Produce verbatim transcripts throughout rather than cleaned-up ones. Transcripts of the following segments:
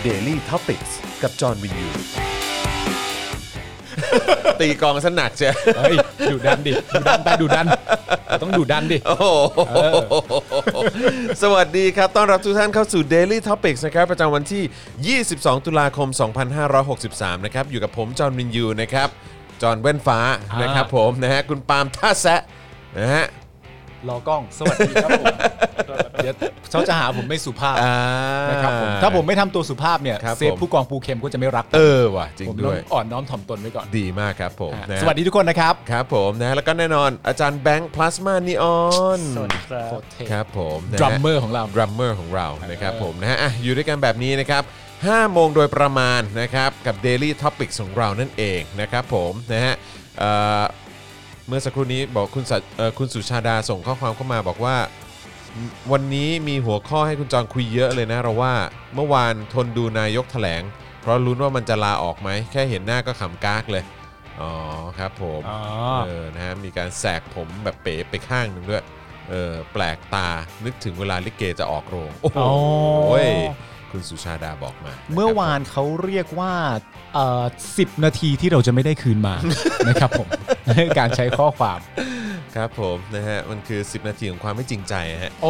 Daily Topics กับจอห์นวินยูตีกองสนักเจ้เฮ้ยดูดันดิดูดันไปดูดันต้องดูดันดิโอ้สวัสดีครับต้อนรับทุกท่านเข้าสู่ Daily Topics นะครับประจำวันที่ยี่สิบสองตุลาคมสองพันห้าร้อยหกสิบสามนะครับอยู่กับผมจอห์นวินยูนะครับจอห์นแว่นฟ้านะครับผมนะฮะคุณปาล์มท่าแซะนะฮะรอกล้องสวัสดีครับผมเดี๋ยวเขาจะหาผมไม่สุภาพนะครับผมถ้าผมไม่ทำตัวสุภาพเนี่ยเซฟผู้กองปูเข็มก็จะไม่รักเออว่ะจริงด้วยอ่อนน้อมถ่อมตนไว้ก่อนดีมากครับผมสวัสดีทุกคนนะครับครับผมนะแล้วก็แน่นอนอาจารย์แบงค์พลาสมานีออนสวัสดีครับครับผมดรัมเมอร์ของเราดรัมเมอร์ของเรานะครับผมนะฮะอยู่ด้วยกันแบบนี้นะครับห้าโมงโดยประมาณนะครับกับ Daily Topics ของเรานั่นเองนะครับผมนะฮะเมื่อสักครู่นี้บอกคุณคุณสุชาดาส่งข้อความเข้ามาบอกว่าวันนี้มีหัวข้อให้คุณจอนคุยเยอะเลยนะเราว่าเมื่อวานทนดูนายกแถลงเพราะลุ้นว่ามันจะลาออกไหมแค่เห็นหน้าก็ขำกากเลยอ๋อครับผมเออนะฮะมีการแสกผมแบบเป๋ไปข้างหนึ่งด้วยเออแปลกตานึกถึงเวลาลิเกจะออกโรงโอ้โหคุณสุชาดาบอกมาเมื่อวานเขาเรียกว่าเอ่อสิบนาทีที่เราจะไม่ได้คืนมา นะครับผมการใช้ข้อความครับผมนะฮะมันคือสิบนาทีของความไม่จริงใจฮะโอ้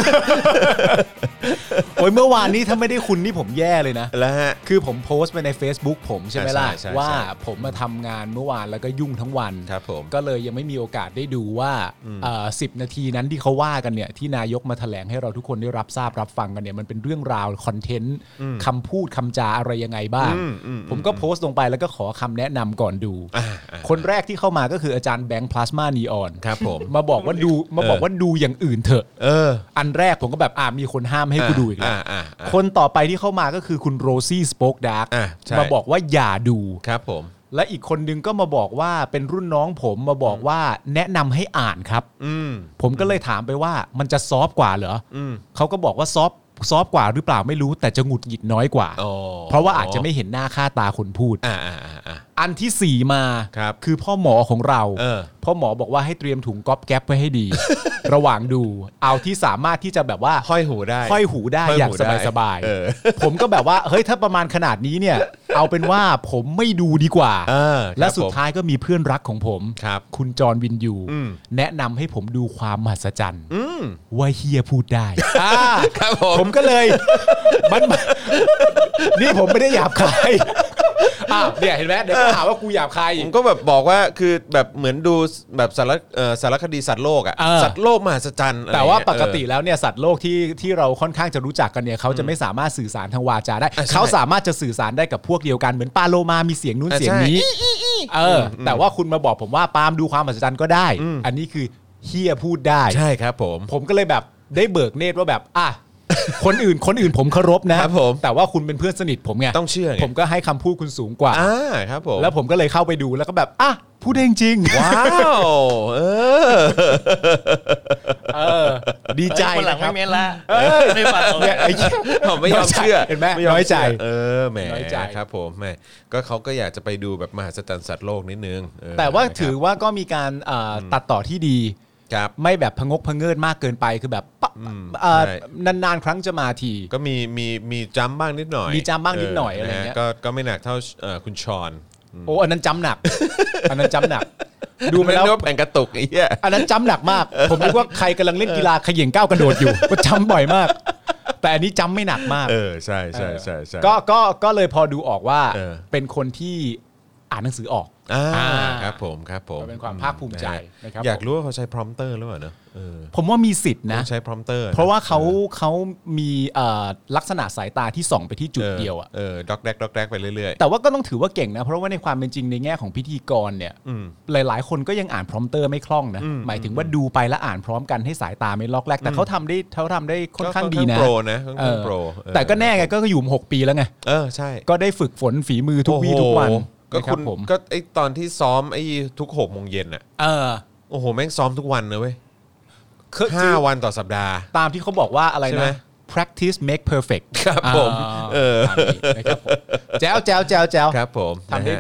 โอ้ยเมื่อวานนี้ถ้าไม่ได้คุณนี่ผมแย่เลยนะแล้วฮะคือผมโพสต์ไปใน Facebook ผมใช่ไหมล่ะว่าผมมาทำงานเมื่อวานแล้วก็ยุ่งทั้งวันครับผมก็เลยยังไม่มีโอกาสได้ดูว่าเอ่อสิบนาทีนั้นที่เขาว่ากันเนี่ยที่นายกมาแถลงให้เราทุกคนได้รับทราบรับฟังกันเนี่ยมันเป็นเรื่องราวคอนเทนต์คำพูดคำจาอะไรยังไงบ้างผมก็โพสต์ลงไปแล้วก็ขอคำแนะนำก่อนดูคนแรกที่เข้ามาก็คืออาจารย์แบงค์พลาสมานีออนครับผมมาบอกว่าดูมาบอกว่าดูอย่างอื่นเถอะเอออันแรกผมก็แบบอ่ามีคนห้ามให้กูดูอีกแล้วคนต่อไปที่เข้ามาก็คือคุณโรซี่สป็อกดาร์กมาบอกว่าอย่าดูครับผมและอีกคนนึงก็มาบอกว่าเป็นรุ่นน้องผมมาบอกว่าแนะนำให้อ่านครับผมก็เลยถามไปว่ามันจะซอฟต์กว่าเหรอเขาก็บอกว่าซอฟซอฟกว่าหรือเปล่าไม่รู้แต่จะหงุดหงิดน้อยกว่าเพราะว่าอาจจะไม่เห็นหน้าค่าตาคนพูดอันที่สี่มาคือพ่อหมอของเราพ่อหมอบอกว่าให้เตรียมถุงก๊อบแก๊ปไว้ให้ดี ระหว่างดูเอาที่สามารถที่จะแบบว่าห้อยหูได้ห้อยหูได้อย่างสบายๆผมก็แบบว่าเฮ้ยถ้าประมาณขนาดนี้เนี่ยเอาเป็นว่าผมไม่ดูดีกว่าและสุดท้ายก็มีเพื่อนรักของผมคุณจอห์นวินยูแนะนำให้ผมดูความมหัศจรรย์ว่าเฮียพูดได้ผมก็เลยมันนี่ผมไม่ได้หยาบคายอ้าวเนี่ยเห็นไหมเดี๋ยวก็หาว่ากูหยาบคายผมก็แบบบอกว่าคือแบบเหมือนดูแบบสารสารคดีสัตว์โลกอ่ะสัตว์โลกมหัศจรรย์แต่ว่าปกติแล้วเนี่ยสัตว์โลกที่ที่เราค่อนข้างจะรู้จักกันเนี่ยเขาจะไม่สามารถสื่อสารทางวาจาได้เขาสามารถจะสื่อสารได้กับพวกเดียวกันเหมือนปลาโลมามีเสียงนู้นเสียงนี้เออแต่ว่าคุณมาบอกผมว่าปาล์มดูความมหัศจรรย์ก็ได้อันนี้คือเฮียพูดได้ใช่ครับผมผมก็เลยแบบได้เบิกเนตรว่าแบบอ่ะคนอื่นคนอื่นผมเคารพนะแต่ว่าคุณเป็นเพื่อนสนิทผมไงต้องเชื่อไงผมก็ให้คำพูดคุณสูงกว่าอ่าครับผมแล้วผมก็เลยเข้าไปดูแล้วก็แบบอ่ะพูดได้จริงว้าวเออเออดีใจคนหลังไม่เม้นละไม่ฟังเลยไอ้ผมไม่ยอมเชื่อเห็นไหมน้อยใจเออแหมครับผมแหมก็เขาก็อยากจะไปดูแบบมหัศจรรย์สัตว์โลกนิดนึงแต่ว่าถือว่าก็มีการตัดต่อที่ดีไม่แบบพงกพงเงิดมากเกินไปคือแบบนานๆครั้งจะมาทีก็มีมีมีจัมบ้างนิดหน่อยมีจัมบ้างนิดหน่อยอะไรเงี้ยก็ก็ไม่หนักเท่าคุณชอนโอ้อันนั้นจัมหนักอันนั้นจัมหนักดูไปแล้วแผ่นกระตุกไอ้เหี้ยอันนั้นจัมหนักมากผมนึกว่าใครกำลังเล่นกีฬาเขย่งก้าวกระโดดอยู่ก็จัมบ่อยมากแต่อันนี้จัมไม่หนักมากเออใช่ใช่ใช่ใช่ก็ก็ก็เลยพอดูออกว่าเป็นคนที่อ่านหนังสือออกอ่าครับผมครับผมเป็นความภาคภูมิใจนะครับอยากรู้ว่าเขาใช้พรอมเตอร์หรือเปล่าเนอะผมว่ามีสิทธิ์นะใช้พรอมเตอร์เพราะว่าเขาเขามีลักษณะสายตาที่ส่องไปที่จุดเดียวอ่ะเออด็อกแดกด็อกแดกไปเรื่อยๆแต่ว่าก็ต้องถือว่าเก่งนะเพราะว่าในความเป็นจริงในแง่ของพิธีกรเนี่ยหลายๆคนก็ยังอ่านพรอมเตอร์ไม่คล่องนะหมายถึงว่าดูไปแล้วอ่านพร้อมกันให้สายตาไม่ล็อกแรกแต่เขาทำได้เขาทำได้ค่อนข้างดีนะโปรนะค่อนข้างโปรแต่ก็แน่ไงก็อยู่หกปีแล้วไงเออใช่ก็ได้ฝึกฝนฝีมือทุกวี่ทุกวันก็คุณก็ไอตอนที่ซ้อมไอทุกหกโมงเย็นอ่ะเออโอ้โหแม่งซ้อมทุกวันเลยเว้ยห้าวันต่อสัปดาห์ตามที่เขาบอกว่าอะไรนะ practice make perfect ครับผมเออนะครับผมแจ๋วแจ๋วแจ๋วแจ๋วครับผมทำได้ดี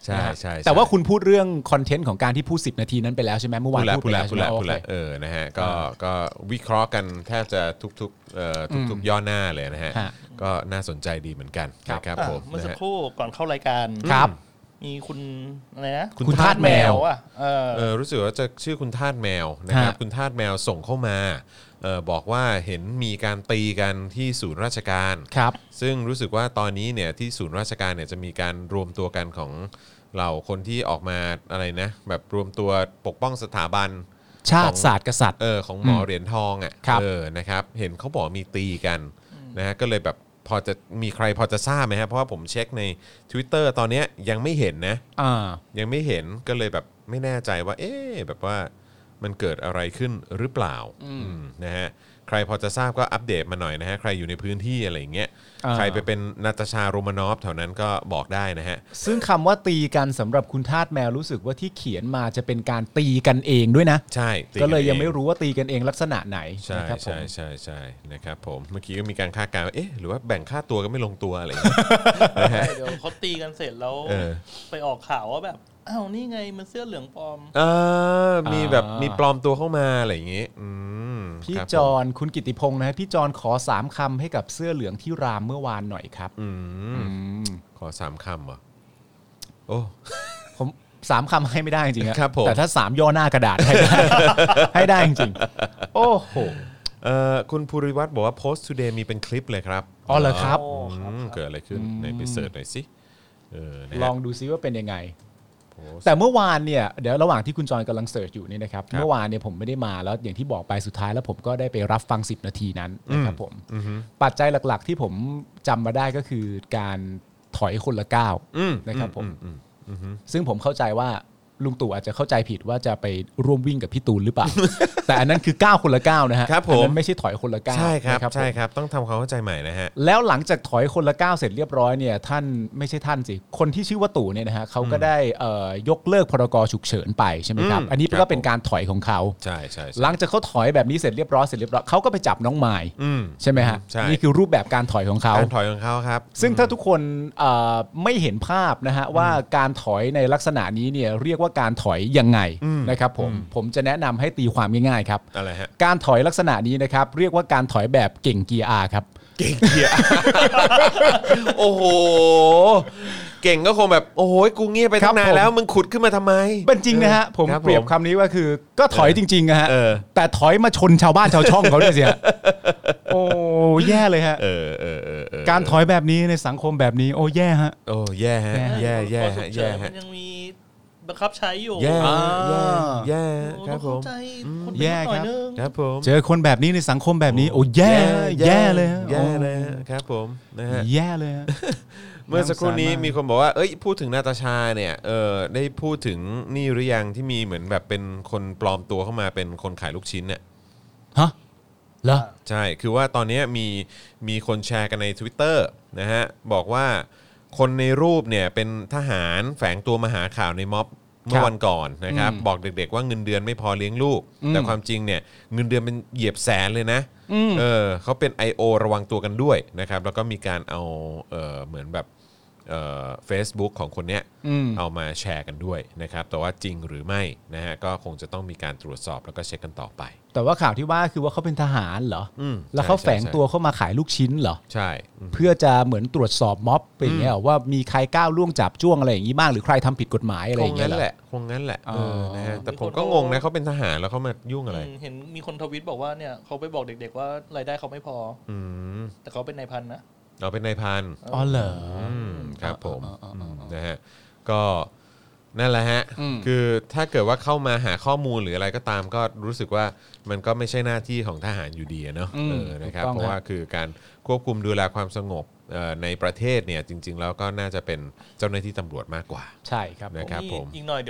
ใช่ใช่แต่ว่าคุณพูดเรื่องคอนเทนต์ของการที่พูดสิบนาทีนั้นไปแล้วใช่ไหมเมื่อวานพูดพูไปดแล้แล้ว วใช่พูดไหมแล้วโอพูดเคแล้วเออนะฮะก็ก็วิเคราะห์กันแทบจะทุกๆเอ่อทุกๆย่อหน้าเลยนะฮะฮะก็น่าสนใจดีเหมือนกันครับนะครับอ่ะผมเมื่อสักนะฮะครู่ก่อนเข้ารายการครับมีคุณอะไรนะคุณทาสแมวอ่ะเออเออรู้สึกว่าจะชื่อคุณทาสแมวนะครับฮะคุณทาสแมวส่งเข้ามาเออบอกว่าเห็นมีการตีกันที่ศูนย์ราชการครับซึ่งรู้สึกว่าตอนนี้เนี่ยที่ศูนย์ราชการเนี่ยจะมีการรวมตัวกันของเหล่าคนที่ออกมาอะไรนะแบบรวมตัวปกป้องสถาบันชาติศาสตร์กษัตริย์เออของหมอเหรียญทองอ่ะครับเออนะครับเห็นเขาบอกมีตีกันนะฮะก็เลยแบบพอจะมีใครพอจะทราบไหมครับเพราะว่าผมเช็คใน Twitter ตอนเนี้ยยังไม่เห็นนะอ่ายังไม่เห็นก็เลยแบบไม่แน่ใจว่า เอ๊ะแบบว่ามันเกิดอะไรขึ้นหรือเปล่าอืมนะฮะใครพอจะทราบก็อัปเดตมาหน่อยนะฮะใครอยู่ในพื้นที่อะไรอย่างเงี้ยอ่าใครไปเป็นนาตาชาโรมานอฟแถวนั้นก็บอกได้นะฮะซึ่งคำว่าตีกันสำหรับคุณทาสแมวรู้สึกว่าที่เขียนมาจะเป็นการตีกันเองด้วยนะใช่ตีก็เลยนยังไม่อรู้ว่าตีกันเองลักษณะไหนใช่นะครับผมใช่ใช่ใช่นะครับผมเมื่อกี้ก็มีการคาดการณ์ว่าเอ๊ะหรือว่าแบ่งค่าตัวก็ไม่ลงตัวอะไรอย่างเงี้ย นะฮะเดี๋ยวเขาตีกันเสร็จแล้วเออไปออกข่าวว่าแบบอ้าวนี่ไงมันเสื้อเหลืองปลอมเออมีแบบอ่ามีมีปลอมตัวเข้ามาอะไรอย่างงี้อืมพี่ครับผมจอนคุณกิติพงศ์นะฮะพี่จอนขอสามคำให้กับเสื้อเหลืองที่รามเมื่อวานหน่อยครับอืมอืมขอสามคำเหรอโอ้ผมสามคำให้ไม่ได้จริงๆครับผมแต่ถ้าสามย่อหน้ากระดาษให้ได้ ให้ได้จริงๆโอ้โหเอ่อคุณภูริวัฒน์บอกว่า post today มีเป็นคลิปเลยครับอ๋อเหรอครับโอ้ครับอืมเกิดอะไรขึ้นไหนไปเสิร์ชหน่อยสิเออนะฮะลองดูซิว่าเป็นยังไง post แต่เมื่อวานเนี่ยเดี๋ยวระหว่างที่คุณจอนกำลังเสิร์ชอยู่นี่นะครับครับเมื่อวานเนี่ยผมไม่ได้มาแล้วอย่างที่บอกไปสุดท้ายแล้วผมก็ได้ไปรับฟังสิบนาทีนั้นนะครับผมอือฮึปัจจัยหลักๆ ที่ผมจำมาได้ก็คือการถอยคนละก้าวอืมนะครับผมอือือือฮึซึ่งผมเข้าใจว่าลุงตู่อาจจะเข้าใจผิดว่าจะไปร่วมวิ่งกับพี่ตูนหรือเปล่า แต่อันนั้นคือก้าวคนละก้าวนะฮะครับผมอันนั้นไม่ใช่ถอยคนละก้าวใช่ครับนะผมใช่ครับต้องทำความเข้าใจใหม่นะฮะแล้วหลังจากถอยคนละก้าวเสร็จเรียบร้อยเนี่ยท่านไม่ใช่ท่านสิคนที่ชื่อว่าตู่เนี่ยนะฮะเขาก็ได้เอ่อยกเลิกพรกฉุกเฉินไปใช่ไหมครับอืมอันนี้ครับก็เป็นการถอยของเขาใช่ใช่ใช่หลังจากเขาถอยแบบนี้เสร็จเรียบร้อยเสร็จเรียบร้อยเขาก็ไปจับน้องไม้อืมใช่ไหมฮะใช่นี่คือรูปแบบการถอยของเขาการถอยของเขาครับซึ่งถ้าทุกคนเอ่อไม่เห็นภาพนะฮะว่าการถอยในลักษณะนี้เนี่ยเรียกว่าการถอยยังไงนะครับผมผมจะแนะนำให้ตีความง่ายๆครับอะไรฮะการถอยลักษณะนี้นะครับเรียกว่าการถอยแบบเก่งเกียร์อาครับเก่งเกียร์ โอ้โหเก่งก็คงแบบโอ้โหกูเงียบไปครัตั้บงนานผมแล้วมึงขุดขึ้นมาทำไมเป็นจริงนะฮะผมครับเปรียบคำนี้ว่าคือก็ถอยจริงๆนะฮะเออแต่ถอยมาชนชาวบ้านชาวช่องเขาด้วยสิฮะโอ้แย่เลยฮะเออเออเออเออการถอยแบบนี้ในสังคมแบบนี้โอ้แย่ฮะโอ้แย่ฮะแย่แย่พอฉุฮะกเฉิแย่นฮะมันยังมีบังคับใช้อยู่แย่อ่าแย่แย่โอ้ครับผต้องมเข้าใจคนแย่เป็นหน่อยครับนึงครับผมเจอคนแบบนี้ในสังคมแบบนี้โอ้แย่แย่เลยฮะแย่เลยฮะครับผมนะฮะแย่เลยฮะเมื่อสักครู่นี้น่าสงสารมากมีคนบอกว่าเอ้ยพูดถึงนาตาชาเนี่ยเออได้พูดถึงนี่หรือยังที่มีเหมือนแบบเป็นคนปลอมตัวเข้ามาเป็นคนขายลูกชิ้นเนี่ยฮะเหรอใช่คือว่าตอนนี้มีมีคนแชร์กันใน Twitter นะฮะบอกว่าคนในรูปเนี่ยเป็นทหารแฝงตัวมาหาข่าวในม็อบเมื่อวันก่อนนะครับอืมบอกเด็กๆว่าเงินเดือนไม่พอเลี้ยงลูกอืมแต่ความจริงเนี่ยเงินเดือนเป็นเหยียบแสนเลยนะอืมเออเขาเป็น ไอ โอ ระวังตัวกันด้วยนะครับแล้วก็มีการเอาเออเหมือนแบบเอ่อ Facebook ของคนเนี้ยอืมเอามาแชร์กันด้วยนะครับแต่ว่าจริงหรือไม่นะฮะก็คงจะต้องมีการตรวจสอบแล้วก็เช็คกันต่อไปแต่ว่าข่าวที่ว่าคือว่าเขาเป็นทหารเหรออืมแล้วเขาใช่แฝงใช่ตัวเข้ามาขายลูกชิ้นเหรอใช่อืมเพื่อจะเหมือนตรวจสอบม็อบไปอย่างเงี้ยเหรอว่ามีใครก้าวล่วงจับจ้วงอะไรอย่างงี้บ้างหรือใครทำผิดกฎหมายอะไรคอง ย่างเงี้งั้ยนเหรอแหละคงงั้นแหละอ๋อเออนะฮะแต่ผมก็งงนะเขาเป็นทหารแล้วเขามายุ่งอะไรอืมเห็นมีคนทวิตบอกว่าเนี่ยเขาไปบอกเด็กๆว่ารายได้เขาไม่พออืมแต่เขาเป็นนายพันนะเราเป็นนายพันอ๋อเหรออืมครับผมอ๋ออ๋ออ๋ออ๋อนะฮะก็นั่นแหละฮะอืมคือถ้าเกิดว่าเข้ามาหาข้อมูลหรืออะไรก็ตามก็รู้สึกว่ามันก็ไม่ใช่หน้าที่ของทหารอยู่ดีอะเนาะอืมเออนะครับถูกต้องเพราะว่าคือการควบคุมดูแลความสงบเอ่อในประเทศเนี่ยจริง ๆ แล้วก็น่าจะเป็นเจ้าหน้าที่ตำรวจมากกว่าใช่ครับผมนะครับผมอีกหน่อยเดี๋ยว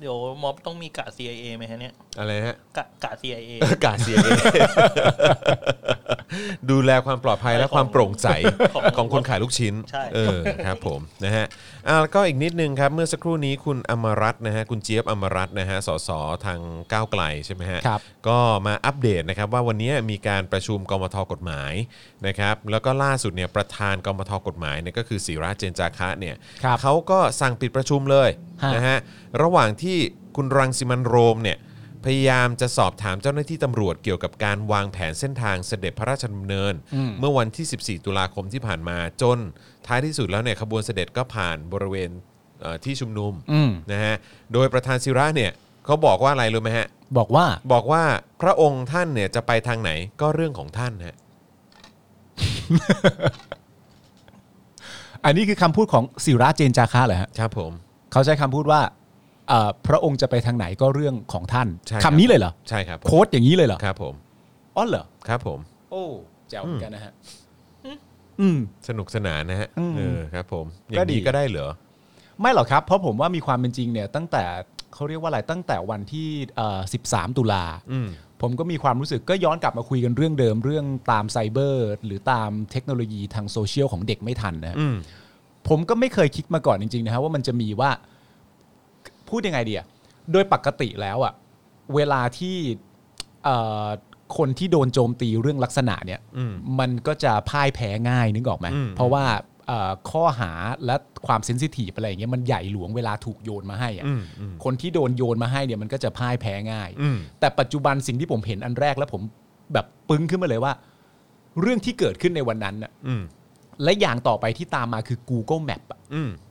เดี๋ยวม็อบต้องมีกะ ซี ไอ เอ ไหมฮะเนี่ยอะไรฮะกะกะ ซี ไอ เอกะ ซี ไอ เอ ดูแลความปลอดภัยและความโปร่งใสของคนขายลูกชิ้นเออครับผมนะฮะอ่าแล้วก็อีกนิดนึงครับเมื่อสักครู่นี้คุณอมรัตน์นะฮะคุณเจี๊ยบอมรัตน์นะฮะสสทางก้าวไกลใช่ไหมฮะก็มาอัปเดตนะครับว่าวันนี้มีการประชุมกมทกฎหมายนะครับแล้วก็ล่าสุดเนี่ยประธานกมทกฎหมายเนี่ยก็คือศิระเจนจาคะเนี่ยเขาก็สั่งปิดประชุมเลยนะฮะระหว่างที่คุณรังสิมันต์โรมเนี่ยพยายามจะสอบถามเจ้าหน้าที่ตำรวจเกี่ยวกับการวางแผนเส้นทางเสด็จพระราชดำเนินเมื่อวันที่สิบสี่ตุลาคมที่ผ่านมาจนท้ายที่สุดแล้วเนี่ยขบวนเสด็จก็ผ่านบริเวณที่ชุมนุมนะฮะโดยประธานศิระเนี่ยเขาบอกว่าอะไรรู้ไหมฮะบอกว่าบอกว่าพระองค์ท่านเนี่ยจะไปทางไหนก็เรื่องของท่านฮะอันนี้คือคำพูดของศิระเจนจาคะเหรอฮะครับผมเขาใช้คำพูดว่าพระองค์จะไปทางไหนก็เรื่องของท่านคำนี้เลยเหรอใช่ครับโค้ดอย่างนี้เลยเหรอครับผมอ๋อเหรอครับผมโอ้แจ๋วเหมือนกันนะฮะสนุกสนานนะฮะเออครับผมอย่างนี้ก็ได้เหรอไม่หรอกครับเพราะผมว่ามีความเป็นจริงเนี่ยตั้งแต่เขาเรียกว่าอะไรตั้งแต่วันที่สิบสามตุลาผมก็มีความรู้สึกก็ย้อนกลับมาคุยกันเรื่องเดิมเรื่องตามไซเบอร์หรือตามเทคโนโลยีทางโซเชียลของเด็กไม่ทันนะผมก็ไม่เคยคิดมาก่อนจริงๆนะฮะว่ามันจะมีว่าพูดยังไงดีอะโดยปกติแล้วอะเวลาที่คนที่โดนโจมตีเรื่องลักษณะเนี่ยมันก็จะพ่ายแพ้ง่ายนึกออกไหมเพราะว่าข้อหาและความเซนซิทีฟอะไรอย่างเงี้ยมันใหญ่หลวงเวลาถูกโยนมาให้อะคนที่โดนโยนมาให้เนี่ยมันก็จะพ่ายแพ้ง่ายแต่ปัจจุบันสิ่งที่ผมเห็นอันแรกแล้วผมแบบปึ้งขึ้นมาเลยว่าเรื่องที่เกิดขึ้นในวันนั้นอะและอย่างต่อไปที่ตามมาคือ Google Map อ่ะ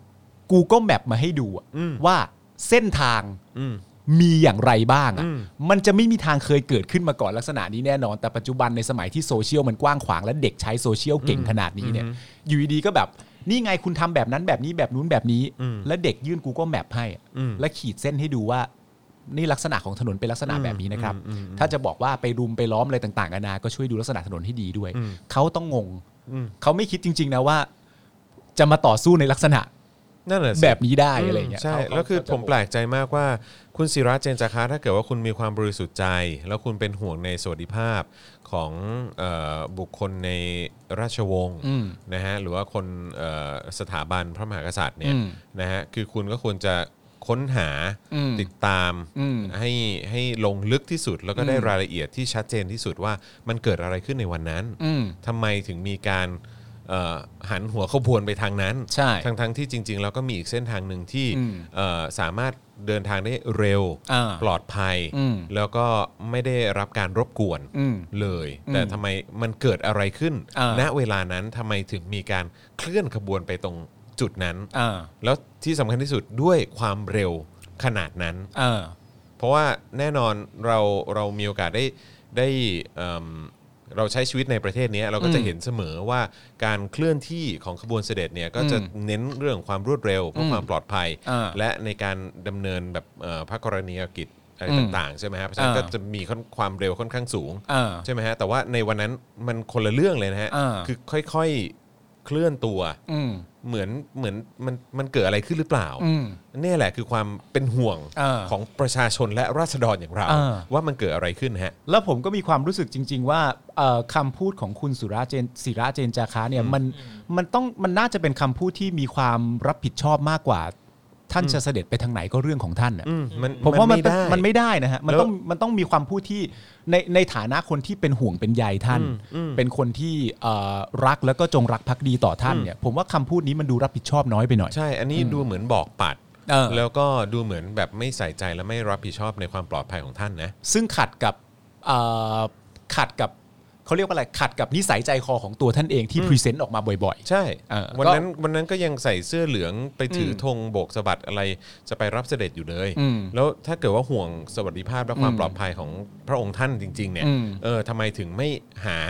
Google Map มาให้ดูว่าเส้นทางมีอย่างไรบ้างอ่ะมันจะไม่มีทางเคยเกิดขึ้นมาก่อนลักษณะนี้แน่นอนแต่ปัจจุบันในสมัยที่โซเชียลมันกว้างขวางและเด็กใช้โซเชียลเก่งขนาดนี้เนี่ยอยู่ดีๆก็แบบนี่ไงคุณทำแบบนั้นแบบนี้แบบนู้นแบบนี้และเด็กยื่น Google Map ให้และขีดเส้นให้ดูว่านี่ลักษณะของถนนเป็นลักษณะแบบนี้นะครับถ้าจะบอกว่าไปรุมไปล้อมอะไรต่างๆนานาก็ช่วยดูลักษณะถนนให้ดีด้วยเขาต้องงงเขาไม่คิดจริงๆนะว่าจะมาต่อสู้ในลักษณะนั่นแหละแบบนี้ได้อะไรเงี้ยใช่แล้วคือผมแปลกใจมากว่าคุณศิระเจนจาคะถ้าเกิดว่าคุณมีความบริสุทธิ์ใจแล้วคุณเป็นห่วงในสวัสดิภาพของเอ่อบุคคลในราชวงศ์นะฮะหรือว่าคนเอ่อสถาบันพระมหากษัตริย์เนี่ยนะฮะคือคุณก็ควรจะค้นหาติดตามให้ให้ลงลึกที่สุดแล้วก็ได้รายละเอียดที่ชัดเจนที่สุดว่ามันเกิดอะไรขึ้นในวันนั้นทำไมถึงมีการหันหัวขบวนไปทางนั้นทั้งทั้งที่จริงๆแล้วก็มีอีกเส้นทางหนึ่งที่สามารถเดินทางได้เร็วปลอดภัยแล้วก็ไม่ได้รับการรบกวนเลยแต่ทำไมมันเกิดอะไรขึ้นณเวลานั้นทำไมถึงมีการเคลื่อนขบวนไปตรงจุดนั้นแล้วที่สำคัญที่สุดด้วยความเร็วขนาดนั้นเพราะว่าแน่นอนเราเรามีโอกาสได้ได้เราใช้ชีวิตในประเทศนี้เราก็จะเห็นเสมอว่าการเคลื่อนที่ของขบวนเสด็จเนี่ยก็จะเน้นเรื่องความรวดเร็วเพื่อความปลอดภัยและในการดำเนินแบบพระกรณียกิจอะไรต่างๆใช่ไหมครับเพราะฉะนั้นก็จะมีความเร็วค่อนข้างสูงใช่ไหมฮะแต่ว่าในวันนั้นมันคนละเรื่องเลยนะฮะคือค่อยๆเคลื่อนตัวเหมือนเหมือนมันมันเกิดอะไรขึ้นหรือเปล่านี่แหละคือความเป็นห่วงของประชาชนและราษฎรอย่างเราว่ามันเกิดอะไรขึ้นฮะแล้วผมก็มีความรู้สึกจริงๆว่าคำพูดของคุณสุราเจนศิระเจนจาคะเนี่ยมันมันต้องมันน่าจะเป็นคำพูดที่มีความรับผิดชอบมากกว่าท่านจะเสด็จไปทางไหนก็เรื่องของท่านอ่ะผมว่ามันมันไม่ได้นะฮะมันต้องมันต้องมีความพูดที่ในในฐานะคนที่เป็นห่วงเป็นใยท่านเป็นคนที่รักแล้วก็จงรักภักดีต่อท่านเนี่ยผมว่าคำพูดนี้มันดูรับผิดชอบน้อยไปหน่อยใช่อันนี้ดูเหมือนบอกปัดแล้วก็ดูเหมือนแบบไม่ใส่ใจและไม่รับผิดชอบในความปลอดภัยของท่านนะซึ่งขัดกับขัดกับเขาเรียกว่าอะไรขัดกับนิสัยใจคอของตัวท่านเองที่พรีเซนต์ออกมาบ่อยๆใช่วันนั้นวันนั้นก็ยังใส่เสื้อเหลืองไปถือธงโบกสะบัดอะไรจะไปรับเสด็จอยู่เลยแล้วถ้าเกิดว่าห่วงสวัสดิภาพและความปลอดภัยของพระองค์ท่านจริงๆเนี่ยเออทำไมถึงไม่หา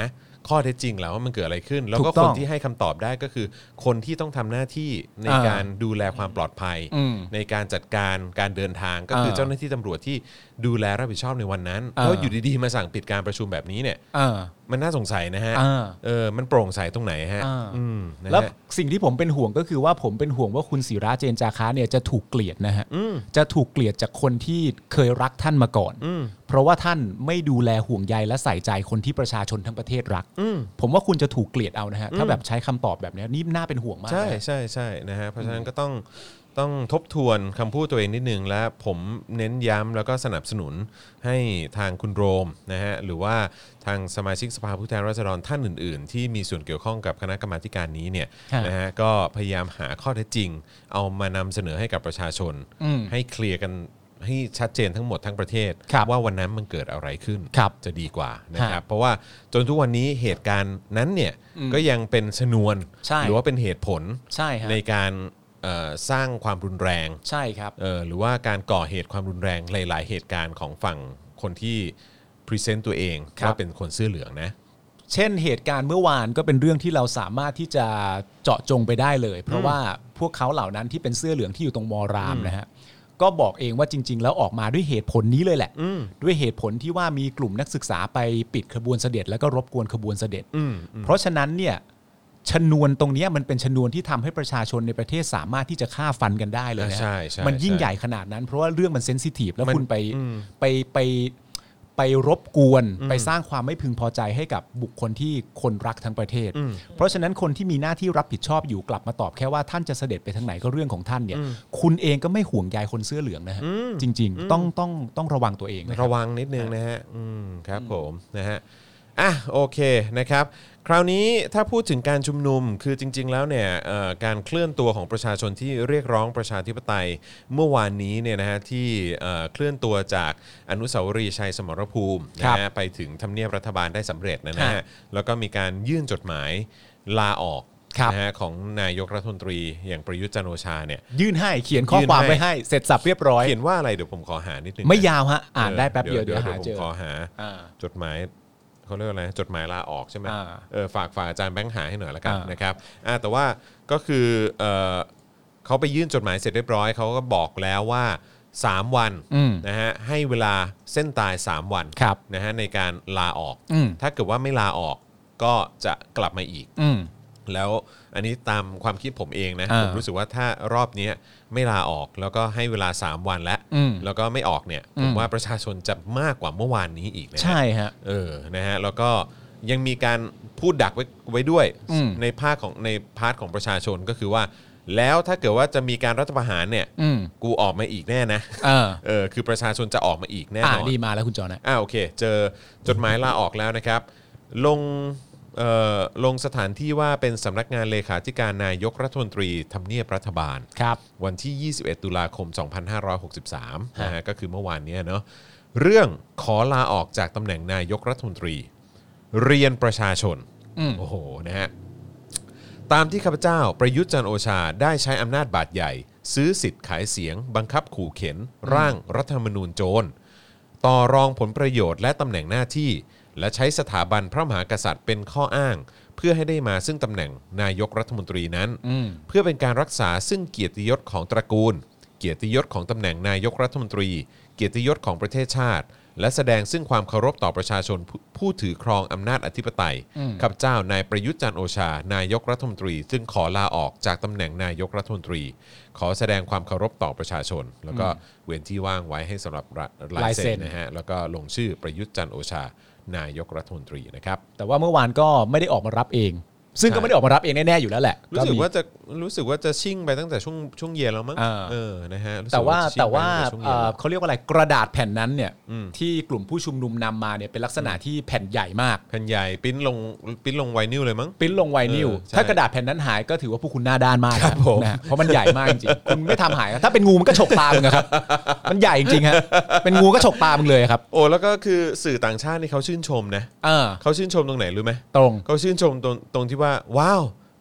ข้อเท็จจริงแล้วว่ามันเกิดอะไรขึ้นแล้วถูก็กต้คอน งที่ให้คำตอบได้ก็คือคนที่ต้องทำหน้าที่ในอ่าการดูแลความปลอดภัยอืมในการจัดการการเดินทางก็คือเออเจ้าหน้าที่ตำรวจที่ดูแลรับผิดชอบในวันนั้นเออแล้วอยู่ดีๆมาสั่งปิดการประชุมแบบนี้เนี่ยเออมันน่าสงสัยนะฮะเออเออมันโปร่งใสตรงไหนฮะอ่าอืมนะแล้วฮะสิ่งที่ผมเป็นห่วงก็คือว่าผมเป็นห่วงว่าคุณศิระเจนจาคะเนี่ยจะถูกเกลียดนะฮะจะถูกเกลียดจากคนที่เคยรักท่านมาก่อน เพราะว่าท่านไม่ดูแลห่วงใยและใส่ใจคนที่ประชาชนทั้งประเทศรัก ผมว่าคุณจะถูกเกลียดเอานะฮะถ้าแบบใช้คำตอบแบบนี้นี่น่าเป็นห่วงมากใช่นะใช่ใช่นะฮะเพราะฉะนั้นก็ต้องต้องทบทวนคำพูดตัวเองนิดนึงและผมเน้นย้ำแล้วก็สนับสนุนให้ทางคุณโรมนะฮะหรือว่าทางสมาชิกสภาผู้แทนราษฎรท่านอื่นๆ ที่มีส่วนเกี่ยวข้องกับคณะกรรมาธิการนี้เนี่ยฮะนะฮะก็พยายามหาข้อเท็จจริง เอามานำเสนอให้กับประชาชนอืมให้เคลียร์กันให้ชัดเจนทั้งหมดทั้งประเทศครับว่าวันนั้นมันเกิดอะไรขึ้นครับจะดีกว่านะครับเพราะว่าจนทุกวันนี้เหตุการณ์นั้นเนี่ยก็ยังเป็นชนวนใช่หรือว่าเป็นเหตุผลใช่ฮะในการเอ่อสร้างความรุนแรงใช่ครับเอ่อหรือว่าการก่อเหตุความรุนแรงหลายๆเหตุการณ์ของฝั่งคนที่พรีเซนต์ตัวเองครับว่าเป็นคนเสื้อเหลืองนะเช่นเหตุการณ์เมื่อวานก็เป็นเรื่องที่เราสามารถที่จะเจาะจงไปได้เลย เพราะว่าพวกเขาเหล่านั้นที่เป็นเสื้อเหลืองที่อยู่ตรงมรามนะฮะก็บอกเองว่าจริง ๆ แล้วออกมาด้วยเหตุผลนี้เลยแหละด้วยเหตุผลที่ว่ามีกลุ่มนักศึกษาไปปิดขบวนเสด็จแล้วก็รบกวนขบวนเสด็จ เพราะฉะนั้นเนี่ยชนวนตรงเนี้ยมันเป็นชนวนที่ทำให้ประชาชนในประเทศสามารถที่จะฆ่าฟันกันได้เลยนะใช่ใช่มันยิ่งใช่ใหญ่ขนาดนั้น เพราะว่าเรื่องมันเซนซิทีฟแล้วมันคุณไปไปไปไปรบกวนไปสร้างความไม่พึงพอใจให้กับบุคคลที่คนรักทั้งประเทศ เพราะฉะนั้นคนที่มีหน้าที่รับผิดชอบอยู่กลับมาตอบแค่ว่าท่านจะเสด็จไปทางไหนก็เรื่องของท่านเนี่ยคุณเองก็ไม่ห่วงใยคนเสื้อเหลืองนะฮะจริง ๆ ต้องต้องต้องระวังตัวเองนะครับระวังนิดนึงนะฮะอืมครับผมนะฮะอ่ะโอเคนะครับคราวนี้ถ้าพูดถึงการชุมนุมคือจริง ๆ แล้วเนี่ยเอ่อการเคลื่อนตัวของประชาชนที่เรียกร้องประชาธิปไตยเมื่อวานนี้เนี่ยนะฮะที่เอ่อเคลื่อนตัวจากอนุสาวรีย์ชัยสมรภูมินะฮะไปถึงทำเนียบรัฐบาลได้สำเร็จนะฮะแล้วก็มีการยื่นจดหมายลาออกครับนะฮะของนายกรัฐมนตรีอย่างประยุทธ์จันทร์โอชาเนี่ยยื่นให้เขียนข้อความยื่นให้ไว้ให้เสร็จสับเรียบร้อยเขียนว่าอะไรเดี๋ยวผมขอหานิดนึงไม่นะยาวฮะอ่านได้แป๊บเดียวเดี๋ยวหาผมเจอขอหาอ่าจดหมายเขาเรียกว่าอะไรจดหมายลาออกใช่ไหมอ่าเออฝากฝากอาจารย์แบงค์หาให้หน่อยละกันอ่านนะครับอ่าแต่ว่าก็คือเออเขาไปยื่นจดหมายเสร็จเรียบร้อยเขาก็บอกแล้วว่าสามวันอืมนะฮะให้เวลาเส้นตายสามวันครับนะฮะในการลาออกอืมถ้าเกิดว่าไม่ลาออกก็จะกลับมาอีกอืมแล้วอันนี้ตามความคิดผมเองนะอ่าผมรู้สึกว่าถ้ารอบนี้ไม่ลาออกแล้วก็ให้เวลาสามวันแล้วอืมแล้วก็ไม่ออกเนี่ยผมอืมว่าประชาชนจะมากกว่าเมื่อวานนี้อีกนะฮะใช่ฮะเออนะฮะแล้วก็ยังมีการพูดดักไว้ไว้ด้วยอืมในภาคของในพาร์ทของประชาชนก็คือว่า แล้วถ้าเกิดว่าจะมีการรัฐประหารเนี่ยอืมกูออกมาอีกแน่นะเออเออคือประชาชนจะออกมาอีกแน่อ่านอนดีมาแล้วคุณจอนะอ่าโอเคเจอจดหมายลาออกแล้วนะครับ ลงเอ่อลงสถานที่ว่าเป็นสำนักงานเลขาธิการนายกรัฐมนตรีทำเนียบรัฐบาลครับวันที่ ยี่สิบเอ็ด ตุลาคม สองพันห้าร้อยหกสิบสาม นะฮะก็คือเมื่อวานเนี้ยเนาะเรื่องขอลาออกจากตำแหน่งนายกรัฐมนตรี เรียนประชาชนอืมโอ้โหนะฮะตามที่ข้าพเจ้าประยุทธ์จันทร์โอชาได้ใช้อำนาจบาดใหญ่ ซื้อสิทธิ์ขายเสียง บังคับขู่เข็น ร่างรัฐธรรมนูญโจร ต่อรองผลประโยชน์และตำแหน่งหน้าที่ และใช้สถาบันพระมหากษัตริย์เป็นข้ออ้าง เพื่อให้ได้มาซึ่งตำแหน่งนายกรัฐมนตรีนั้น เพื่อเป็นการรักษาซึ่งเกียรติยศของตระกูล เกียรติยศของตำแหน่งนายกรัฐมนตรี เกียรติยศของประเทศชาติ และแสดงซึ่งความเคารพต่อประชาชนผู้ผู้ถือครองอำนาจอธิปไตยข้าพเจ้านายประยุทธ์จันทร์โอชานายกรัฐมนตรีจึงขอลาออกจากตำแหน่งนายกรัฐมนตรี ขอแสดงความเคารพต่อประชาชน แล้วก็เว้นที่ว่างไว้ให้สำหรับลายเซ็นนะฮะแล้วก็ลงชื่อประยุทธ์จันทร์โอชานายกรัฐมนตรีนะครับแต่ว่าเมื่อวานก็ไม่ได้ออกมารับเอง ซึ่งก็ไม่ได้ออกมารับเองแน่ๆอยู่แล้วแหละรู้สึกมีว่าจะรู้สึกว่าจะชิ่งไปตั้งแต่ช่วงช่วงเย็นแล้วมั้งอ่าเออนะฮะรู้สึกแต่ว่าจะชิ่งแต่ว่าไปตั้งช่งเอ่ย็นอแล้วเขาเรียกว่าอะไรกระดาษแผ่นนั้นเนี่ยที่กลุ่มผู้ชุมนุมนำมาเนี่ยเป็นลักษณะที่แผ่นใหญ่มากแผ่นใหญ่ปริ้นลงปริ้นลงไวนิลเลยมั้งปริ้นลงไวนิลเออใช่ถ้ากระดาษแผ่นนั้นหายก็ถือว่าพวกคุณหน้าด้านมากครับผมนะฮะเพราะมันใหญ่มากจริงๆคุณไม่ทำหายถ้าเป็นงูมันก็ฉกตามึงอะครับ มันใหญ่จริงๆฮะเป็นงูก็ฉกตามึงเลยครับโอ้แล้วก็คือสื่อต่างชาตินี่เขาชื่นชมนะเออเขาชื่นชมตรงไหนรู้ไหมตรงเขาชื่นชมตรงตรงที่ว่าว้าว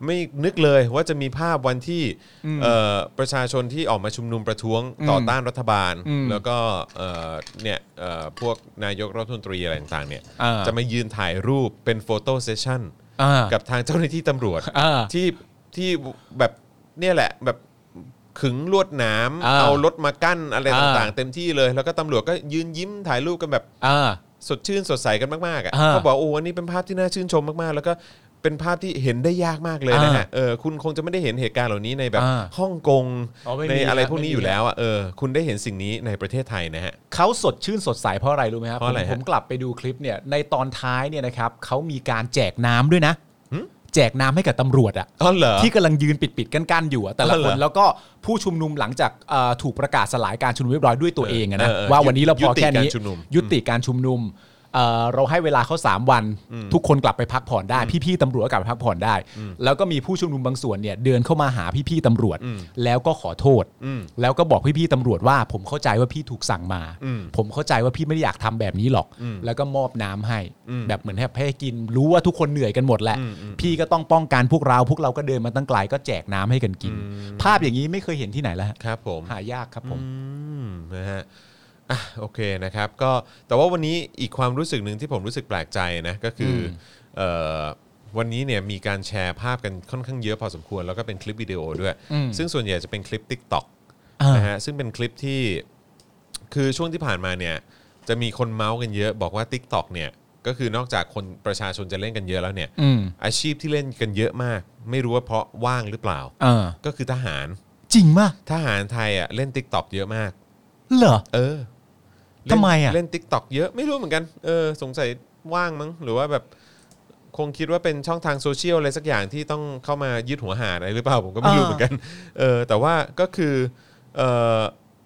ไม่นึกเลยว่าจะมีภาพวันที่เอ่อประชาชนที่ออกมาชุมนุมประท้วงต่อต้านรัฐบาลแล้วก็เอ่อเนี่ยเอ่อพวกนายกรัฐมนตรีอะไรต่างๆเนี่ยจะมายืนถ่ายรูปเป็นโฟโต้เซสชั่นกับทางเจ้าหน้าที่ตำรวจที่ที่แบบเนี่ยแหละแบบขึงลวดหนามเอารถมากั้นอะไรต่างๆเต็มที่เลยแล้วก็ตำรวจก็ยืนยิ้มถ่ายรูปกันแบบสดชื่นสดใสกันมากๆอ่ะเขาบอกโอ้อันนี้เป็นภาพที่น่าชื่นชมมากๆแล้วก็เป็นภาพที่เห็นได้ยากมากเลยนะฮะเออคุณคงจะไม่ได้เห็นเหตุการณ์เหล่านี้ในแบบฮ่องกงในอะไรพวกนี้อยู่แล้วอ่ะเออคุณได้เห็นสิ่งนี้ในประเทศไทยนะฮะเขาสดชื่นสดใสเพราะอะไรรู้ไหมครับผมผมกลับไปดูคลิปเนี่ยในตอนท้ายเนี่ยนะครับเขามีการแจกน้ำด้วยนะแจกน้ำให้กับตำรวจอ่ะที่กำลังยืนปิดๆกั้นๆอยู่แต่ละคนแล้วก็ผู้ชุมนุมหลังจากถูกประกาศสลายการชุมนุมเรียบร้อยด้วยตัวเองนะว่าวันนี้เราพอแค่นี้ยุติการชุมนุมเราให้เวลาเขาสามวันทุกคนกลับไปพักผ่อนได้พี่ๆตำรวจก็กลับไปพักผ่อนได้แล้วก็มีผู้ชุมนุมบางส่วนเนี่ยเดินเข้ามาหาพี่ๆตำรวจแล้วก็ขอโทษแล้วก็บอกพี่ๆตำรวจว่าผมเข้าใจว่าพี่ถูกสั่งมาผมเข้าใจว่าพี่ไม่ได้อยากทำแบบนี้หรอกแล้วก็มอบน้ำให้แบบเหมือนให้กินรู้ว่าทุกคนเหนื่อยกันหมดแหละพี่ก็ต้องป้องกันพวกเราพวกเราก็เดินมาตั้งไกลก็แจกน้ำให้กันกินภาพอย่างนี้ไม่เคยเห็นที่ไหนแล้วครับผมหายากครับผมนะฮะอ่ะโอเคนะครับก็แต่ว่าวันนี้อีกความรู้สึกหนึ่งที่ผมรู้สึกแปลกใจนะก็คือเอ่อวันนี้เนี่ยมีการแชร์ภาพกันค่อนข้างเยอะพอสมควรแล้วก็เป็นคลิปวิดีโอด้วยซึ่งส่วนใหญ่จะเป็นคลิป TikTok นะฮะซึ่งเป็นคลิปที่คือช่วงที่ผ่านมาเนี่ยจะมีคนเมาส์กันเยอะบอกว่า TikTok เนี่ยก็คือนอกจากคนประชาชนจะเล่นกันเยอะแล้วเนี่ยอาชีพที่เล่นกันเยอะมากไม่รู้ว่าเพราะว่างหรือเปล่าก็คือทหารจริงมากทหารไทยอ่ะเล่น TikTok เยอะมากเหรอเออทำไมอ่ะเล่น TikTok เยอะไม่รู้เหมือนกันเออสงสัยว่างมั้งหรือว่าแบบคงคิดว่าเป็นช่องทางโซเชียลอะไรสักอย่างที่ต้องเข้ามายึดหัวหาอะไรหรือเปล่าผมก็ไม่รู้เหมือนกันเออแต่ว่าก็คือเอ่อ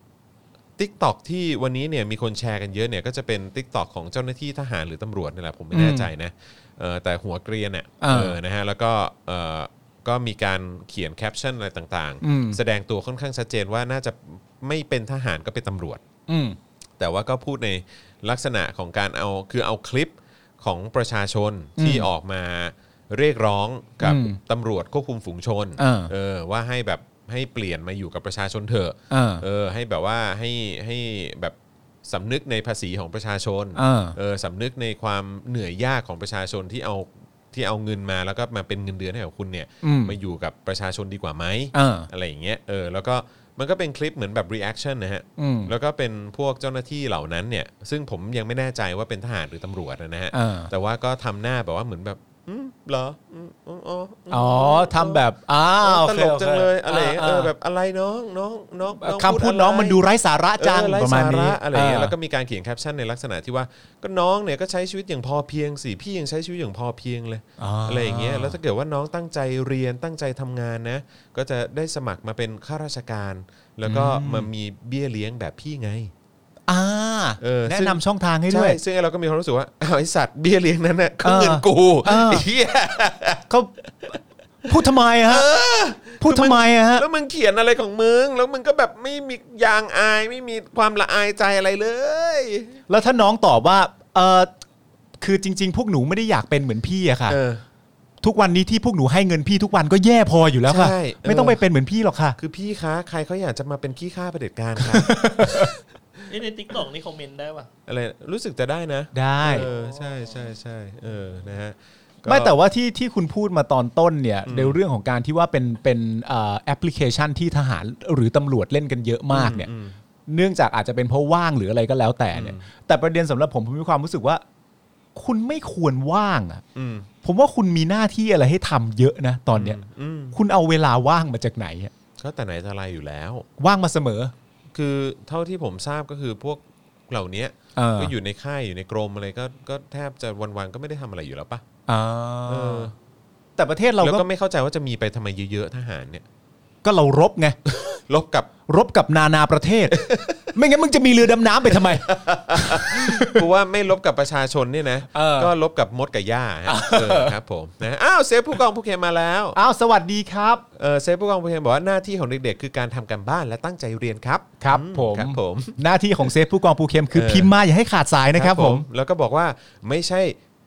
TikTok ที่วันนี้เนี่ยมีคนแชร์กันเยอะเนี่ยก็จะเป็น TikTok ของเจ้าหน้าที่ทหารหรือตำรวจนี่แหละผมไม่แน่ใจนะเออแต่หัวเกรียนเนี่ยเออนะฮะแล้วก็เออก็มีการเขียนแคปชั่นอะไรต่างๆแสดงตัวค่อนข้างชัดเจนว่าน่าจะไม่เป็นทหารก็เป็นตำรวจแต่ว่าก็พูดในลักษณะของการเอาคือเอาคลิปของประชาชนที่ออกมาเรียกร้องกับตำรวจควบคุมฝูงชนเออว่าให้แบบให้เปลี่ยนมาอยู่กับประชาชนเถอะเออให้แบบว่าให้ให้แบบสำนึกในภาษีของประชาชนเออสำนึกในความเหนื่อยยากของประชาชนที่เอาที่เอาเงินมาแล้วก็มาเป็นเงินเดือนให้กับคุณเนี่ยมาอยู่กับประชาชนดีกว่าไหม อ, อะไรอย่างเงี้ยเออแล้วก็มันก็เป็นคลิปเหมือนแบบ reaction นะฮะแล้วก็เป็นพวกเจ้าหน้าที่เหล่านั้นเนี่ยซึ่งผมยังไม่แน่ใจว่าเป็นทหารหรือตำรวจนะฮะแต่ว่าก็ทำหน้าแบบว่าเหมือนแบบอืมเหรออ๋อทำแบบอ้าวตลกจังเลยอะไรเออแบบอะไรน้องน้องน้องคำพูดน้องมันดูไร้สาระจังประมาณนี้อะไรเงี้ยแล้วก็มีการเขียนแคปชั่นในลักษณะที่ว่าก็น้องเนี่ยก็ใช้ชีวิตอย่างพอเพียงสิพี่ยังใช้ชีวิตอย่างพอเพียงเลยอะไรอย่างเงี้ยแล้วถ้าเกิดว่าน้องตั้งใจเรียนตั้งใจทำงานนะก็จะได้สมัครมาเป็นข้าราชการแล้วก็มามีเบี้ยเลี้ยงแบบพี่ไงอ่าแนะนำช่องทางให้ด้วยซึ่งเราก็มีความรู้สึกว่าไอสัตว์เบี้ยเลี้ยงนั้นน่ะเขาเงินกูเฮียเขาพูดทำไมฮะพูดทำไมฮะแล้วมึงเขียนอะไรของมึงแล้วมึงก็แบบไม่มียางอายไม่มีความละอายใจอะไรเลยแล้วถ้าน้องตอบว่าเออคือจริงๆพวกหนูไม่ได้อยากเป็นเหมือนพี่อะค่ะทุกวันนี้ที่พวกหนูให้เงินพี่ทุกวันก็แย่พออยู่แล้วค่ะไม่ต้องไปเป็นเหมือนพี่หรอกค่ะคือพี่คะใครเขาอยากจะมาเป็นขี้ข้าเผด็จการค่ะนี่ใน TikTok นี่คอมเมนต์ได้ป่ะอะไรรู้สึกจะได้นะได้เออใช่ใช่ใช่เออนะฮะไม่แต่ว่าที่ที่คุณพูดมาตอนต้นเนี่ยในเรื่องของการที่ว่าเป็นเป็นแอปพลิเคชันที่ทหารหรือตำรวจเล่นกันเยอะมากเนี่ยเนื่องจากอาจจะเป็นเพราะว่างหรืออะไรก็แล้วแต่เนี่ยแต่ประเด็นสำหรับผมผมมีความรู้สึกว่าคุณไม่ควรว่างอ่ะผมว่าคุณมีหน้าที่อะไรให้ทำเยอะนะตอนเนี้ยคุณเอาเวลาว่างมาจากไหนอ่ะก็แต่ไหนแต่ไรอยู่แล้วว่างมาเสมอคือเท่าที่ผมทราบก็คือพวกเหล่านี้ก็อยู่ในค่ายอยู่ในกรมอะไรก็ก็แทบจะวันๆก็ไม่ได้ทำอะไรอยู่แล้วป่ะแต่ประเทศเราก็ไม่เข้าใจว่าจะมีไปทำไมเยอะๆทหารเนี่ยก็เรารบไงรบกับรบกับนานาประเทศ ไม่งั้นมึงจะมีเรือดำน้ำไปทำไมเพราะว่าไม่รบกับประชาชนเนี่ยนะก็รบกับมดกับหญ้าครับผมนะอ้าวเซฟผู้กองผู้เขียนมาแล้วอ้าวสวัสดีครับเออเซฟผู้กองผู้เขียนบอกว่าหน้าที่ของเด็กๆคือการทำการบ้านและตั้งใจเรียนครับครับผมครับผมหน้าที่ของเซฟผู้กองผู้เขียนคือพิมพ์มาอย่าให้ขาดสายนะครับผมแล้วก็บอกว่าไม่ใช่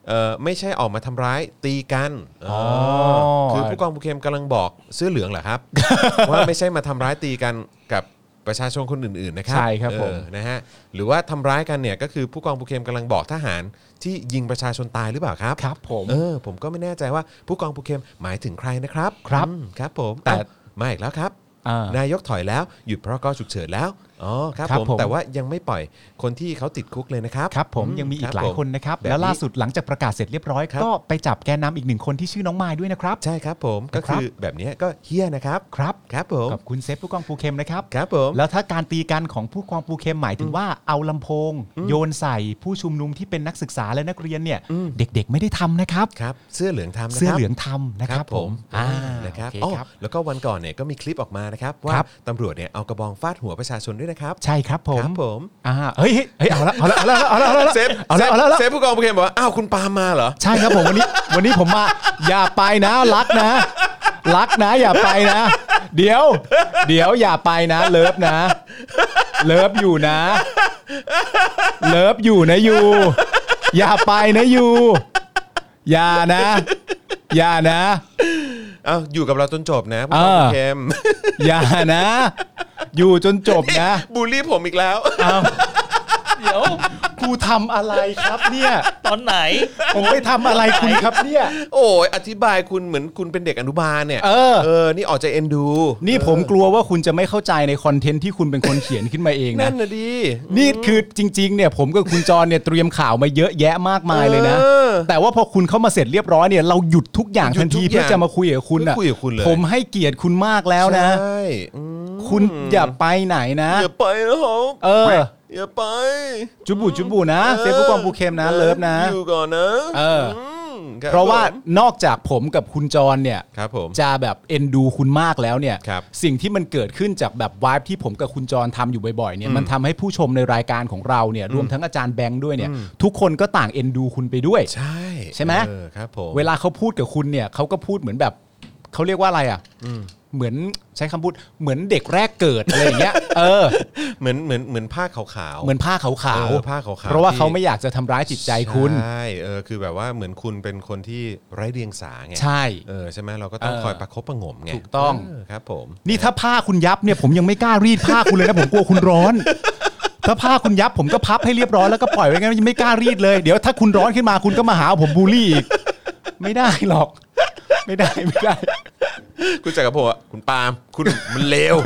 เอ่อไม่ใช่ออกมาทำร้ายตีกันอ๋อคือผู้กองภูเข้มกำลังบอกเสื้อเหลืองเหรอครับ ว่าไม่ใช่มาทำร้ายตีกันกับประชาชนคนอื่นๆนะครับใช่ครับผมเออนะฮะหรือว่าทำร้ายกันเนี่ยก็คือผู้กองภูเข้มกำลังบอกทหารที่ยิงประชาชนตายหรือเปล่าครับครับผมเออผมก็ไม่แน่ใจว่าผู้กองภูเข้มหมายถึงใครนะครับครับอืมครับผมแต่แต่มาอีกแล้วครับอ่านายกถอยแล้วหยุดพรกฉุกเฉินแล้วอ๋อครับครับผมผมแต่ว่ายังไม่ปล่อยคนที่เขาติดคุกเลยนะครับครับผมอืยังมีอีรักบหลายผมคนนะครับแบบนี้แล้วล่าสุดหลังจากประกาศเสร็จเรียบร้อยครับก็ไปจับแกนนำอีกหนึ่งคนที่ชื่อน้องมายด้วยนะครับใช่ครับผมก็ครับคือแบบนี้ก็เฮี้ยนะครับครับครับผมกับคุณเซฟผู้กองภูเข้มนะครับครับผมแล้วถ้าการตีกันของผู้กองภูเข้มหมายถึงว่าเอาลำโพง โยนใส่ผู้ชุมนุมที่เป็นนักศึกษาและนักเรียนเนี่ยเด็กๆไม่ได้ทำนะครับครับเสื้อเหลืองทำนะครับเสื้อเหลืองทำนะครับผมอ่าอ่านะครับโอเคอ๋อครับแล้วก็วันก่อนเนี่ยก็มีคลิปออกมานะครับว่าครับตำรวจเนี่ยเอากระบองฟาดหัวประชาชนด้วยนะครับใช่ครับผมครับผมอ่าเฮ้ยเฮ้ยเอาละเอาละเอาละเอาละเอาละเซฟเอาละเอาละเอาละเซฟผู้กองภูเข้มบอกว่าอ้าวคุณปาล์มมาเหรอใช่ครับผมวันนี้วันนี้ผมมาอย่าไปนะรักนะรักนะอย่าไปนะ เดี๋ยว เดี๋ยวอย่าไปนะเลิฟนะ เลิฟอยู่นะ เลิฟอยู่นะยูอย่าไปนะยูอย่านะ อย่านะอ้าวอยู่กับเราจนจบนะผู้กองเออภูเข้มอย่านะ อยู่จนจบนะบูลลี่ผมอีกแล้วอ้าวเดี๋ยวกูทำอะไรครับเนี่ยตอนไหนผมไปทำอะไรคุณครับเนี่ยโอ้ยอธิบายคุณเหมือนคุณเป็นเด็กอนุบาลเนี่ยเออเออนี่ออกจะเอ็นดูนี่ผมกลัวว่าคุณจะไม่เข้าใจในคอนเทนต์ที่คุณเป็นคนเขียนขึ้นมาเองนั่นะนนะดีนี่คือจริงๆเนี่ยผมกับคุณจรเนี่ยเตรียมข่าวมาเยอะแยะมากมายเลยนะเออแต่ว่าพอคุณเข้ามาเสร็จเรียบร้อยเนี่ยเราหยุดทุกอย่างหยุดทันทีทุกอย่างเพื่อจะมาคุยกับคุณอ่ะเพื่อคุยกับคุณเลยผมให้เกียรติคุณมากแล้วนะใช่อืมคุณอย่าไปไหนนะอย่าไปนะครับเอออย่าไปจุบุจุบุนะเซฟผู้กองภูเข้มนะเลิฟนะอยู่ก่อนนะเออมคบเพราะว่าผมนอกจากผมกับคุณจรเนี่ยครับผมจะแบบเอ็นดูคุณมากแล้วเนี่ยครับสิ่งที่มันเกิดขึ้นจากแบบวายที่ผมกับคุณจรทำอยู่บ่อยๆเนี่ยมันทำให้ผู้ชมในรายการของเราเนี่ยรวมทั้งอาจารย์แบงค์ด้วยเนี่ยทุกคนก็ต่างเอ็นดูคุณไปด้วยใช่ใช่ไหมเออครับผมเวลาเขาพูดกับคุณเนี่ยเขาก็พูดเหมือนแบบเขาเรียกว่าอะไรอ่ะเหมือนใช้คำพูดเหมือนเด็กแรกเกิดอะไรอย่างเงี้ยเออเหมือนเหมือนเหมือนผ้าขาวๆเหมือนผ้าขาวเออผ้าขาวๆเพราะว่าที่เขาไม่อยากจะทำร้ายจิตใจคุณใช่เออคือแบบว่าเหมือนคุณเป็นคนที่ไร้เดียงสาไงใช่เออใช่ไหมเราก็ต้องเออคอยประคบประหงมไงถูกต้องเครับผมนี่ถ้าผ้าคุณยับเนี่ยผมยังไม่กล้ารีดผ้าคุณเลยนะผมกลัวคุณร้อน ถ้าผ้าคุณยับผมก็พับให้เรียบร้อยแล้วก็ปล่อยไว้งั้นยังไม่กล้ารีดเลยเดี๋ยวถ้าคุณร้อนขึ้นมาคุณก็มาหาผมบูลลี่อีกไม่ได้หรอก ไม่ได้ไม่ได้คุณจักรพงศ์อะคุณปาล์มคุณมันเลว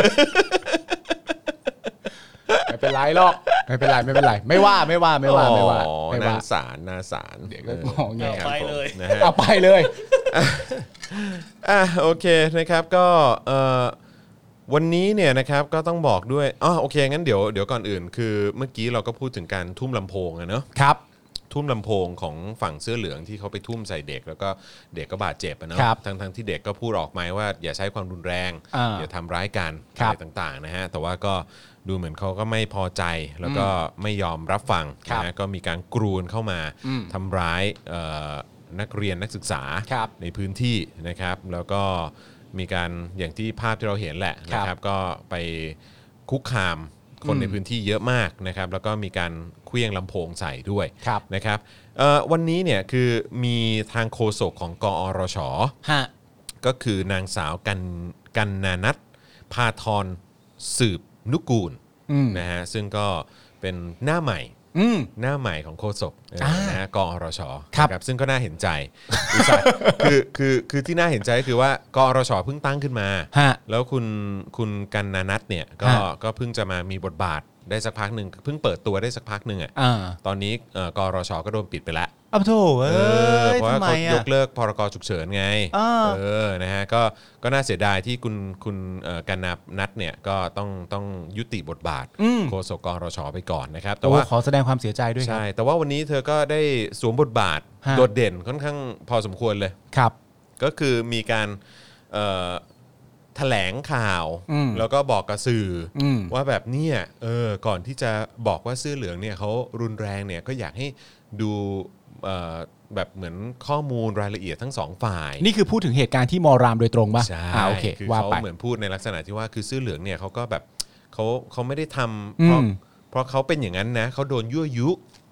ไม่เป็นไรหรอกไม่เป็นไรไม่เป็นไรไม่ว่าไม่ว่าไม่ว่าไม่ว่าอ๋อไม่นาว่าสารนาสารเดี๋ยวก็งอแงครับไปเลยผมนะฮะเอาไปเลยอ่ะโอเคนะครับก็เอ่อวันนี้เนี่ยนะครับก็ต้องบอกด้วยอ๋อโอเคงั้นเดี๋ยวเดี๋ยวก่อนอื่น คือเมื่อกี้เราก็พูดถึงการทุ่มลำโพงอะเนอะครับทุ่มลำโพงของฝั่งเสื้อเหลืองที่เขาไปทุ่มใส่เด็กแล้วก็เด็กก็บาดเจ็บอะเนาะครับทั้งทั้งที่เด็กก็พูดออกมาว่าอย่าใช้ความรุนแรงอ่าอย่าทำร้ายกันครัอะบไรต่างๆนะฮะแต่ว่าก็ดูเหมือนเขาก็ไม่พอใจแล้วก็ไม่ยอมรับฟังครับนะฮะก็มีการกรูนเข้ามาอืมทำร้ายเอ่อนักเรียนนักศึกษาครับในพื้นที่นะครับแล้วก็มีการอย่างที่ภาพที่เราเห็นแหละครับนะครับก็ไปคุกคามคนอืมในพื้นที่เยอะมากนะครับแล้วก็มีการเคลื่องลำโพงใส่ด้วยครับนะครับเอ่อวันนี้เนี่ยคือมีทางโฆษกของกอรชฮะก็คือนางสาวกันกันนานัทพาทรสืบนุกูลอืมนะฮะซึ่งก็เป็นหน้าใหม่อืมหน้าใหม่ของโฆษกเอออ่านนะฮะกอรชครับนะซึ่งก็น่าเห็นใจอุตส่าห์คือคือคือที่น่าเห็นใจก็คือว่ากอรชเพิ่งตั้งขึ้นมาฮะแล้วคุณคุณกันนานัทเนี่ยก็ฮะก็เพิ่งจะมามีบทบาทได้สักพักหนึ่งเพิ่งเปิดตัวได้สักพักหนึ่งอ่ะอ่าตอนนี้เอ่อกรชก็โดนปิดไปแล้วอ้าวโถเอ้เออย เพราะว่าทำไมเขายอ่ะกเลิกพรกฉุกเฉินไงอ่าเออนะฮะก็ก็น่าเสียดายที่คุณคุณเอ่อกันนานัทเนี่ยก็ต้องต้องยุติบทบาทอืมโฆษกกรชไปก่อนนะครับแต่โอ้ว่าขอแสดงความเสียใจด้วยครับใช่แต่ว่าวันนี้เธอก็ได้สวมบทบาทฮะโดดเด่นค่อนข้างพอสมควรเลยครับก็คือมีการเอ่อแถลงข่าวอืมแล้วก็บอกกับสื่ออมว่าแบบเนี่ยเออก่อนที่จะบอกว่าเสื้อเหลืองเนี่ยเขารุนแรงเนี่ยก็อยากให้ดูเอ่อแบบเหมือนข้อมูลรายละเอียดทั้งสองฝ่ายนี่คือพูดถึงเหตุการณ์ที่มอรามโดยตรงป่ะใช่อ่าโอเคคือว่าเขาไปเหมือนพูดในลักษณะที่ว่าคือเสื้อเหลืองเนี่ยเขาก็แบบเขาเขาไม่ได้ทำเพราะอืมเพราะเขาเป็นอย่างนั้นนะเขาโดนยั่วยุ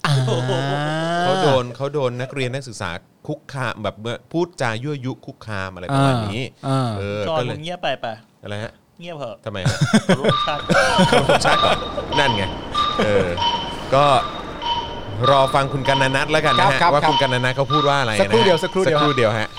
เขาโดนเขาโดนนักเรียนนักศึกษาคุกคามแบบเมื่อพูดจายั่วยุคุกคามอะไรประมาณนี้เออจอก็นเลยเงียบไปป่ะอะไรฮะเงียบเหอะทำไมฮะร่วมชาติร่วมชาติก่อนนั่นไงเออก็รอฟังคุณกันนัทแล้วกันนะฮะว่าคุณกันนัทเขาพูดว่าอะไรนะสักครู่เดียวสักครู่เดียวสักครู่เดียวฮะ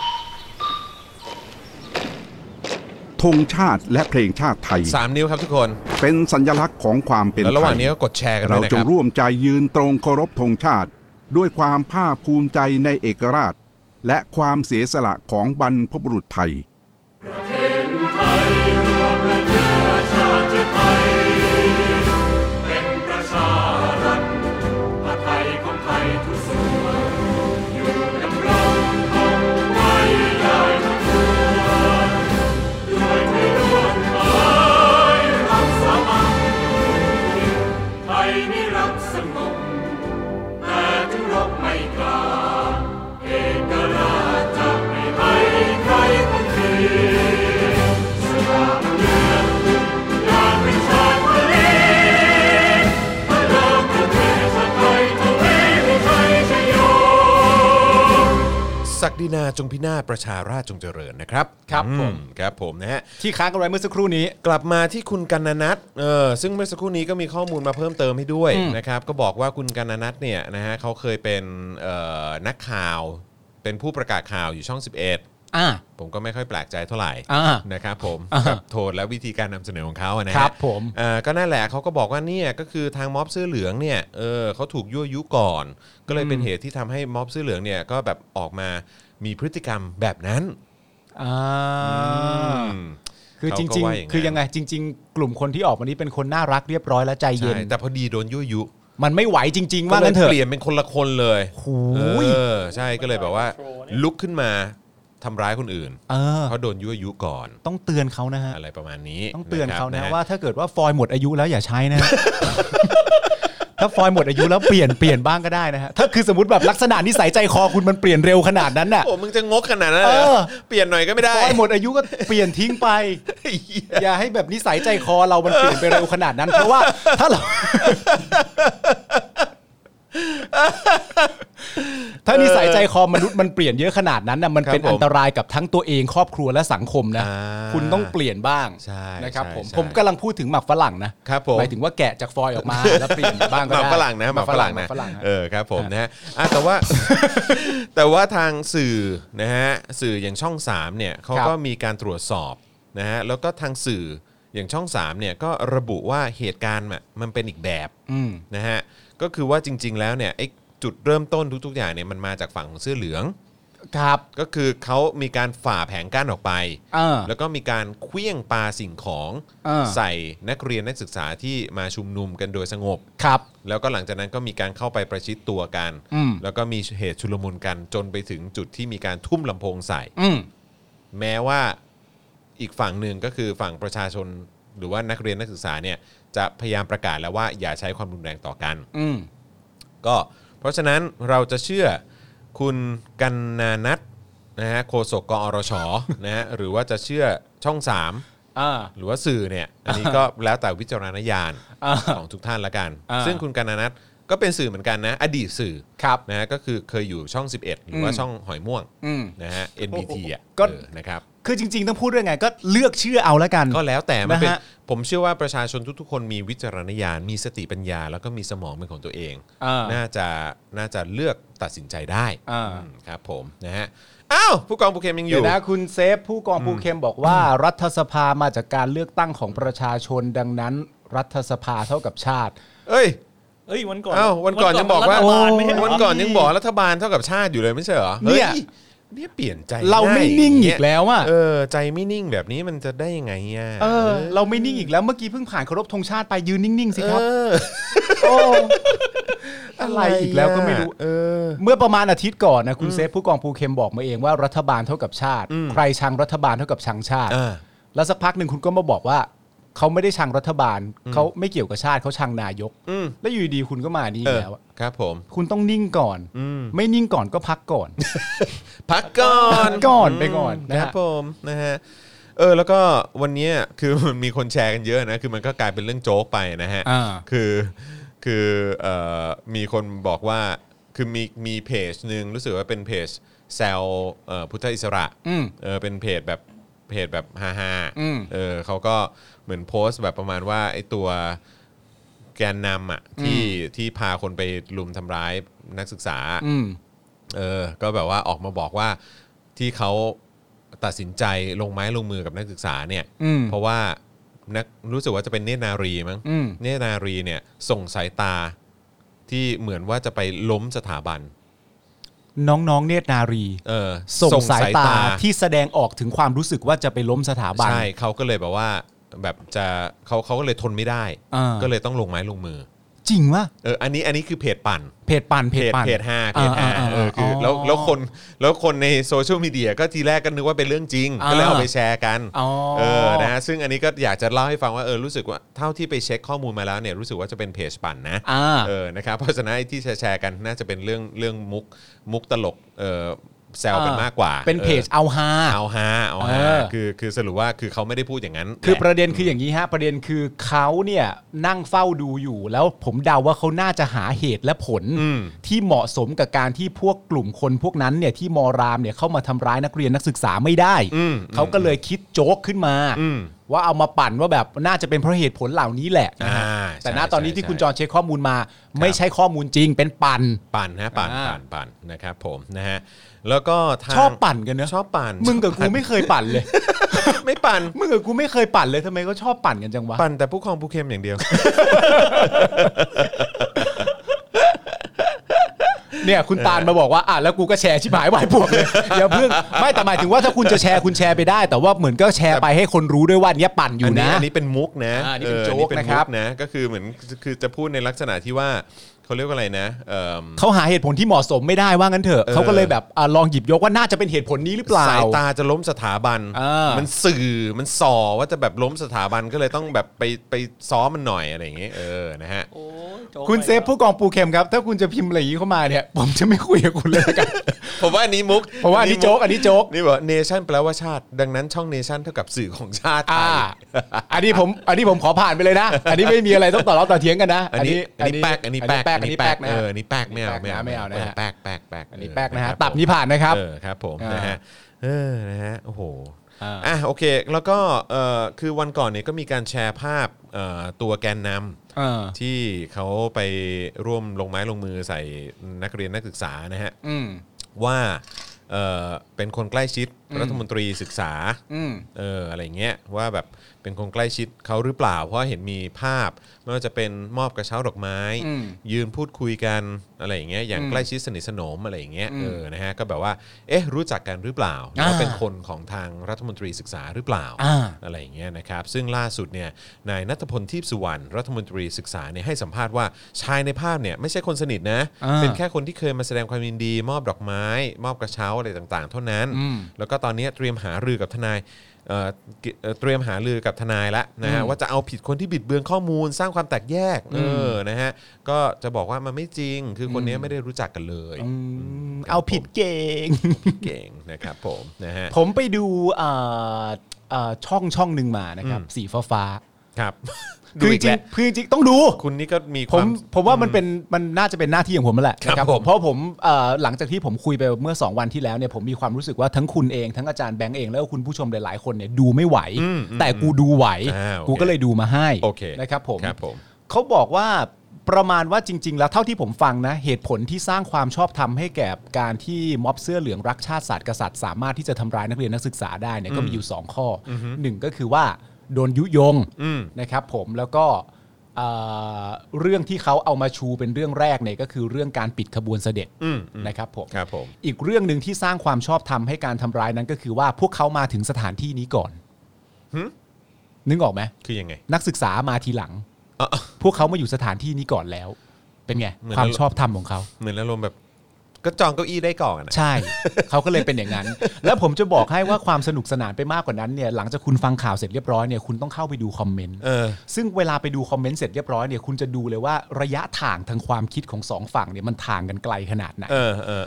ธงชาติและเพลงชาติไทยสามนิ้วครับทุกคนเป็นสัญลักษณ์ของความเป็นไทยแล้วระหว่างนี้ก็กดแชร์กันด้วยนะครับเราจงร่วมใจยืนตรงเคารพธงชาติด้วยความภาคภูมิใจในเอกราชและความเสียสละของบรรพบุรุษไทยศักดินาจงพินาศประชาราษฎร์จงเจริญนะครับครับผมครับผมนะฮะที่ค้างกันไว้เมื่อสักครู่นี้กลับมาที่คุณกันนัทเออซึ่งเมื่อสักครู่นี้ก็มีข้อมูลมาเพิ่มเติมให้ด้วยนะครับก็บอกว่าคุณกันนัทเนี่ยนะฮะเขาเคยเป็นนักข่าวเป็นผู้ประกาศข่าวอยู่ช่องสิบเอ็ดอ่าผมก็ไม่ค่อยแปลกใจเท่าไหร่นะครับผมกับโทนและวิธีการนำเสนอของเขานะครับผมอ่าก็นั่นแหละเขาก็บอกว่าเนี่ยก็คือทางม็อบเสื้อเหลืองเนี่ยเออเขาถูกยั่วยุก่อนก็เลยเป็นเหตุที่ทำให้ม็อบเสื้อเหลืองเนี่ยก็แบบออกมามีพฤติกรรมแบบนั้นอ่าคือจริงๆคือยังไงจริงๆกลุ่มคนที่ออกมานี้เป็นคนน่ารักเรียบร้อยและใจเย็นแต่พอดีโดนยั่วยุมันไม่ไหวจริงๆว่างั้นเถอะเปลี่ยนเป็นคนละคนเลยเออใช่ก็เลยแบบว่าลุกขึ้นมาทำร้ายคนอื่นเขาโดนยั่วยุก่อนต้องเตือนเขานะฮะอะไรประมาณนี้ต้องเตือนเขานะว่าถ้าเกิดว่าฟอยล์หมดอายุแล้วอย่าใช้นะถ้าฟอยล์หมดอายุแล้วเปลี่ยนเปลี่ยนบ้างก็ได้นะฮะถ้าคือสมมติแบบลักษณะนิสัยใจคอคุณมันเปลี่ยนเร็วขนาดนั้นน่ะโอ้มึงจะงกขนาดนั้นเลยเปลี่ยนหน่อยก็ไม่ได้ฟอยล์หมดอายุก็เปลี่ยนทิ้งไปอย่าให้แบบนิสัยใจคอเรามันเปลี่ยนไปเร็วขนาดนั้นเพราะว่าถ้าเราถ้านิสัยใจคอมนุษย์มันเปลี่ยนเยอะขนาดนั้นน่ะมันเป็นอันตรายกับทั้งตัวเองครอบครัวและสังคมนะคุณต้องเปลี่ยนบ้างนะครับผมผมกำลังพูดถึงหมักฝรั่งนะหมายถึงว่าแกะจากฟอยล์ออกมาแล้วเปลี่ยนบ้างก็ได้หมักฝรั่งนะหมักฝรั่งนะเออครับผมนะฮะแต่ว่าแต่ว่าทางสื่อนะฮะสื่ออย่างช่องสามเนี่ยเขาก็มีการตรวจสอบนะฮะแล้วก็ทางสื่ออย่างช่องสามเนี่ยก็ระบุว่าเหตุการณ์มันเป็นอีกแบบนะฮะก็คือว่าจริงๆแล้วเนี่ยไอ้จุดเริ่มต้นทุกๆอย่างเนี่ยมันมาจากฝั่งของเสื้อเหลืองครับก็คือเขามีการฝ่าแผงกั้นออกไปแล้วก็มีการเคลี้ยงปาสิ่งของใส่นักเรียนนักศึกษาที่มาชุมนุมกันโดยสงบครับแล้วก็หลังจากนั้นก็มีการเข้าไปประชิดตัวกันแล้วก็มีเหตุชุลมุนกันจนไปถึงจุดที่มีการทุ่มลำโพงใส่แม้ว่าอีกฝั่งหนึ่งก็คือฝั่งประชาชนหรือว่านักเรียนนักศึกษาเนี่ยจะพยายามประกาศแล้วว่าอย่าใช้ความรุนแรงต่อกันก็เพราะฉะนั้นเราจะเชื่อคุณกันนานัทนะฮะโฆษกกอรชนะฮะหรือว่าจะเชื่อช่องสามหรือว่าสื่อเนี่ยอันนี้ก็แล้วแต่วิจารณญาณของทุกท่านละกันซึ่งคุณกันนานัทก็เป็นสื่อเหมือนกันนะอดีตสื่อนะฮะก็คือเคยอยู่ช่องสิบเอ็ดหรือว่าช่องหอยม่วงนะฮะ เอ็น บี ที อ่ะก็นะครับคือจริงๆต้องพูดเรื่องไงก็เลือกเชื่อเอาแล้วกันก็แล้วแต่มันเป็นผมเชื่อว่าประชาชนทุกๆคนมีวิจารณญาณมีสติปัญญาแล้วก็มีสมองเป็นของตัวเองน่าจะน่าจะเลือกตัดสินใจได้ครับผมนะฮะอ้าวผู้กองภูเข็มยังอยู่เดี๋ยวนะคุณเซฟผู้กองภูเข็มบอกว่ารัฐสภามาจากการเลือกตั้งของประชาชนดังนั้นรัฐสภาเท่ากับชาติเอ้ยเอ้ยวันก่อนอ้าววันก่อนยังบอกว่าวันก่อนยังบอกรัฐบาลเท่ากับชาติอยู่เลยไม่ใช่เหรอเนี่ยเนี่ยเปลี่ยนใจเราไม่นิ่งอีกแล้วอ่ะเออใจไม่นิ่งแบบนี้มันจะได้ยังไงอ่ะเออเราไม่นิ่งอีกแล้วเมื่อกี้เพิ่งผ่านเคารพธงชาติไปยืนนิ่งๆสิครับโอ้อะไรอีกแล้วก็ไม่รู้เมื่อประมาณอาทิตย์ก่อนนะคุณเซฟผู้กองภูเข็มบอกมาเองว่ารัฐบาลเท่ากับชาติใครชังรัฐบาลเท่ากับชังชาติแล้วสักพักหนึ่งคุณก็มาบอกว่าเขาไม่ได้ชังรัฐบาลเขาไม่เกี่ยวกับชาติเขาชังนายกแล้วอยู่ดีคุณก็มานี่แล้วครับผมคุณต้องนิ่งก่อนไม่นิ่งก่อนก็พักก่อนพักก่อนก่อนไปก่อนนะครับผมนะฮะเออแล้วก็วันนี้คือมันมีคนแชร์กันเยอะนะคือมันก็กลายเป็นเรื่องโจ๊กไปนะฮะคือคือเอ่อมีคนบอกว่าคือมีมีเพจหนึ่งรู้สึกว่าเป็นเพจแซวเอ่อพุทธอิสระเออเป็นเพจแบบเพจแบบฮาฮาเออเขาก็เหมือนโพสต์แบบประมาณว่าไอ้ตัวแกนนำอ่ะที่ที่พาคนไปลุมทำร้ายนักศึกษาเออก็แบบว่าออกมาบอกว่าที่เขาตัดสินใจลงไม้ลงมือกับนักศึกษาเนี่ยเพราะว่านักรู้สึกว่าจะเป็นเนตรนารีมั้งเนตรนารีเนี่ยส่งสายตาที่เหมือนว่าจะไปล้มสถาบันน้องๆเนตรนารีเออส่งสายตาที่แสดงออกถึงความรู้สึกว่าจะไปล้มสถาบันใช่เขาก็เลยแบบว่าแบบจะเขาเขาก็เลยทนไม่ได้ก็เลยต้องลงไม้ลงมือจริงวะเอออันนี้อันนี้คือเพจปั่นเพจปั่นเพจเพจห้าเพจห้าเออคือแล้วแล้วคนแล้วคนในโซเชียลมีเดียก็ทีแรกก็นึกว่าเป็นเรื่องจริงก็เลยเอาไปแชร์กันเออนะซึ่งอันนี้ก็อยากจะเล่าให้ฟังว่าเออรู้สึกว่าเท่าที่ไปเช็คข้อมูลมาแล้วเนี่ยรู้สึกว่าจะเป็นเพจปั่นนะเออนะครับเพราะฉะนั้นที่แชร์กันน่าจะเป็นเรื่องเรื่องมุกมุกตลกเออแซวกันมากกว่าเป็นเพจเอาฮาเอาฮาเอาฮาคือคือสรุปว่าคือเขาไม่ได้พูดอย่างนั้นคือประเด็นคืออย่างนี้ฮะประเด็นคือเขาเนี่ยนั่งเฝ้าดูอยู่แล้วผมเดาว่าเขาน่าจะหาเหตุและผลที่เหมาะสมกับการที่พวกกลุ่มคนพวกนั้นเนี่ยที่มรามเนี่ยเข้ามาทำร้ายนักเรียนนักศึกษาไม่ได้เขาก็เลยคิดโจ๊กขึ้นมาว่าเอามาปั่นว่าแบบน่าจะเป็นเพราะเหตุผลเหล่านี้แหละแต่ณตอนนี้ที่คุณจรเช็คข้อมูลมาไม่ใช่ข้อมูลจริงเป็นปั่นปั่นนะปั่นปั่นปั่นนะครับผมนะฮะแล้วก็ชอบปั่นกันเนอะชอบปั่นมึงกับกูไม่เคยปั่นเลยไม่ปั่นมึงกับกูไม่เคยปั่นเลยทำไมก็ชอบปั่นกันจังวะปั่นแต่ผู้ครองผู้เค็มอย่างเดียวเนี่ยคุณตาลมาบอกว่าอ่ะแล้วกูก็แชร์ชิบหายวายปวกเลยอย่าเพิ่งไม่แต่หมายถึงว่าถ้าคุณจะแชร์คุณแชร์ไปได้แต่ว่าเหมือนก็แชร์ไปให้คนรู้ด้วยว่าเนี้ยปั่นอยู่นะอันนี้เป็นมุกนะอันนี้เป็นโจ๊กนะครับนะก็คือเหมือนคือจะพูดในลักษณะที่ว่าเขาเรียกว่าอะไรนะ เ, เขาหาเหตุผลที่เหมาะสมไม่ได้ว่างั้นเถอะ เ, เขาก็เลยแบบอลองหยิบยกว่าน่าจะเป็นเหตุผลนี้หรือเปล่าสายตาจะล้มสถาบันมันสื่อมันส่อว่าจะแบบล้มสถาบันก็เลยต้องแบบไปไปซ้อมมันหน่อยอะไรอย่างเงี้ยเออนะฮะคุณเซฟผู้กองปูเข็มครับถ้าคุณจะพิมพ์อะไรอย่างนี้เข้ามาเนี่ยผมจะไม่คุยกับคุณเลยกันผมว่าอันนี้มุกผมว่าอันนี้โจ๊กอันนี้โจ๊กนี่บอกเนชั่นแปลว่าชาติดังนั้นช่องเนชั่นเท่ากับสื่อของชาติไทยอันนี้ผมอันนี้ผมขอผ่านไปเลยนะอันนี้ไม่มีอะไรต้องต่อล้อต่อเถียงกันนะอันนี้อันนี้แป๊กอันนี้แป๊กอันนี้แป๊กนะนี่แป๊กไม่เอาไม่เอาไม่เอานะฮะแป๊กแป๊กแป๊กอันนี้แป๊กนะฮะตับนี้ผ่านนะครับเออครับผมนะฮะเออนะฮะโอ้โหอ่ะโอเคแล้วก็เอ่อคือวันก่อนเนี่ยก็มีการแชร์ภาพเอ่อตัวแกนนำที่เขาไปร่วมลงไม้ลงมือใส่นักเรียนนักศึกษานะฮะว่าเอ่อเป็นคนใกล้ชิดรัฐมนตรีศึกษาเอออะไรเงี้ยว่าแบบเป็นคนใกล้ชิดเขาหรือเปล่าเพราะเห็นมีภาพไม่ว่าจะเป็นมอบกระเช้าดอกไม้ยืนพูดคุยกันอะไรอย่างเงี้ยอย่างใกล้ชิดสนิทสนมอะไรอย่างเงี้ยเออนะฮะก็แบบว่าเอ๊ะรู้จักกันหรือเปล่าหรือว่าเป็นคนของทางรัฐมนตรีศึกษาหรือเปล่าอะไรอย่างเงี้ยนะครับซึ่งล่าสุดเนี่ยนายณัฐพลทีพสุวรรณรัฐมนตรีศึกษาเนี่ยให้สัมภาษณ์ว่าชายในภาพเนี่ยไม่ใช่คนสนิทนะเป็นแค่คนที่เคยมาแสดงความยินดีมอบดอกไม้มอบกระเช้าอะไรต่างๆเท่านั้นแล้วก็ตอนนี้เตรียมหารือกับทนายเตรียมหารือกับทนายแล้วนะฮะว่าจะเอาผิดคนที่บิดเบือนข้อมูลสร้างความแตกแยกเออนะฮะก็จะบอกว่ามันไม่จริงคือคนนี้ไม่ได้รู้จักกันเลยเอาผิดเก่งเก่งนะครับผมนะฮะผมไปดูช่องช่องหนึ่งมานะครับสีฟ้าฟ้าครับคือจริงคือจริงต้องดูคุณนี่ก็มีความผมว่ามันเป็นมันน่าจะเป็นหน้าที่ของผมแหละนะครับผมเพราะผมหลังจากที่ผมคุยไปเมื่อสองวันที่แล้วเนี่ยผมมีความรู้สึกว่าทั้งคุณเองทั้งอาจารย์แบงค์เองแล้วก็คุณผู้ชมหลายๆคนเนี่ยดูไม่ไหวแต่กูดูไหวกูก็เลยดูมาให้นะครับผมเขาบอกว่าประมาณว่าจริงๆแล้วเท่าที่ผมฟังนะเหตุผลที่สร้างความชอบธรรมให้แก่การที่ม็อบเสื้อเหลืองรักชาติศาสตร์กษัตริย์สามารถที่จะทำร้ายนักเรียนนักศึกษาได้เนี่ยก็มีอยู่สองข้อหนึ่งก็คือว่าโดนยุยงนะครับผมแล้วก็เรื่องที่เขาเอามาชูเป็นเรื่องแรกเนี่ยก็คือเรื่องการปิดขบวนเสด็จนะครับผมครับผมอีกเรื่องนึงที่สร้างความชอบธรรมให้การทำร้ายนั้นก็คือว่าพวกเขามาถึงสถานที่นี้ก่อนนึกออกไหมคือยังไงนักศึกษามาทีหลังพวกเขามาอยู่สถานที่นี้ก่อนแล้วเป็นไงความชอบธรรมของเขาเหมือนอารมณ์แบบก็จองเก้าอี้ได้ก่อนใช่เขาก็เลยเป็นอย่างนั้นแล้วผมจะบอกให้ว่าความสนุกสนานไปมากกว่านั้นเนี่ยหลังจากคุณฟังข่าวเสร็จเรียบร้อยเนี่ยคุณต้องเข้าไปดูคอมเมนต์ซึ่งเวลาไปดูคอมเมนต์เสร็จเรียบร้อยเนี่ยคุณจะดูเลยว่าระยะทางทางความคิดของสองฝั่งเนี่ยมันห่างกันไกลขนาดไหน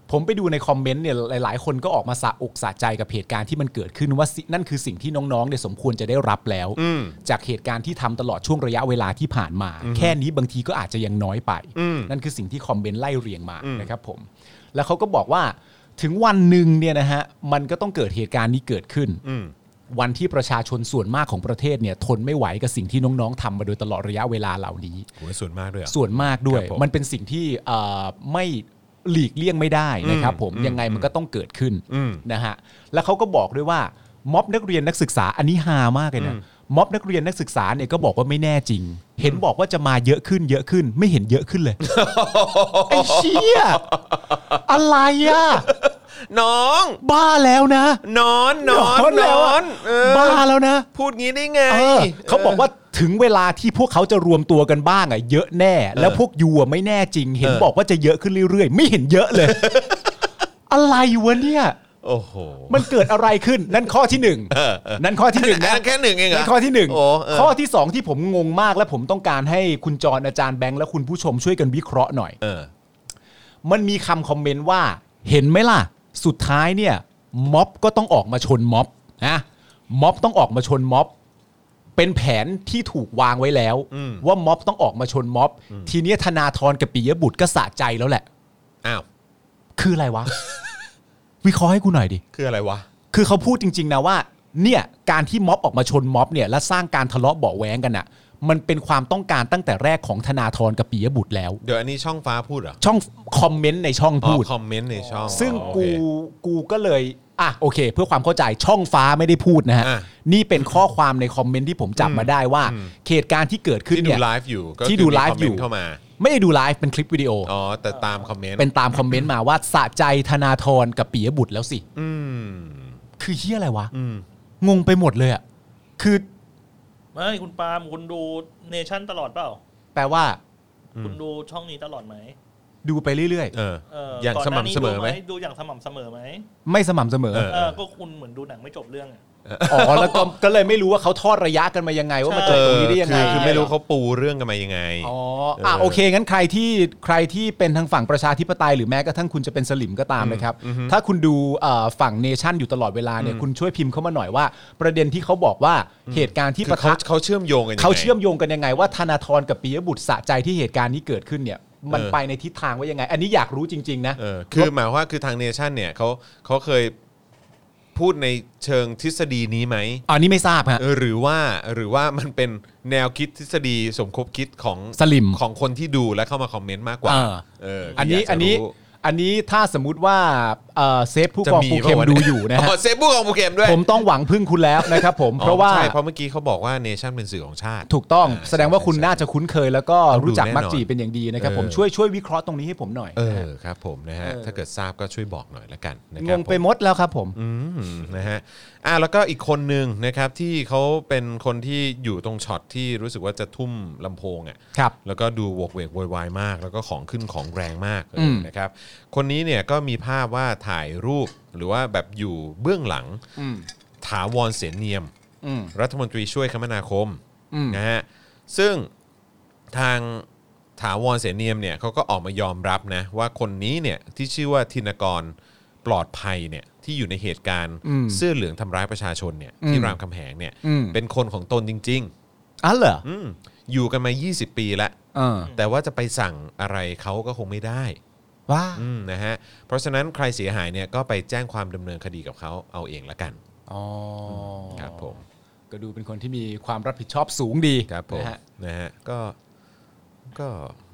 ผมไปดูในคอมเมนต์เนี่ยหลายๆคนก็ออกมาสะอกสะใจกับเหตุการณ์ที่มันเกิดขึ้นว่านั่นคือสิ่งที่น้องๆเนี่ยสมควรจะได้รับแล้วจากเหตุการณ์ที่ทำตลอดช่วงระยะเวลาที่ผ่านมาแค่นี้บางทีก็อาจจะยังน้อยไปนั่นคือสิ่งที่คอมเมนต์ไล่เรียงมานะครับผมแล้วเขาก็บอกว่าถึงวันหนึ่งเนี่ยนะฮะมันก็ต้องเกิดเหตุการณ์นี้เกิดขึ้นวันที่ประชาชนส่วนมากของประเทศเนี่ยทนไม่ไหวกับสิ่งที่น้องๆทำมาโดยตลอดระยะเวลาเหล่านี้โอ้ยส่วนมากด้วยส่วนมากด้วยมันเป็นสิ่งที่ไม่หลีกเลี่ยงไม่ได้นะครับผมยังไงมันก็ต้องเกิดขึ้นนะฮะแล้วเขาก็บอกด้วยว่าม็อบนักเรียนนักศึกษาอันนี้ฮามากเลยนะม็อบนักเรียนนักศึกษาเนี่ยก็บอกว่าไม่แน่จริงเห็นบอกว่าจะมาเยอะขึ้นเยอะขึ้นไม่เห็นเยอะขึ้นเลยไอ้เชี่ยอะไรอ่ะน้องบ้าแล้วนะนอนนอนนอนบ้าแล้วนะพูดงี้ได้ไงเขาบอกว่าถึงเวลาที่พวกเขาจะรวมตัวกันบ้างอ่ะเยอะแน่แล้วพวกยูอ่ะไม่แน่จริงเห็นบอกว่าจะเยอะขึ้นเรื่อยๆไม่เห็นเยอะเลยอะไรวะเนี่ยโอ้โหมันเกิดอะไรขึ้นนั่นข้อที่หนึ่งนั่นข้อที่หนึ่งนะแค่หนึ่งเองเหรอนั่นข้อที่หนึ่งข้อที่สองที่ผมงงมากและผมต้องการให้คุณจรอาจารย์แบงค์และคุณผู้ชมช่วยกันวิเคราะห์หน่อยมันมีคำคอมเมนต์ว่าเห็นไหมล่ะสุดท้ายเนี่ยม็อบก็ต้องออกมาชนม็อบนะม็อบต้องออกมาชนม็อบเป็นแผนที่ถูกวางไว้แล้วว่าม็อบต้องออกมาชนม็อบทีนี้ธนาธรกับปิยบุตรก็สะใจแล้วแหละอ้าวคืออะไรวะ วิเคราะห์ให้กูหน่อยดิคืออะไรวะคือเขาพูดจริงๆนะว่าเนี่ยการที่ม็อบออกมาชนม็อบเนี่ยและสร้างการทะเลาะเบาะแว้งกันน่ะมันเป็นความต้องการตั้งแต่แรกของธนาธรกับปิยบุตรแล้วเดี๋ยวอันนี้ช่องฟ้าพูดเหรอช่องคอมเมนต์ในช่องพูดคอมเมนต์ในช่องซึ่งกูกูก็เลยอ่ะโอเคเพื่อความเข้าใจช่องฟ้าไม่ได้พูดนะฮะนี่เป็นข้อความในคอมเมนต์ที่ผมจับมาได้ว่าเหตุการณ์ที่เกิดขึ้นเนี่ยที่ดูไลฟ์อยู่ที่ดูไลฟ์อยู่เข้ามาไม่ได้ดูไลฟ์เป็นคลิปวิดีโออ๋อแต่ตามคอมเมนต์เป็นตามคอมเมนต์มาว่าสะใจธนาธรกับปิยบุตรแล้วสิคือเหี้ยอะไรวะงงไปหมดเลยอ่ะคือไม่คุณปาล์มคุณดูเนชั่นตลอดเปล่าแปลว่าคุณดูช่องนี้ตลอดไหมดูไปเรื่อยๆเอออย่างสม่ำเสมอไหมดูอย่างสม่ำเสมอไหมไม่สม่ำเสมอเออก็คุณเหมือนดูหนังไม่จบเรื่องอ่ะอ๋อแล้วก็ก็เลยไม่รู้ว่าเขาทอดระยะกันมายังไงว่ามาจบตรงนี้ได้ยังไงคือไม่รู้เขาปูเรื่องกันมายังไงอ๋ออ่ะโอเคงั้นใครที่ใครที่เป็นทางฝั่งประชาธิปไตยหรือแม้กระทั่งคุณจะเป็นสลิมก็ตามนะครับถ้าคุณดูฝั่งเนชั่นอยู่ตลอดเวลาเนี่ยคุณช่วยพิมพ์เข้ามาหน่อยว่าประเด็นที่เขาบอกว่าเหตุการณ์ที่ปะทะเขาเชื่อมโยงกันเขาเชื่อมโยงกันยังไงว่าธนาธรกับปิยบุตรสะใจที่เหตุการณ์นี้เกิดขึ้นเนี่ยมันไปในทิศทางว่ายังไงอันนี้อยากรู้จริงๆนะคือหมายว่าคือทางเนชั่นเนี่ยเขาเขาเคยพูดในเชิงทฤษฎีนี้ไหมอ๋อนี่ไม่ทราบฮะหรือว่าหรือว่ามันเป็นแนวคิดทฤษฎีสมคบคิดของสลิมของคนที่ดูและเข้ามาคอมเมนต์มากกว่าเอออันนี้อันนี้อันนี้ถ้าสมมุติว่าเซฟผู้กองปูเข็มดูอยู่นะฮะเซฟผู้กองปูเข็มด้วยผมต้องหวังพึ่งคุณแล้วนะครับผมเพราะว่าใช่เพราะเมื่อกี้เขาบอกว่าเนชั่นเป็นสื่อของชาติถูกต้องแสดงว่าคุณน่าจะคุ้นเคยแล้วก็รู้จักมักจีเป็นอย่างดีนะครับผมช่วยช่วยวิเคราะห์ตรงนี้ให้ผมหน่อยเออครับผมนะฮะถ้าเกิดทราบก็ช่วยบอกหน่อยละกันงงไปหมดแล้วครับผมนะฮะอ่ะแล้วก็อีกคนนึงนะครับที่เขาเป็นคนที่อยู่ตรงช็อตที่รู้สึกว่าจะทุ่มลำโพงอ่ะแล้วก็ดูวกเวกโวยวายมากแล้วก็ของขึ้นของแรงมากนะครับคนนี้เนี่ยก็มีภาพว่าถ่ายรูปหรือว่าแบบอยู่เบื้องหลังถาวรเสนเนียมรัฐมนตรีช่วยคมนาคมนะฮะซึ่งทางถาวรเสนเนียมเนี่ยเขาก็ออกมายอมรับนะว่าคนนี้เนี่ยที่ชื่อว่าธินกรปลอดภัยเนี่ยที่อยู่ในเหตุการณ์เสื้อเหลืองทำร้ายประชาชนเนี่ยที่รามคำแหงเนี่ยเป็นคนของตนจริงๆอ๋อเหรออยู่กันมายี่สิบปีแล้วแต่ว่าจะไปสั่งอะไรเขาก็คงไม่ได้ว่านะฮะเพราะฉะนั้นใครเสียหายเนี่ยก็ไปแจ้งความดำเนินคดีกับเขาเอาเองละกันอ๋อครับผมก็ดูเป็นคนที่มีความรับผิดชอบสูงดีครับผมนะฮะก็ก็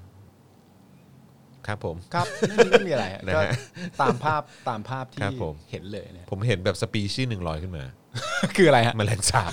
ครับผมครับไม่มีอะไรก็ตามภาพตามภาพที่เห็นเลยผมเห็นแบบสปีชีส์หนึ่งลอยขึ้นมาคืออะไรฮะแมลงสาบ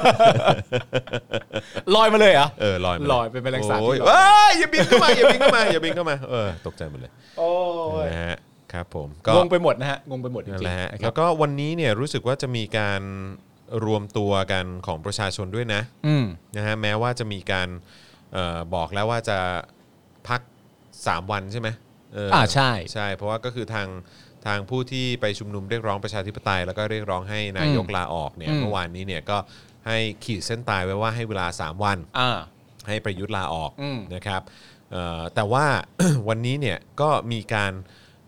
ลอยมาเลยเหรอเออลอยลอยเป็นแมลงสาบเอ้ยอย่าบินเข้ามาอย่าบินเข้ามาอย่าบินเข้ามาเออตกใจหมดเลยโอ้ยนะฮะครับผมก็งงไปหมดนะฮะงงไปหมดจริงๆแล้วก็วันนี้เนี่ยรู้สึกว่าจะมีการรวมตัวกันของประชาชนด้วยนะนะฮะแม้ว่าจะมีการบอกแล้วว่าจะพักสามวันใช่ไหมอ่าใช่ใช่เพราะว่าก็คือทางทางผู้ที่ไปชุมนุมเรียกร้องประชาธิปไตยแล้วก็เรียกร้องให้นายกลาออกเนี่ยเมื่อวานนี้เนี่ยก็ให้ขีดเส้นตายไว้ว่าให้เวลาสามวันให้ประยุทธ์ลาออกนะครับแต่ว่า วันนี้เนี่ยก็มีการ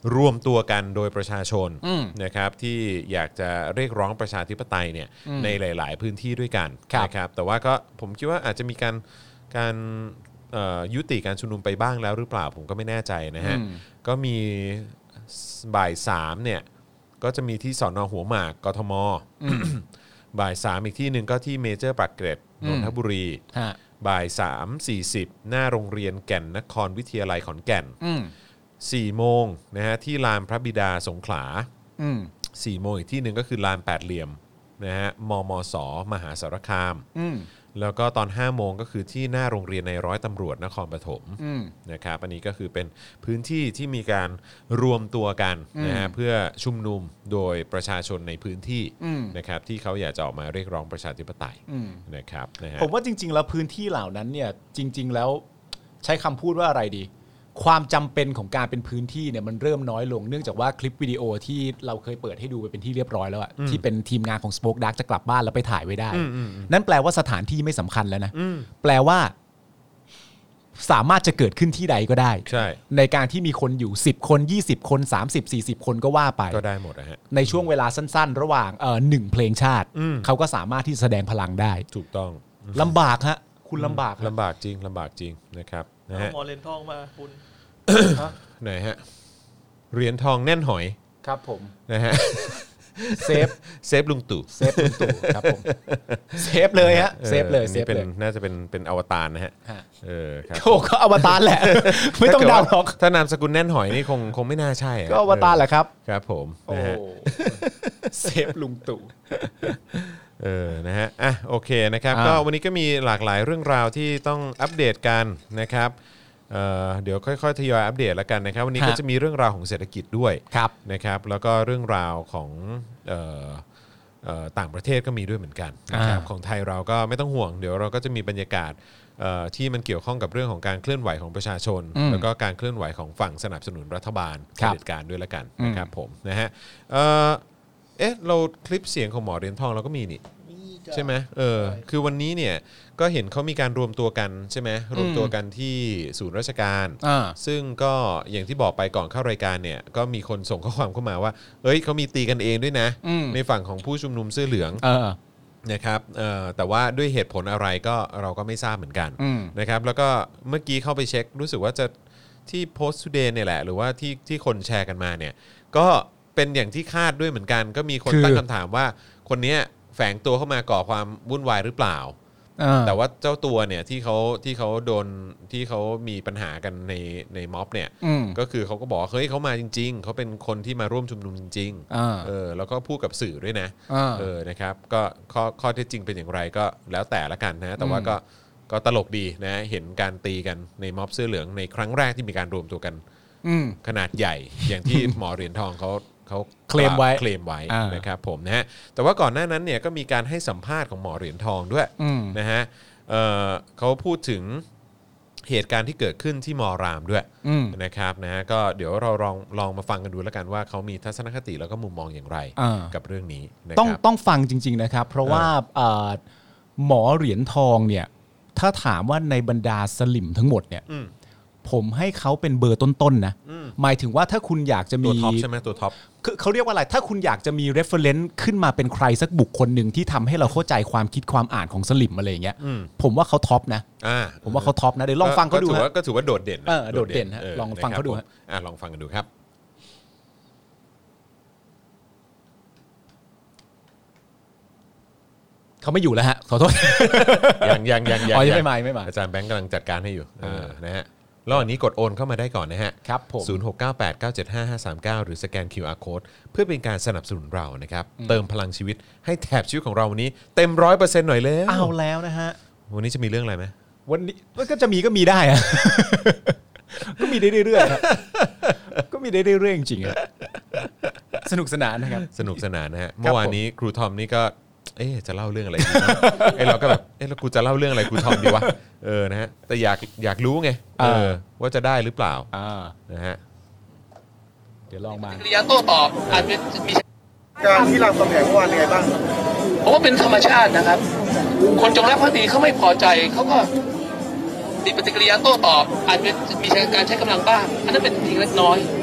รวมตัวกันโดยประชาชนนะครับที่อยากจะเรียกร้องประชาธิปไตยเนี่ยในหลาย ๆ พื้นที่ด้วยกันนะครับแต่ว่าก็ผมคิดว่าอาจจะมีการการยุติการชุมนุมไปบ้างแล้วหรือเปล่าผมก็ไม่แน่ใจนะฮะก็มีบ่ายสามเนี่ยก็จะมีที่สน.หัวหมากกทมบ่ายสามอีกที่หนึ่งก็ที่เมเจอร์ปากเกร็ดนนทบุรีบ่ายสามสี่สิบหน้าโรงเรียนแก่นนครวิทยาลัยขอนแก่นสี่โมงนะฮะที่ลานพระบิดาสงขลาสี่โมงอีกที่หนึ่งก็คือลานแปดเหลี่ยมนะฮะมมสมหาสารคามแล้วก็ตอนห้าโมงก็คือที่หน้าโรงเรียนในร้อยตำรวจนครปฐมนะครับอันนี้ก็คือเป็นพื้นที่ที่มีการรวมตัวกันนะฮะเพื่อชุมนุมโดยประชาชนในพื้นที่นะครับที่เขาอยากจะออกมาเรียกร้องประชาธิปไตยนะครับนะฮะผมว่าจริงๆแล้วพื้นที่เหล่านั้นเนี่ยจริงๆแล้วใช้คำพูดว่าอะไรดีความจำเป็นของการเป็นพื้นที่เนี่ยมันเริ่มน้อยลงเนื่องจากว่าคลิปวิดีโอที่เราเคยเปิดให้ดูไปเป็นที่เรียบร้อยแล้วอะที่เป็นทีมงานของ Spoke Dark จะกลับบ้านแล้วไปถ่ายไว้ได้นั่นแปลว่าสถานที่ไม่สำคัญแล้วนะแปลว่าสามารถจะเกิดขึ้นที่ใดก็ได้ใช่ในการที่มีคนอยู่สิบคนยี่สิบคนสามสิบ สี่สิบคนก็ว่าไปก็ได้หมดนะฮะในช่วงเวลาสั้นๆระหว่างเอ่อหนึ่งเพลงชาติเขาก็สามารถที่แสดงพลังได้ถูกต้องลำบากฮะคุณลำบากลำบากจริงลำบากจริงนะครับนะฮะหมอเหรียญทองมาคุณไหนฮะเหรียญทองแน่นหอยครับผมนะฮะเซฟเซฟลุงตู่เซฟลุงตู่ครับผมเซฟเลยฮะเซฟเลยเซฟเลยน่าจะเป็นเป็นอวตารนะฮะเออครับโอ้ก็อวตารแหละไม่ต้องเดาหรอกถ้านามสกุลแน่นหอยนี่คงคงไม่น่าใช่ก็อวตารแหละครับครับผมนะฮะเซฟลุงตู่เออนะฮะอ่ะโอเคนะครับก็วันนี้ก็มีหลากหลายเรื่องราวที่ต้องอัปเดตกันนะครับเอ่อเดี๋ยวค่อยๆทยอยอัปเดตแล้วกันนะครับวันนี้ก็จะมีเรื่องราวของเศรษฐกิจด้วยนะครับแล้วก็เรื่องราวของเอ่อเอ่อต่างประเทศก็มีด้วยเหมือนกันนะครับของไทยเราก็ไม่ต้องห่วงเดี๋ยวเราก็จะมีบรรยากาศเอ่อที่มันเกี่ยวข้องกับเรื่องของการเคลื่อนไหวของประชาชนแล้วก็การเคลื่อนไหวของฝั่งสนับสนุนรัฐบาลเผด็จการด้วยแล้วกันนะครับผมนะฮะเอ่อเอ๊ะเราคลิปเสียงของหมอเหรียญทองเราก็มีนี่ใช่ไหมเออคือวันนี้เนี่ยก็เห็นเขามีการรวมตัวกันใช่ไหมรวมตัวกันที่ศูนย์ราชการซึ่งก็อย่างที่บอกไปก่อนเข้ารายการเนี่ยก็มีคนส่งข้อความเข้ามาว่าเอ้ยเขามีตีกันเองด้วยนะในฝั่งของผู้ชุมนุมเสื้อเหลืองนะครับแต่ว่าด้วยเหตุผลอะไรก็เราก็ไม่ทราบเหมือนกันนะครับแล้วก็เมื่อกี้เข้าไปเช็ครู้สึกว่าจะที่ Post Today เนี่ยแหละหรือว่าที่ที่คนแชร์กันมาเนี่ยก็เป็นอย่างที่คาดด้วยเหมือนกันก็มีคนตั้งคำถามว่าคนนี้แฝงตัวเข้ามาก่อความวุ่นวายหรือเปล่าแต่ว่าเจ้าตัวเนี่ยที่เขาที่เขาโดนที่เขามีปัญหากันในในม็อบเนี่ยก็คือเขาก็บอกเฮ้ยเขามาจริงๆเขาเป็นคนที่มาร่วมชุมนุมจริงๆเออแล้วก็พูดกับสื่อด้วยนะเออนะครับก็ข้อข้อเท็จจริงเป็นอย่างไรก็แล้วแต่ละกันนะแต่ว่าก็ก็ตลกดีนะเห็นการตีกันในม็อบเสื้อเหลืองในครั้งแรกที่มีการรวมตัวกันขนาดใหญ่อย่างที่หมอเหรียญทองเขาเขาเคลมไว้เคลมไว้นะครับผมนะฮะแต่ว่าก่อนหน้านั้นเนี่ยก็มีการให้สัมภาษณ์ของหมอเหรียญทองด้วยนะฮะ เ, เขาพูดถึงเหตุการณ์ที่เกิดขึ้นที่มอรามด้วยนะครับนะฮะก็เดี๋ยวเราลองลองมาฟังกันดูแล้วกันว่าเขามีทัศนคติแล้วก็มุมมองอย่างไรกับเรื่องนี้ต้องต้องฟังจริงๆนะครับเพราะว่าหมอเหรียญทองเนี่ยถ้าถามว่าในบรรดาสลิมทั้งหมดเนี่ยผมให้เขาเป็นเบอร์ต้นๆนะหมายถึงว่าถ้าคุณอยากจะมีตัวท็อปใช่ไหมตัวท็อปคือเขาเรียกว่าอะไรถ้าคุณอยากจะมี reference ขึ้นมาเป็นใครสักบุคคลหนึ่งที่ทำให้เราเข้าใจความคิดความอ่านของสลิมอะไรอย่างเงี้ยผมว่าเขาท็อปนะผมว่าเขาท็อปนะเดี๋ยวลองฟังเขาดูฮะก็ถือว่าโดดเด่นเออโดดเด่นฮะลองฟังเขาดูฮะอ่ะลองฟังกันดูครับเขาไม่อยู่แล้วฮะขอโทษยังยังยังยังไม่มาไม่มาอาจารย์แบงค์กำลังจัดการให้อยู่นะฮะแล้วอันนี้กดโอนเข้ามาได้ก่อนนะฮะครับผมศูนย์ หก เก้า แปด เก้า เจ็ด ห้า ห้า สาม เก้าหรือสแกน คิว อาร์ Code เพื่อเป็นการสนับสนุนเรานะครับเติมพลังชีวิตให้แถบชีวิตของเราวันนี้เต็ม ร้อยเปอร์เซ็นต์ หน่อยแล้วเอาแล้วนะฮะวันนี้จะมีเรื่องอะไรไหมวันนี้ก็จะมีก็มีได้อะก็มีได้เรื่อยๆครับก็มีได้เรื่อยๆจริงๆอ่ะสนุกสนานนะครับสนุกสนานนะฮะเมื่อวานนี้ครูทอมนี่ก็เอ๊ะจะเล่าเรื่องอะไรดีนะไอ้เราก็แบบเอ๊ะแล้วกูจะเล่าเรื่องอะไรครูทอมดีวะเออนะฮะแต่อยากอยากรู้ไงเออว่าจะได้หรือเปล่านะฮะเดี๋ยวลองมาปฏิกิริยาโต้ตอบอาจจะมีการที่รามคำแหงเมื่อวานยังไงบ้างเพราะว่าเป็นธรรมชาตินะครับคนจงรักภักดีเขาไม่พอใจเขาก็มีปฏิกิริยาโต้ตอบอาจจะมีการใช้กำลังบ้างอันนั้นเป็นเพียงเล็กน้อย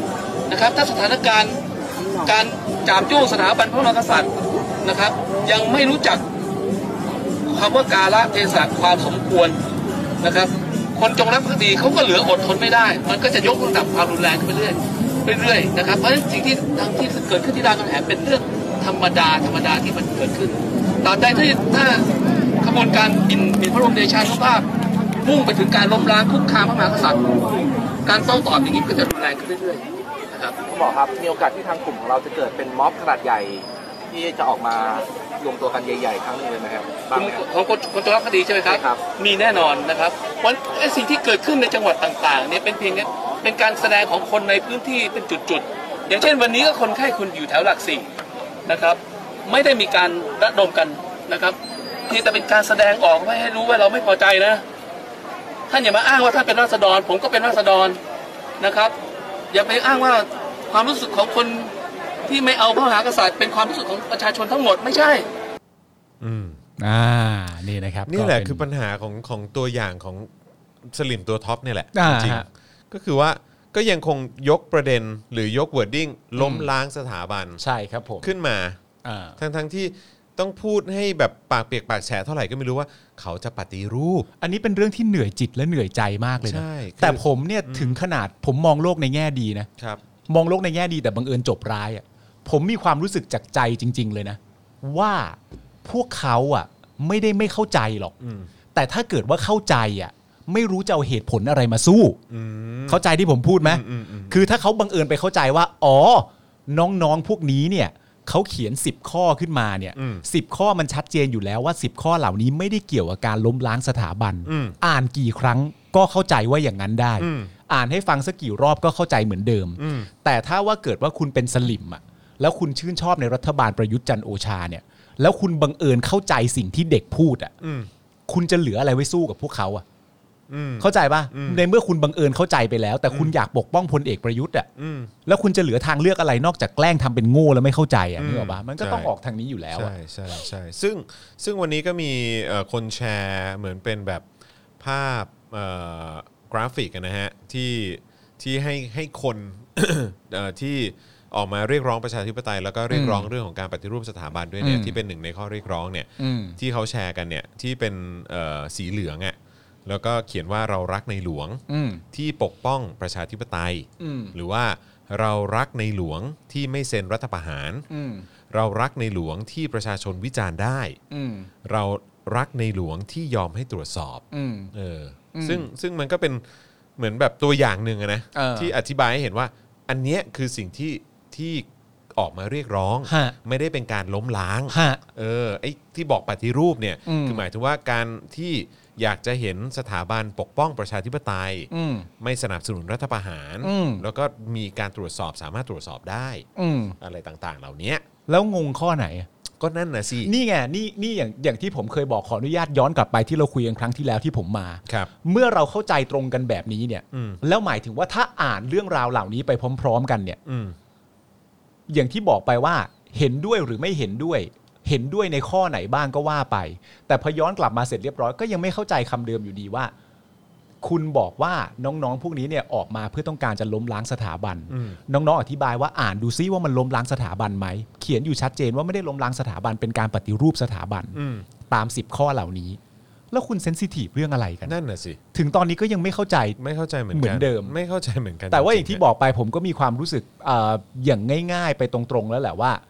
นะครับถ้าสถานการณ์การจามโจ้สถาบันพระมหากษัตริย์นะครับยังไม่รู้จักคำว่ากาลเทศะความสมควรนะครับคนจงรักภักดีเขาก็เหลืออดทนไม่ได้มันก็จะยกระดับความรุนแรงขึ้นไปเรื่อยเรื่อยๆนะครับเพราะฉะนั้นสิ่งที่ทางที่เกิดขึ้นที่รามคำแหงเป็นเรื่องธรรมดาธรรมดาที่มันเกิดขึ้นตราบใดที่ถ้าขบวนการบินบินพระบรมเดชานุภาพมุ่งไปถึงการล้มล้างคุกคามพระมหากษัตริย์การโต้ตอบอย่างนี้ก็จะรุนแรงขึ้นเรื่อยๆนะครับคุณหมอครับมีโอกาสที่ทางกลุ่มของเราจะเกิดเป็นม็อบขนาดใหญ่ที่จะออกมารวมตัวกันใหญ่ๆครั้งนึงเลยไหมครับของคนคนจงรักภักดีใช่ไหมครับ มีแน่นอนนะครับวันสิ่งที่เกิดขึ้นในจังหวัดต่างๆเนี่ยเป็นเพียงเป็นการแสดงของคนในพื้นที่เป็นจุดๆอย่างเช่นวันนี้ก็คนไข้คุณอยู่แถวหลักสี่นะครับไม่ได้มีการระดมกันนะครับเพียงแต่เป็นการแสดงออกให้รู้ว่าเราไม่พอใจนะท่านอย่ามาอ้างว่าท่านเป็นราษฎรผมก็เป็นราษฎรนะครับอย่าไปอ้างว่าความรู้สึกของคนที่ไม่เอาพระมหากษัตริย์เป็นความรู้สึกของประชาชนทั้งหมดไม่ใช่อืมอ่านี่นะครับนี่แหละคือปัญหาของของตัวอย่างของสลิมตัวท็อปเนี่ยแหละจริงก็คือว่าก็ยังคงยกประเด็นหรือยก wording ล้มล้างสถาบันใช่ครับผมขึ้นมาทั้งทั้งที่ต้องพูดให้แบบปากเปียกปากแฉะเท่าไหร่ก็ไม่รู้ว่าเขาจะปฏิรูปอันนี้เป็นเรื่องที่เหนื่อยจิตและเหนื่อยใจมากเลยนะแต่ผมเนี่ยถึงขนาดผมมองโลกในแง่ดีนะครับมองโลกในแง่ดีแต่บังเอิญจบร้ายอ่ะผมมีความรู้สึกจากใจจริงๆเลยนะว่าพวกเขาอ่ะไม่ได้ไม่เข้าใจหรอกแต่ถ้าเกิดว่าเข้าใจอ่ะไม่รู้จะเอาเหตุผลอะไรมาสู้เข้าใจที่ผมพูดไหมคือถ้าเขาบังเอิญไปเข้าใจว่าอ๋อน้องๆพวกนี้เนี่ยเขาเขียนสิบข้อขึ้นมาเนี่ยสิบข้อมันชัดเจนอยู่แล้วว่าสิบข้อเหล่านี้ไม่ได้เกี่ยวกับการล้มล้างสถาบันอ่านกี่ครั้งก็เข้าใจว่าอย่างนั้นได้อ่านให้ฟังสักกี่รอบก็เข้าใจเหมือนเดิมแต่ถ้าว่าเกิดว่าคุณเป็นสลิมอ่ะแล้วคุณชื่นชอบในรัฐบาลประยุทธ์จันทร์โอชาเนี่ยแล้วคุณบังเอิญเข้าใจสิ่งที่เด็กพูดอ่ะคุณจะเหลืออะไรไว้สู้กับพวกเขาอ่ะเข้าใจป่ะในเมื่อคุณบังเอิญเข้าใจไปแล้วแต่คุณอยากปกป้องพลเอกประยุทธ์อ่ะแล้วคุณจะเหลือทางเลือกอะไรนอกจากแกล้งทำเป็นโง่แล้วไม่เข้าใจอ่ะนึกออกป่ะมันก็ต้องออกทางนี้อยู่แล้วใช่ใช่ใช่ซึ่งซึ่งวันนี้ก็มีคนแชร์เหมือนเป็นแบบภาพกราฟิกนะฮะที่ที่ให้ให้คนที่ออกมาเรียกร้องประชาธิปไตยแล้วก็เรียกร้องเรื่องของการปฏิรูปสถาบันด้วยเนี่ยที่เป็นหนึ่งในข้อเรียกร้องเนี่ยที่เขาแชร์กันเนี่ยที่เป็นสีเหลืองอ่ะแล้วก็เขียนว่าเรารักในหลวงที่ปกป้องประชาธิปไตยหรือว่าเรารักในหลวงที่ไม่เซ็นรัฐประหารเรารักในหลวงที่ประชาชนวิจารณ์ได้เรารักในหลวงที่ยอมให้ตรวจสอบเออซึ่งซึ่งมันก็เป็นเหมือนแบบตัวอย่างหนึ่งนะที่อธิบายให้เห็นว่าอันเนี้ยคือสิ่งที่ที่ออกมาเรียกร้องไม่ได้เป็นการล้มล้างเออไอ้ที่บอกปฏิรูปเนี่ยคือหมายถึงว่าการที่อยากจะเห็นสถาบันปกป้องประชาธิปไตยไม่สนับสนุนรัฐประหารแล้วก็มีการตรวจสอบสามารถตรวจสอบได้อะไรต่างๆเหล่านี้แล้วงงข้อไหนก็นั่นนะสินี่ไงนี่นี่อย่างอย่างที่ผมเคยบอกขออนุญาตย้อนกลับไปที่เราคุยกันครั้งที่แล้วที่ผมมาเมื่อเราเข้าใจตรงกันแบบนี้เนี่ยแล้วหมายถึงว่าถ้าอ่านเรื่องราวเหล่านี้ไปพร้อมๆกันเนี่ยอย่างที่บอกไปว่าเห็นด้วยหรือไม่เห็นด้วยเห็นด้วยในข้อไหนบ้างก็ว่าไปแต่พอย้อนกลับมาเสร็จเรียบร้อยก็ยังไม่เข้าใจคำเดิมอยู่ดีว่าคุณบอกว่าน้องๆพวกนี้เนี่ยออกมาเพื่อต้องการจะล้มล้างสถาบันน้องๆอธิบายว่าอ่านดูซิว่ามันล้มล้างสถาบันไหมเขียนอยู่ชัดเจนว่าไม่ได้ล้มล้างสถาบันเป็นการปฏิรูปสถาบันตามสิบข้อเหล่านี้แล้วคุณเซนซิทีฟเรื่องอะไรกันนั่นน่ะสิถึงตอนนี้ก็ยังไม่เข้าใจไม่เข้าใจเหมือนเหมือนเดิมไม่เข้าใจเหมือนกันแต่ว่าอย่างที่บอกไปผมก็มีความรู้สึกอย่างง่ายๆไปตรงๆแล้วแหละว่า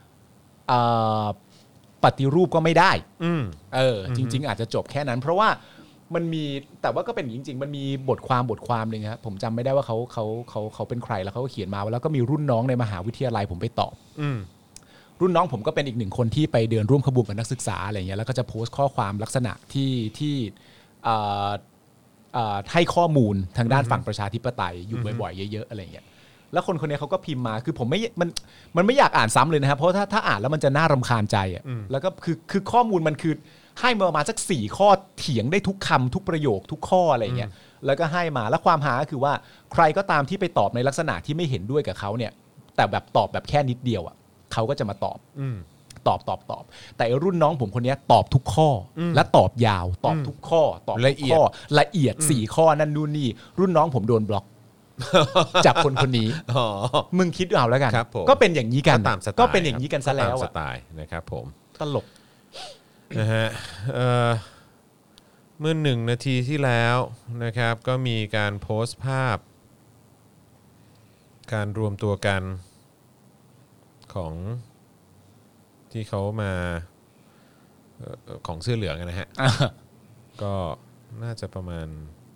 ปฏิรูปก็ไม่ได้เออจริงๆอาจจะจบแค่นั้นเพราะว่ามันมีแต่ว่าก็เป็นจริงๆมันมีบทความบทความนึงครับผมจำไม่ได้ว่าเขาเขาเขาเขาเป็นใครแล้วเขาก็เขียนมาแล้วก็มีรุ่นน้องในมหาวิทยาลัยผมไปตอบรุ่นน้องผมก็เป็นอีกหนึ่งคนที่ไปเดินร่วมขบวนกับนักศึกษาอะไรเงี้ยแล้วก็จะโพสต์ข้อความลักษณะที่ที่ให้ข้อมูลทางด้านฝั่งประชาธิปไตยอยู่บ่อยๆเยอะๆอะไรเงี้ยแล้วคนคนนี้เขาก็พิมพ์มาคือผมไม่มันมันไม่อยากอ่านซ้ำเลยนะครับเพราะถ้าถ้าอ่านแล้วมันจะน่ารำคาญใจอ่ะแล้วก็คือคือข้อมูลมันคือให้มาประมาณสักสี่ข้อเถียงได้ทุกคำทุกประโยคทุกข้ออะไรเงี้ยแล้วก็ให้มาแล้วความหาก็คือว่าใครก็ตามที่ไปตอบในลักษณะที่ไม่เห็นด้วยกับเขาเนี่ยแต่แบบตอบแบบแค่นิดเดียวอ่ะเขาก็จะมาตอบตอบตอบตอบแต่รุ่นน้องผมคนนี้ตอบทุกข้อและตอบยาวตอบทุกข้อตอบละเอียดละเอียดสี่ข้อนั่นนู่นนี่รุ่นน้องผมโดนบล็อกจากคนคนนี้อ๋อมึงคิดเอาแล้วกันครับผมก็เป็นอย่างนี้กันก็ตามสไตล์ก็เป็นอย่างนี้กันซะแล้วตามสอะไตล์นะครับผมตลกนะฮะเอ่อเมื่อหนึ่งนาทีที่แล้วนะครับก็มีการโพสต์ภาพ การรวมตัวกันของที่เขามาเอ่อของเสื้อเหลืองนะฮะ ก็น่าจะประมาณ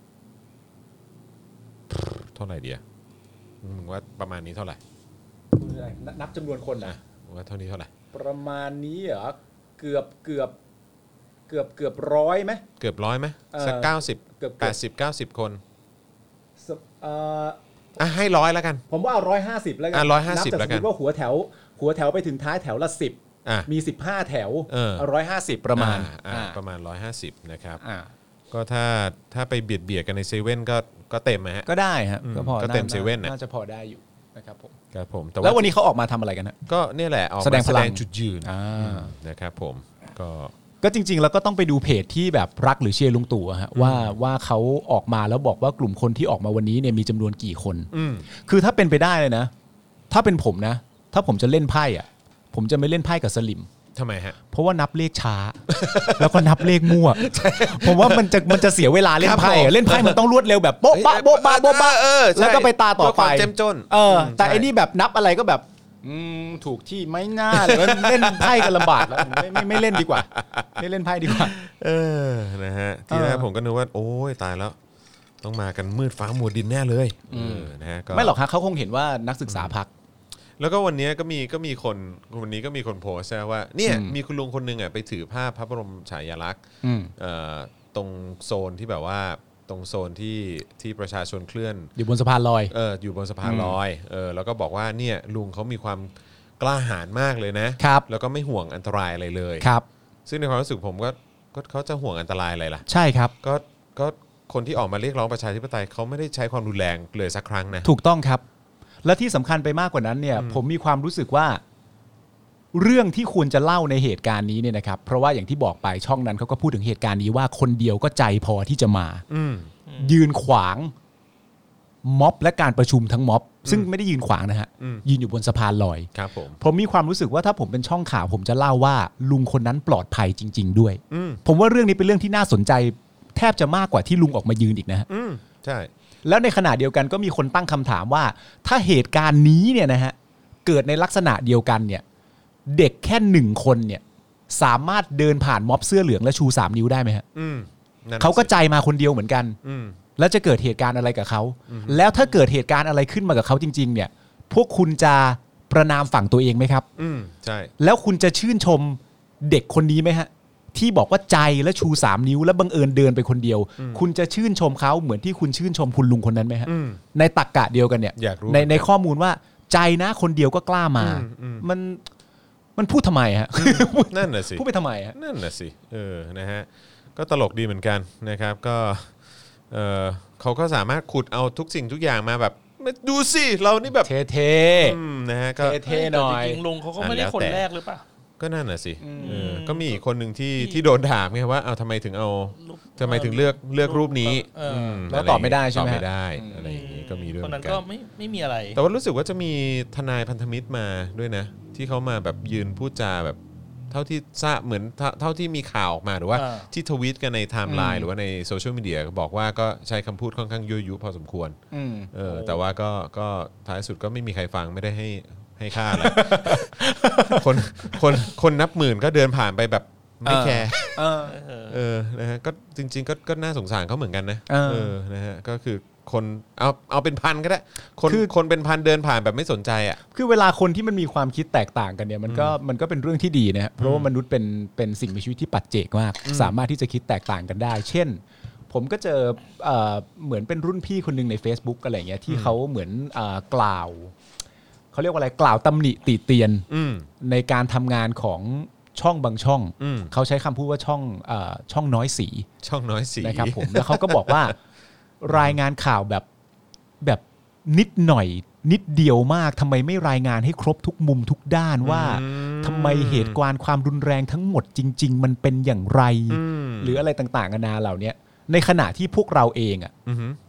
เท่าไหร่เดียมึงว่าประมาณนี้เท่าไหร่นับจำนวนคนนะมึงว่าเท่านี้เท่าไหร่ประมาณนี้เหรอเกือบเกือบเกือบเกือบร้อยไหมเกือบร้อยไหมเอ่อสักเก้าสิบเกือบแปดสิบเก้าสิบคนสเอ่ออ่ะให้ร้อยแล้วกันผมว่าเอาร้อยห้าสิบแล้วกัอ่ะร้อยห้าสิบนับจากแล้วกันสมมุติว่าหัวแถว หัวแถวไปถึงท้ายแถวละสิบอ่ะมีสิบห้าแถวเออร้อยห้าสิบประมาณอ่อ่อ่าประมาณร้อยห้าสิบนะครับอ่าก็ถ้าถ้าไปเบียดเบียดกันในเซเว่นก็ก็เต็มนะฮะก็ได้ฮะอืมก็พอก็เต็มาเซเว่นน่ะน่าจะพอได้อยู่นะครับผมครับผมแต่แล้ววันนี้เขาออกมาทำอะไรกันฮะก็เนี่ยแหละออกมาแสดงพลังจุดยืนอ่าอืมนะครับผมก็ก็จริงๆแล้วก็ต้องไปดูเพจที่แบบรักหรือเชียร์ลุงตู่อะฮะว่าว่าเขาออกมาแล้วบอกว่ากลุ่มคนที่ออกมาวันนี้เนี่ยมีจำนวนกี่คนอืมคือถ้าเป็นไปได้เลยนะ ถ้าเป็นผมนะ ถ้าผมจะเล่นไพ่อะผมจะไม่เล่นไพ่กับสลิมทำไมฮะเพราะว่านับเลขช้า แล้วก็นับเลขมั่ว ผมว่ามันจะมันจะเสียเวลาเล่นไพ่ครับผมอะเล่นไพ่มันต้องรวดเร็วแบบโบ๊ะบะโบ๊ะบะโบ๊ะบะเออใช่แล้วก็ไปตาต่อเพื่อคไปวามเจ้มจนเออ แต่ใช่ไอ้นี่แบบนับอะไรก็แบบ อืมถูกที่ไหม่น่าเลยเล่นไพ่กันลำบากแล้วไม่ไม่ไม่เล่นดีกว่า ไม่เล่นไพ่ดีกว่าเออนะฮะทีแรกเออผมก็นึกว่าโอ้ยตายแล้ว ต้องมากันมืดฟ้ามัวดินแน่เลยเออนะฮะไม่หรอกฮะเขาคงเห็นว่านักศึกษาพักแล้วก็วันนี้ก็มีก็มีคนวันนี้ก็มีคนโพสต์นะว่าเนี่ยอืมมีคุณลุงคนหนึงอ่ะไปถือภาพพระบรมฉายาลักษณ์อืมเอ่อตรงโซนที่แบบว่าตรงโซนที่ที่ประชาชนเคลื่อนอยู่บนสะพานลอยเอออยู่บนสะพานลอยเออแล้วก็บอกว่าเนี่ยลุงเขามีความกล้าหาญมากเลยนะครับ แล้วก็ไม่ห่วงอันตรายอะไรเลยครับซึ่งในความรู้สึกผมก็ก็เขาจะห่วงอันตรายอะไรล่ะใช่ครับก็ก็คนที่ออกมาเรียกร้องประชาธิปไตยเขาไม่ได้ใช้ความรุนแรงเลยสักครั้งนะถูกต้องครับ และที่สำคัญไปมากกว่านั้นเนี่ย ผมมีความรู้สึกว่า เรื่องที่ควรจะเล่าในเหตุการณ์นี้เนี่ยนะครับ เพราะว่าอย่างที่บอกไปช่องนั้นเขาก็พูดถึงเหตุการณ์นี้ว่าคนเดียวก็ใจพอที่จะมาอืมยืนขวางม็อบและการประชุมทั้งม็อบ ซึ่งไม่ได้ยืนขวางนะฮะอืมยืนอยู่บนสะพานลอยครับผมผมมีความรู้สึกว่าถ้าผมเป็นช่องข่าวผมจะเล่าว่าลุงคนนั้นปลอดภัยจริง ๆ ด้วยอืมผมว่าเรื่องนี้เป็นเรื่องที่น่าสนใจแทบจะมากกว่าที่ลุงออกมายืนอีกนะฮะอืมใช่แล้วในขณะเดียวกันก็มีคนตั้งคำถามว่า ถ้าเหตุการณ์นี้เนี่ยนะฮะเกิดในลักษณะเดียวกันเนี่ย เด็กแค่หนึ่งคนเนี่ยสามารถเดินผ่านม็อบเสื้อเหลืองและชูสามนิ้วได้ไหมฮะอืมนั่นน่ะเขาก็สิใจมาคนเดียวเหมือนกันอืมแล้วจะเกิดเหตุการณ์อะไรกับเขา แล้วถ้าเกิดเหตุการณ์อะไรขึ้นมากับเขาจริง ๆ เนี่ย พวกคุณจะประนามฝั่งตัวเองไหมครับอืมใช่แล้วคุณจะชื่นชมเด็กคนนี้ไหมฮะที่บอกว่าใจและชูสามนิ้วและบังเอิญเดินไปคนเดียว คุณจะชื่นชมเขาเหมือนที่คุณชื่นชมคุณลุงคนนั้นไหมฮะอืมในตรรกะเดียวกันเนี่ยอยากรู้ในในข้อมูลว่าใจนะคนเดียวก็กล้ามาอืมอืมมันมันพูดทำไมฮะนั่นน่ะสิพูดไปทำไมฮะนั่นน่ะสิเออนะฮะก็ตลกดีเหมือนกันนะครับก็เออเขาก็สามารถขุดเอาทุกสิ่งทุกอย่างมาแบบดูสิเรานี่แบบเท่อืมนะฮะก็ๆเท่ๆหน่อยแต่จริงๆลุงเขาก็ไม่ได้อ่ะแล้วคนแต่แรกหรือเปล่าก็นั่นน่ะสิเอออืมก็มีอีกคนหนึ่งที่ที่ที่โดนถามไงว่าเอาทำไมถึงเอารูปทำไมถึงเลือกเลือกรูปนี้เอออืมแล้วตอบไม่ได้ใช่ไหมตอบไม่ได้อะไรอย่างงี้ก็มีด้วยคนเหมืนั้อน นกัก็นไม่ไม่มีอะไรแต่ว่ารู้สึกว่าจะมีทนายพันธมิตรมาด้วยนะ ที่เขามาแบบยืนพูดจาแบบเท่าที่ทราบเหมือนเท่าเท่าที่มีข่าวออกมาหรือว่าอ่าที่ทวีตกันในไทม์ไลน์หรือว่าในโซเชียลมีเดียบอกว่าก็ใช้คำพูดค่อนข้างยั่วยุพอสมควรอืมเออแต่ว่าก็ก็ท้ายสุดก็ไม่มีใครฟังไม่ได้ให้ให้ค่าอะไร คนคนคนนับหมื่นก็เดินผ่านไปแบบไม่แคร์เออเออเออนะฮะก็จริง ๆ ก็ก็น่าสงสารเขาเหมือนกันนะเออนะฮะก็คือคนเอาเอาเป็นพันก็ได้คนคือคนเป็นพันเดินผ่านแบบไม่สนใจอ่ะคือเวลาคนที่มันมีความคิดแตกต่างกันเนี่ยมันก็มันก็เป็นเรื่องที่ดีนะฮะเพราะว่ามนุษย์เป็นเป็นสิ่งมีชีวิตที่ปัจเจกมาก สามารถที่จะคิดแตกต่างกันได้ เช่น ผมก็เจอเอ่อเหมือนเป็นรุ่นพี่คนหนึงใน Facebook อะไรเงี้ยที่เขาเหมือนเอ่อกล่าวเขาเรียกว่าอะไรกล่าวตำหนิติเตียนอืมในการทำงานของช่องบางช่องอืมเขาใช้คำพูดว่าช่องเอ่อช่องน้อยสีช่องน้อยสีนะครับผมแล้วเขาก็บอกว่า รายงานข่าวแบบแบบนิดหน่อย นิดเดียวมากทำไมไม่รายงานให้ครบทุกมุมทุกด้านว่าทำไมเหตุการณ์ความรุนแรงทั้งหมดจริง ๆ มันเป็นอย่างไรอืมหรืออะไรต่างๆนานาเหล่านี้ในขณะที่พวกเราเองอ่ะอือหือ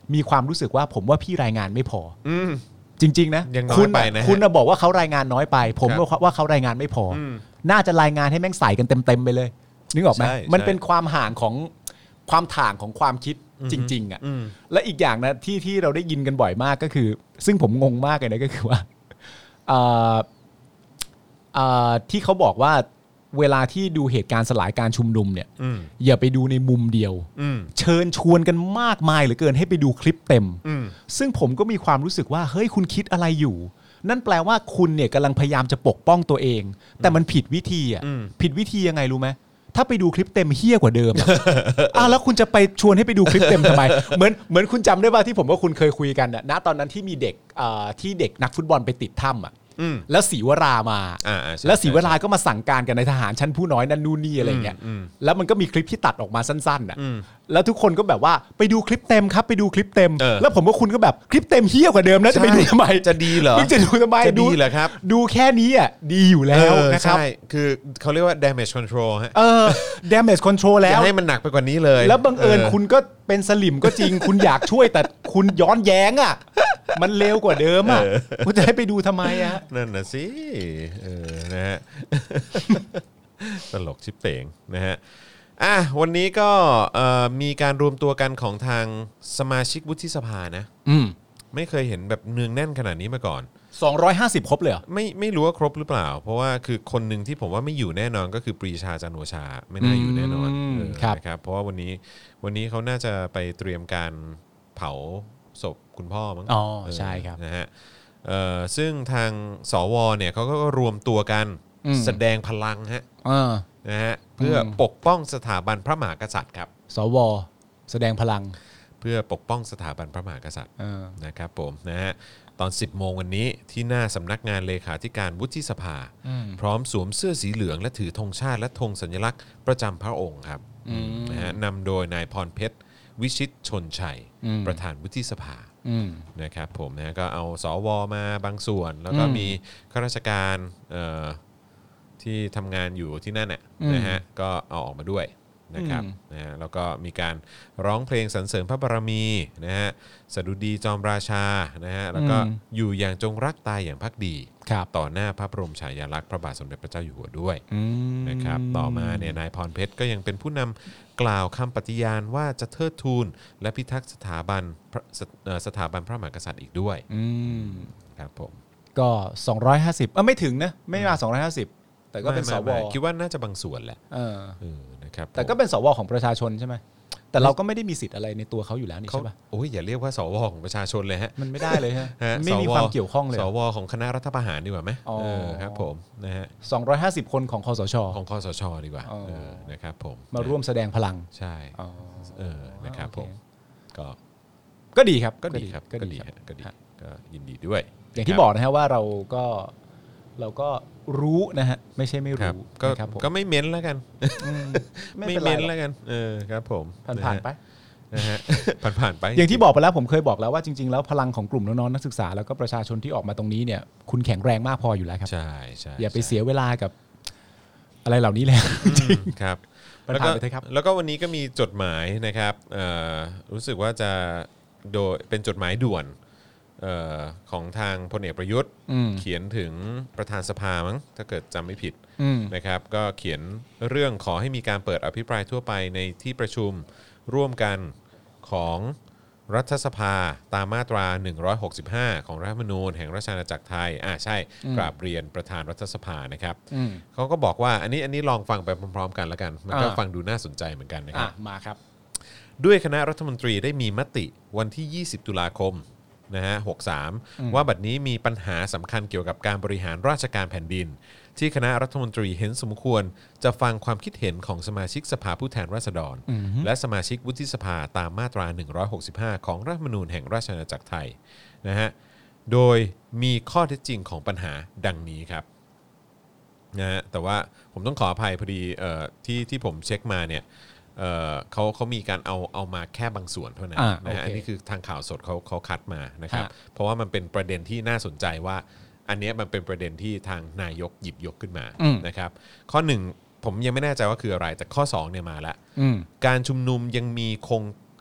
มีความรู้สึกว่าผมว่าพี่รายงานไม่พออืมจริงๆนะยังน้อยคุณไปนะฮะคุณน่ะบอกว่าเขารายงานน้อยไป ผมครับว่าเขารายงานไม่พออมน่าจะรายงานให้แม่งใส่กันเต็มๆไปเลยนึกออกไหมใช่มันใช่เป็นความห่างของความถ่างของความคิดจริงๆอ่ะอืมและอีกอย่างนะที่ที่เราได้ยินกันบ่อยมากก็คือ ซึ่งผมงงมากเลยนะก็คือว่าเอ่อเอ่อที่เขาบอกว่าเวลาที่ดูเหตุการณ์สลายการชุมนุมเนี่ยอืมอย่าไปดูในมุมเดียวอืมเชิญชวนกันมากมายเหลือเกินให้ไปดูคลิปเต็มอืมซึ่งผมก็มีความรู้สึกว่าเฮ้ยคุณคิดอะไรอยู่ นั่นแปลว่าคุณเนี่ยกำลังพยายามจะปกป้องตัวเอง แต่มันผิดวิธีอ่ะอืมผิดวิธียังไงรู้ไหมถ้าไปดูคลิปเต็มเฮี้ยกว่าเดิมอะ อ้าวแล้วคุณจะไปชวนให้ไปดูคลิปเต็มทำไม เหมือนเหมือนคุณจำได้ป่ะที่ผมว่าคุณเคยคุยกันอะณตอนนั้นที่มีเด็กเอ่อที่เด็กนักฟุตบอลไปติดถ้ำอะอืมแล้วศรีวรามาอ่าๆใช่แล้วศรีวราก็มาสั่งการกับนายทหารชั้นผู้น้อยนั่นนู่นนี่อะไรเงี้ยอืมแล้วมันก็มีคลิปที่ตัดออกมาสั้นๆอ่ะอืมแล้วทุกคนก็แบบว่าไปดูคลิปเต็มครับไปดูคลิปเต็มเออแล้วผมว่าคุณก็แบบคลิปเต็มเฮี้ยกว่าเดิมนะจะไปดูทำไมจะดีเหรอมึงจะดูทำไมจะดีเหรอครับดูแค่นี้อ่ะดีอยู่แล้วเออนะครับใช่คือเขาเรียกว่า damage control ฮะเออ damage control อแล้ย่าว ให้มันหนักไปกว่านี้เลยแล้วบังเอิญออคุณก็เป็นสลิมก็จริง คุณอยากช่วยแต่คุณย้อนแย้งอ่ะ มันเร็วกว่าเดิมอ่ะคุณจะให้ไปดูทำไมอ่ะนั่นน่ะสิเออนะฮะ ตลกชิบเป๋งนะฮะอ่ะวันนี้ก็เอ่อมีการรวมตัวกันของทางสมาชิกวุฒิสภานะอืมไม่เคยเห็นแบบเนืองแน่นขนาดนี้มาก่อนสองร้อยห้าสิบครบเลยเหรอไม่ไม่รู้ว่าครบหรือเปล่า เพราะว่าคือคนหนึ่งที่ผมว่าไม่อยู่แน่นอนก็คือปรีชาจันทร์โอชาไม่น่าอยู่แน่นอนอืมเออครับนะครับเพราะว่าวันนี้วันนี้เขาน่าจะไปเตรียมการเผาศพคุณพ่อมั้งอ๋อเออใช่ครับนะฮะเอ่อซึ่งทางสวเนี่ยเขาก็รวมตัวกันอืมแสดงพลังฮะเออนะฮะเพื่ออมปกป้องสถาบันพระมหากษัตริย์ครับสวแสดงพลังเพื่อปกป้องสถาบันพระมหากษัตริย์เออนะครับผมนะฮะตอน สิบโมงวันนี้ที่หน้าสำนักงานเลขาธิการวุฒิสภา พร้อมสวมเสื้อสีเหลืองและถือธงชาติและธงสัญลักษณ์ประจำพระองค์ครับนะฮะนำโดยนายพรเพชรวิชิตชนชัยอืมประธานวุฒิสภาอืมนะครับผมนะก็เอาสวมาบางส่วน แล้วก็อืมมีข้าราชการเอ่อที่ทำงานอยู่ที่นั่นน่ะอืมนะฮะก็เอาออกมาด้วยนะครับอืมนะฮะแล้วก็มีการร้องเพลงสรรเสริญพระบารมีนะฮะสดุดีจอมราชานะฮะแล้วก็อยู่อย่างจงรักตายอย่างภักดีครับต่อหน้าพระบรมฉายาลักษณ์พระบาทสมเด็จพระเจ้าอยู่หัวด้วยอืมนะครับต่อมาเนี่ยนายพรเพชรก็ยังเป็นผู้นำกล่าวคำปฏิญาณว่าจะเทิดทูนและพิทักษ์สถาบันพระสเอ่อสถาบันพระมหากษัตริย์อีกด้วยอืมครับผมก็สองร้อยห้าสิบเออไม่ถึงนะไม่มาสองร้อยห้าสิบแต่ก็เป็นสไม่วไม่ไม่คิดว่าน่าจะบางส่วนแหละเออเออนะครับแต่ก็เป็นสวของประชาชนใช่ไหมแต่เราก็ไม่ได้มีสิทธิ์อะไรในตัวเขาอยู่แล้วนี่เขาใช่ปะโอ้ยอย่าเรียกว่าสวของประชาชนเลยฮะมันไม่ได้เลยฮะฮะไม่มีสความเกี่ยวข้องเลยสเหรอวของคณะรัฐประหารดีกว่าไหมอ๋อเออครับผมนะฮะสองร้อยห้าสิบคนของคสชของคสชดีกว่าอ๋อเออนะครับผมมาร่วมแสดงพลังใช่อ๋อเออนะครับผมโอเคก็ก็ดีครับก็ดีครับก็ก็ดีดีครับฮะก็ดีฮะก็ยินดีด้วยอย่างที่นะครับบอกนะฮะว่าเราก็เราก็รู้นะฮะไม่ใช่ไม่ครับรู้ก็นะครับผมก็ไม่เม้นแล้วกันอืมไม่ไม่เป็นไรเม้นหรอกแล้วกันเออครับผมผ่านผ่านๆไปนะฮะ ผ่านผ่านๆไปอย่างที่บอกไปแล้วผมเคยบอกแล้วว่าจริงๆแล้วพลังของกลุ่มน้องๆนักศึกษาแล้วก็ประชาชนที่ออกมาตรงนี้เนี่ยคุณแข็งแรงมากพออยู่แล้วครับใช่ใช่อย่าไปใช่เสียเวลากับอะไรเหล่านี้เลยครับผ่านแล้วผ่าก็นไปเถอะครับแล้วก็วันนี้ก็มีจดหมายนะครับเอ่อรู้สึกว่าจะโดยเป็นจดหมายด่วนเอ่อของทางพลเอกประยุทธ์อืมเขียนถึงประธานสภามั้งถ้าเกิดจำไม่ผิดอืมนะครับก็เขียนเรื่องขอให้มีการเปิดอภิปรายทั่วไปในที่ประชุมร่วมกันของรัฐสภาตามมาตราหนึ่งร้อยหกสิบห้าของรัฐธรรมนูญแห่งราชอาณาจักรไทยอ่าใช่กราบเรียนประธานรัฐสภานะครับอืมเขาก็บอกว่าอันนี้อันนี้ลองฟังไปพร้อมๆกันแล้วกัน มันก็อ่าฟังดูน่าสนใจเหมือนกันนะคอ่ะรับมาครับด้วยคณะรัฐมนตรีได้มีมติวันที่ ยี่สิบ ตุลาคมนะฮะหกสามว่าบัดนี้มีปัญหาสำคัญเกี่ยวกับการบริหารราชการแผ่นดิน ที่คณะรัฐมนตรีเห็นสมควรจะฟังความคิดเห็นของสมาชิกสภาผู้แทนราษฎร และสมาชิกวุฒิสภาตามมาตราหนึ่งร้อยหกสิบห้าของรัฐธรรมนูญแห่งราชอาณาจักรไทยนะฮะโดยมีข้อเท็จจริงของปัญหาดังนี้ครับนะฮะแต่ว่าผมต้องขออภัยพอดีเอ่อที่ที่ผมเช็คมาเนี่ยเอ่อเขาเขามีการเอาเอามาแค่บางส่วนเท่านั้นอ่านะฮะโอเคอันนี้คือทางข่าวสดเขาเขาคัดมานะครับฮะเพราะว่ามันเป็นประเด็นที่น่าสนใจว่า อันเนี้ยมันเป็นประเด็นที่ทางนายกหยิบยกขึ้นมาอืมนะครับข้อหนึ่งผมยังไม่แน่ใจว่าคืออะไรแต่ข้อสองเนี่ยมาแล้วอืมการชุมนุมยังมีคง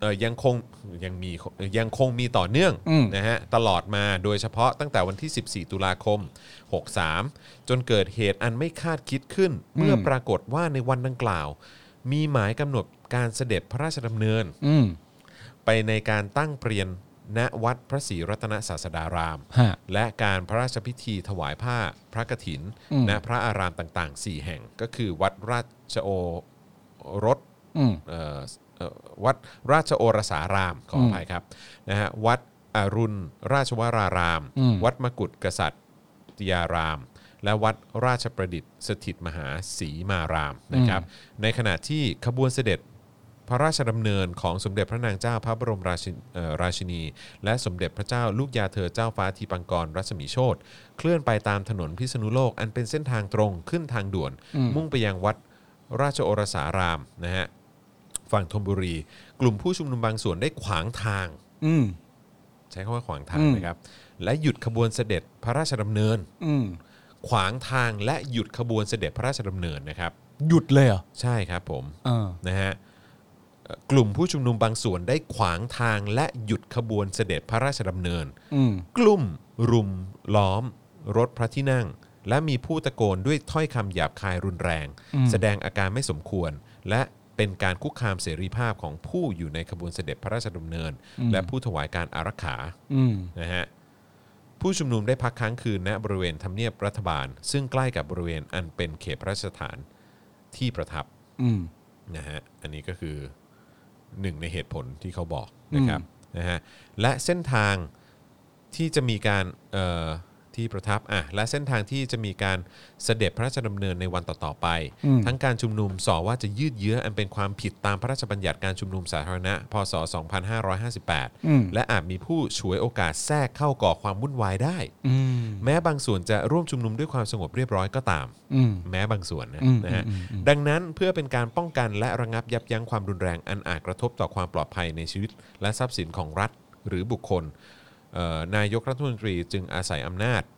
เอ่อยังคงยังมียังคงมีต่อเนื่องนะฮะตลอดมาโดยเฉพาะตั้งแต่วันที่สิบสี่ตุลาคมหกสามจนเกิดเหตุอันไม่คาดคิดขึ้นเมื่อปรากฏว่าในวันดังกล่าวมีหมายกำหนดการเสด็จพระราชดำเนินไปในการตั้งเปลี่ยนณวัดพระศรีรัตนศาสดารามและการพระราชพิธีถวายผ้าพระกฐินณพระอารามต่างๆสี่แห่งก็คือวัดราชโอรสวัดราชโอรสารามขออภัยครับนะฮะวัดอรุณราชวรารามวัดมกุฏกษัตริยารามและวัดราชประดิษฐ์สถิตมหาศรีมารามนะครับในขณะที่ขบวนเสด็จพระราชดำเนินของสมเด็จพระนางเจ้าพระบรมราชิราชินีและสมเด็จพระเจ้าลูกยาเธอเจ้าฟ้าทีปังกรรัศมีโชติเคลื่อนไปตามถนนพิษณุโลกอันเป็นเส้นทางตรงขึ้นทางด่วนมุ่งไปยังวัดราชโอรสารามนะฮะฝั่งธนบุรีกลุ่มผู้ชุมนุมบางส่วนได้ขวางทางใช้คำว่าขวางทางนะครับและหยุดขบวนเสด็จพระราชดำเนินขวางทางและหยุดขบวนเสด็จพระราชดำเนินนะครับหยุดเลยเหรอใช่ครับผมนะฮะกลุ่มผู้ชุมนุมบางส่วนได้ขวางทางและหยุดขบวนเสด็จพระราชดำเนินกลุ่มรุมล้อมรถพระที่นั่งและมีผู้ตะโกนด้วยถ้อยคำหยาบคายรุนแรงแสดงอาการไม่สมควรและเป็นการคุกคามเสรีภาพของผู้อยู่ในขบวนเสด็จพระราชดำเนินและผู้ถวายการอารักขานะฮะผู้ชุมนุมได้พักค้างคืนณบริเวณทำเนียบรัฐบาลซึ่งใกล้กับบริเวณอันเป็นเขตพระราชฐานที่ประทับนะฮะอันนี้ก็คือหนึ่งในเหตุผลที่เขาบอกนะครับนะฮะและเส้นทางที่จะมีการที่ประทับอ่ะและเส้นทางที่จะมีการเสด็จพระราชดำเนินในวันต่อๆไปทั้งการชุมนุมส่อว่าจะยืดเยื้ออันเป็นความผิดตามพระราชบัญญัติการชุมนุมสาธารณะพ.ศ. สองพันห้าร้อยห้าสิบแปดและอาจมีผู้ฉวยโอกาสแทรกเข้าก่อความวุ่นวายได้แม้บางส่วนจะร่วมชุมนุมด้วยความสงบเรียบร้อยก็ตามแม้บางส่วนนะนะฮะดังนั้นเพื่อเป็นการป้องกันและระงับยับยั้งความรุนแรงอันอาจกระทบต่อความปลอดภัยในชีวิตและทรัพย์สินของรัฐหรือบุคคลนายกรัฐมนตรีจึงอาศัยอำนาจ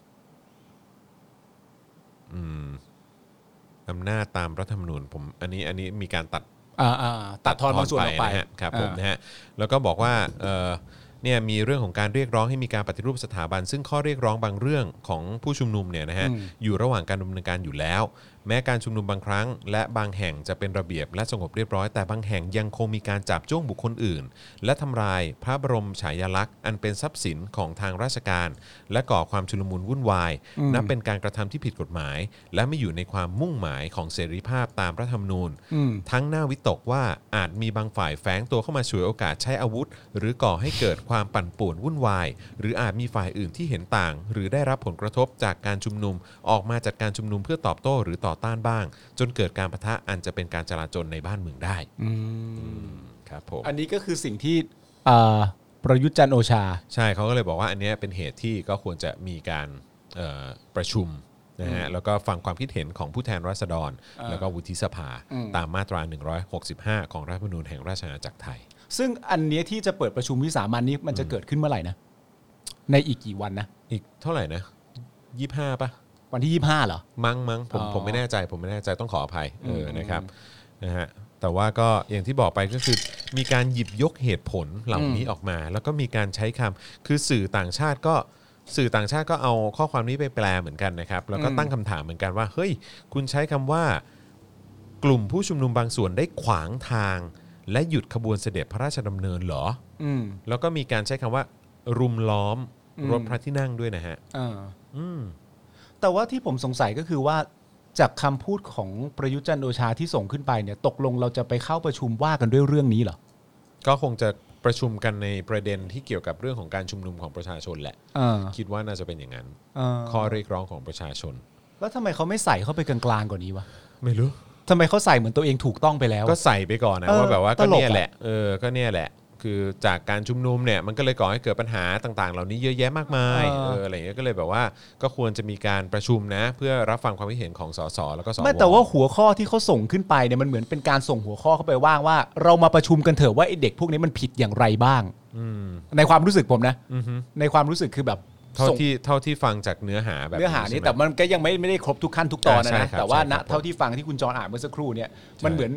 อำนาจตามรัฐธรรมนูญผมอันนี้อันนี้มีการตัดตัดทอนบางส่วนออกไปครับผมนะฮะแล้วก็บอกว่าเนี่ยมีเรื่องของการเรียกร้องให้มีการปฏิรูปสถาบันซึ่งข้อเรียกร้องบางเรื่องของผู้ชุมนุมเนี่ยนะฮะอยู่ระหว่างการดำเนินการอยู่แล้วแม้การชุมนุมบางครั้งและบางแห่งจะเป็นระเบียบและสงบเรียบร้อยแต่บางแห่งยังคงมีการจับจ้วงบุคคลอื่นและทำลายพระบรมฉายาลักษณ์อันเป็นทรัพย์สินของทางราชการและก่อความชุลมุนวุ่นวายนับเป็นการกระทำที่ผิดกฎหมายและไม่อยู่ในความมุ่งหมายของเสรีภาพตามรัฐธรรมนูญทั้งน่าวิตกว่าอาจมีบางฝ่ายแฝงตัวเข้ามาฉวยโอกาสใช้อาวุธหรือก่อให้เกิดความปั่นป่วนวุ่นวายหรืออาจมีฝ่ายอื่นที่เห็นต่างหรือได้รับผลกระทบจากการชุมนุมออกมาจัดการชุมนุมเพื่อตอบโต้หรือต่อต้านบ้างจนเกิดการปะทะอันจะเป็นการจลาจลในบ้านเมืองได้ครับผมอันนี้ก็คือสิ่งที่ประยุทธ์จันทร์โอชาใช่เขาก็เลยบอกว่าอันนี้เป็นเหตุที่ก็ควรจะมีการประชุมนะฮะแล้วก็ฟังความคิดเห็นของผู้แทนราษฎรแล้วก็วุฒิสภาตามมาตราหนึ่งร้อยหกสิบห้าของรัฐธรรมนูญแห่งราชอาณาจักรไทยซึ่งอันนี้ที่จะเปิดประชุมวิสามัญนี้มันจะเกิดขึ้นเมื่อไหร่นะในอีกกี่วันนะอีกเท่าไหร่นะยี่สิบห้าป่ะวันที่ยี่สิบห้าเหรอมั้งมั้งผมผมไม่แน่ใจผมไม่แน่ใจต้องขออภัยเออนะครับนะฮะแต่ว่าก็อย่างที่บอกไปก็คือมีการหยิบยกเหตุผลเหล่านี้ออกมาแล้วก็มีการใช้คำคือสื่อต่างชาติก็สื่อต่างชาติก็เอาข้อความนี้ไปแปลเหมือนกันนะครับแล้วก็ตั้งคำถามเหมือนกันว่าเฮ้ยคุณใช้คำว่ากลุ่มผู้ชุมนุมบางส่วนได้ขวางทางและหยุดขบวนเสด็จพระราชดำเนินเหรอแล้วก็มีการใช้คำว่ารุมล้อมรถพระที่นั่งด้วยนะฮะอืมแต่ว่าที่ผมสงสัยก็คือว่าจากคำพูดของประยุทธ์จันทร์โอชาที่ส่งขึ้นไปเนี่ยตกลงเราจะไปเข้าประชุมว่ากันด้วยเรื่องนี้เหรอก็คงจะประชุมกันในประเด็นที่เกี่ยวกับเรื่องของการชุมนุมของประชาชนแหละคิดว่าน่าจะเป็นอย่างนั้นข้อเรียกร้องของประชาชนแล้วทำไมเขาไม่ใส่เข้าไปกลางๆกว่านี้วะไม่รู้ทำไมเขาใส่เหมือนตัวเองถูกต้องไปแล้วก็ใส่ไปก่อนนะว่าแบบว่าก็เนี่ยแหละเออก็เนี่ยแหละคือจากการชุมนุมเนี่ยมันก็เลยก่อให้เกิดปัญหาต่างๆเหล่านี้เยอะแยะมากมายเอออะไรอย่างเงี้ยก็เลยแบบว่าก็ควรจะมีการประชุมนะเพื่อรับฟังความคิดเห็นของสสแล้วก็สวไม่แต่ว่าหัวข้อที่เขาส่งขึ้นไปเนี่ยมันเหมือนเป็นการส่งหัวข้อเข้าไปว่างว่าเรามาประชุมกันเถอะว่าไอ้เด็กพวกนี้มันผิดอย่างไรบ้างในความรู้สึกผมนะในความรู้สึกคือแบบเท่าที่เท่าที่ฟังจากเนื้อหาแบบเนื้อหานี้แต่มันก็ยังไม่ไม่ได้ครบทุกขั้นทุกตอนนะแต่ว่าณเท่าที่ฟังที่คุณจรอ่านเมื่อสักครู่เนี่ยมันเหมือน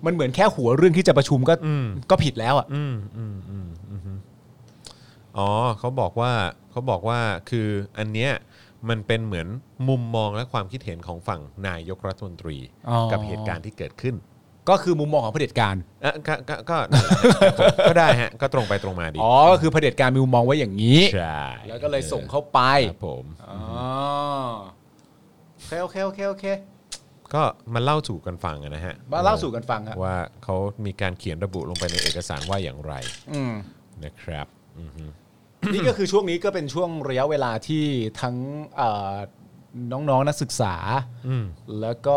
มันเหมือนแค่หัวเรื่องที่จะประชุมก็ก็ผิดแล้วอ่ะอืมอืมอืมอืมอ๋อเขาบอกว่าเขาบอกว่าคืออันเนี้ยมันเป็นเหมือนมุมมองและความคิดเห็นของฝั่งนายกรัฐมนตรีกับเหตุการณ์ที่เกิดขึ้นก็คือมุมมองของเผด็จการอ่ะก็ก็ก็ก็ได้ฮะก็ตรงไปตรงมาดีอ๋อก็คือเผด็จการมีมุมมองไว้อย่างนี้ใช่แล้วก็เลยส่งเข้าไปครับผมอ๋อโอเคโอเคโอเคก็มาเล่าสู่กันฟังนะฮะมาเล่าสู่กันฟังครับว่าเขามีการเขียนระบุลงไปในเอกสารว่าอย่างไรนะครับนี่ก็คือช่วงนี้ก็เป็นช่วงระยะเวลาที่ทั้งน้องๆนักศึกษาแล้วก็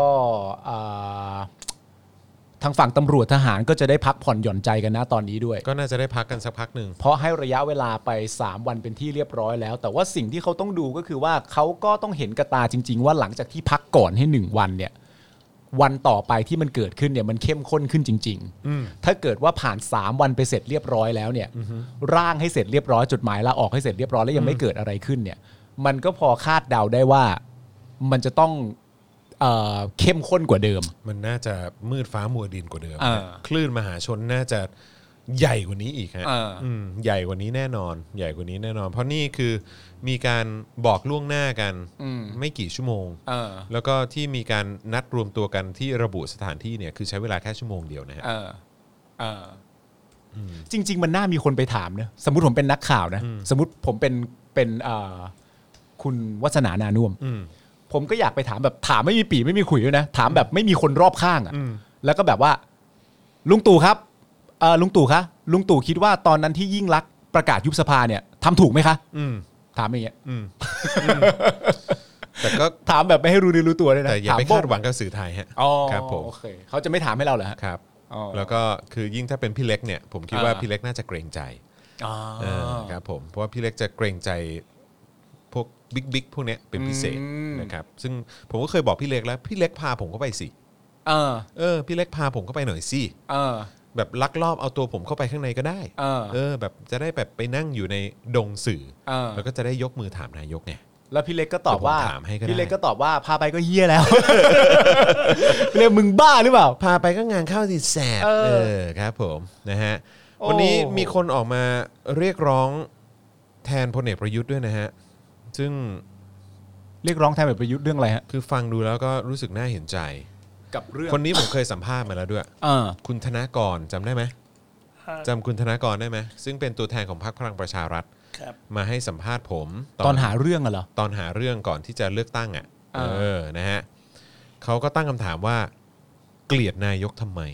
ทางฝั่งตำรวจทหารก็จะได้พักผ่อนหย่อนใจกันนะตอนนี้ด้วยก็น่าจะได้พักกันสักพักหนึ่งเพราะให้ระยะเวลาไปสามวันเป็นที่เรียบร้อยแล้วแต่ว่าสิ่งที่เขาต้องดูก็คือว่าเขาก็ต้องเห็นกระตาจริงๆว่าหลังจากที่พักก่อนให้หนึ่งวันเนี่ยวันต่อไปที่มันเกิดขึ้นเนี่ยมันเข้มข้นขึ้นจริงๆถ้าเกิดว่าผ่านสามวันไปเสร็จเรียบร้อยแล้วเนี่ยร่างให้เสร็จเรียบร้อยจดหมายลาออกให้เสร็จเรียบร้อยแล้วยังไม่เกิดอะไรขึ้นเนี่ยมันก็พอคาดเดาได้ว่ามันจะต้องเอ่อเข้มข้นกว่าเดิมมันน่าจะมืดฟ้ามัวดินกว่าเดิมคลื่นมหาชนน่าจะใหญ่กว่านี้อีกฮะใหญ่กว่านี้แน่นอนใหญ่กว่านี้แน่นอนเพราะนี่คือมีการบอกล่วงหน้ากันไม่กี่ชั่วโมงแล้วก็ที่มีการนัดรวมตัวกันที่ระบุสถานที่เนี่ยคือใช้เวลาแค่ชั่วโมงเดียวนะฮะจริงๆมันน่ามีคนไปถามนะสมมุติผมเป็นนักข่าวนะสมมุติผมเป็นเป็นคุณวัฒนานานุ่มผมก็อยากไปถามแบบถามไม่มีปีไม่มีขุยด้วยนะถามแบบไม่มีคนรอบข้างอ่ะแล้วก็แบบว่าลุงตู่ครับเออลุงตู่คะลุงตู่คิดว่าตอนนั้นที่ยิ่งลักษณ์ประกาศยุบสภาเนี่ยทำถูกไหมคะถามอย่างเงี้ยแต่ก็ถามแบบไม่ให้รู้ดีรู้ตัวเลยนะแต่อย่าไปคาดหวังกับสื่อไทยฮะครับผมโอเคเขาจะไม่ถามให้เราเหรอครับแล้วก็คือยิ่งถ้าเป็นพี่เล็กเนี่ยผมคิดว่าพี่เล็กน่าจะเกรงใจครับผมเพราะว่าพี่เล็กจะเกรงใจพวกบิ๊กบิ๊กพวกนี้เป็นพิเศษนะครับซึ่งผมก็เคยบอกพี่เล็กแล้วพี่เล็กพาผมเข้าไปสิเออเออพี่เล็กพาผมเข้าไปหน่อยสิเออแบบลักลอบเอาตัวผมเข้าไปข้างในก็ได้เออเออแบบจะได้แบบไปนั่งอยู่ในดงสื่อแล้วก็จะได้ยกมือถามนายกไงแล้วพี่เล็กก็ตอบว่าพี่เล็กก็ตอบว่าพาไปก็เหี้ยแล้วเรียกมึงบ้าหรือเปล่าพาไปก็งานเข้าสิแสบเออครับผมนะฮะวันนี้มีคนออกมาเรียกร้องแทนพลเอกประยุทธ์ด้วยนะฮะซึ่งเรียกร้องแทนแบบประยุทธ์เรื่องอะไรฮะคือฟังดูแล้วก็รู้สึกน่าเห็นใจกับเรื่องคนนี้ผมเคยสัมภาษณ์มาแล้วด้วยคุณธนากรจำได้ไหมจำคุณธนากรได้ไหมซึ่งเป็นตัวแทนของพรรคพลังประชารัฐมาให้สัมภาษณ์ผมตอนหาเรื่องเหรอตอนหาเรื่องก่อนที่จะเลือกตั้งอ่ะเออนะฮะเขาก็ตั้งคำถามว่าเกลียดนายกทำไม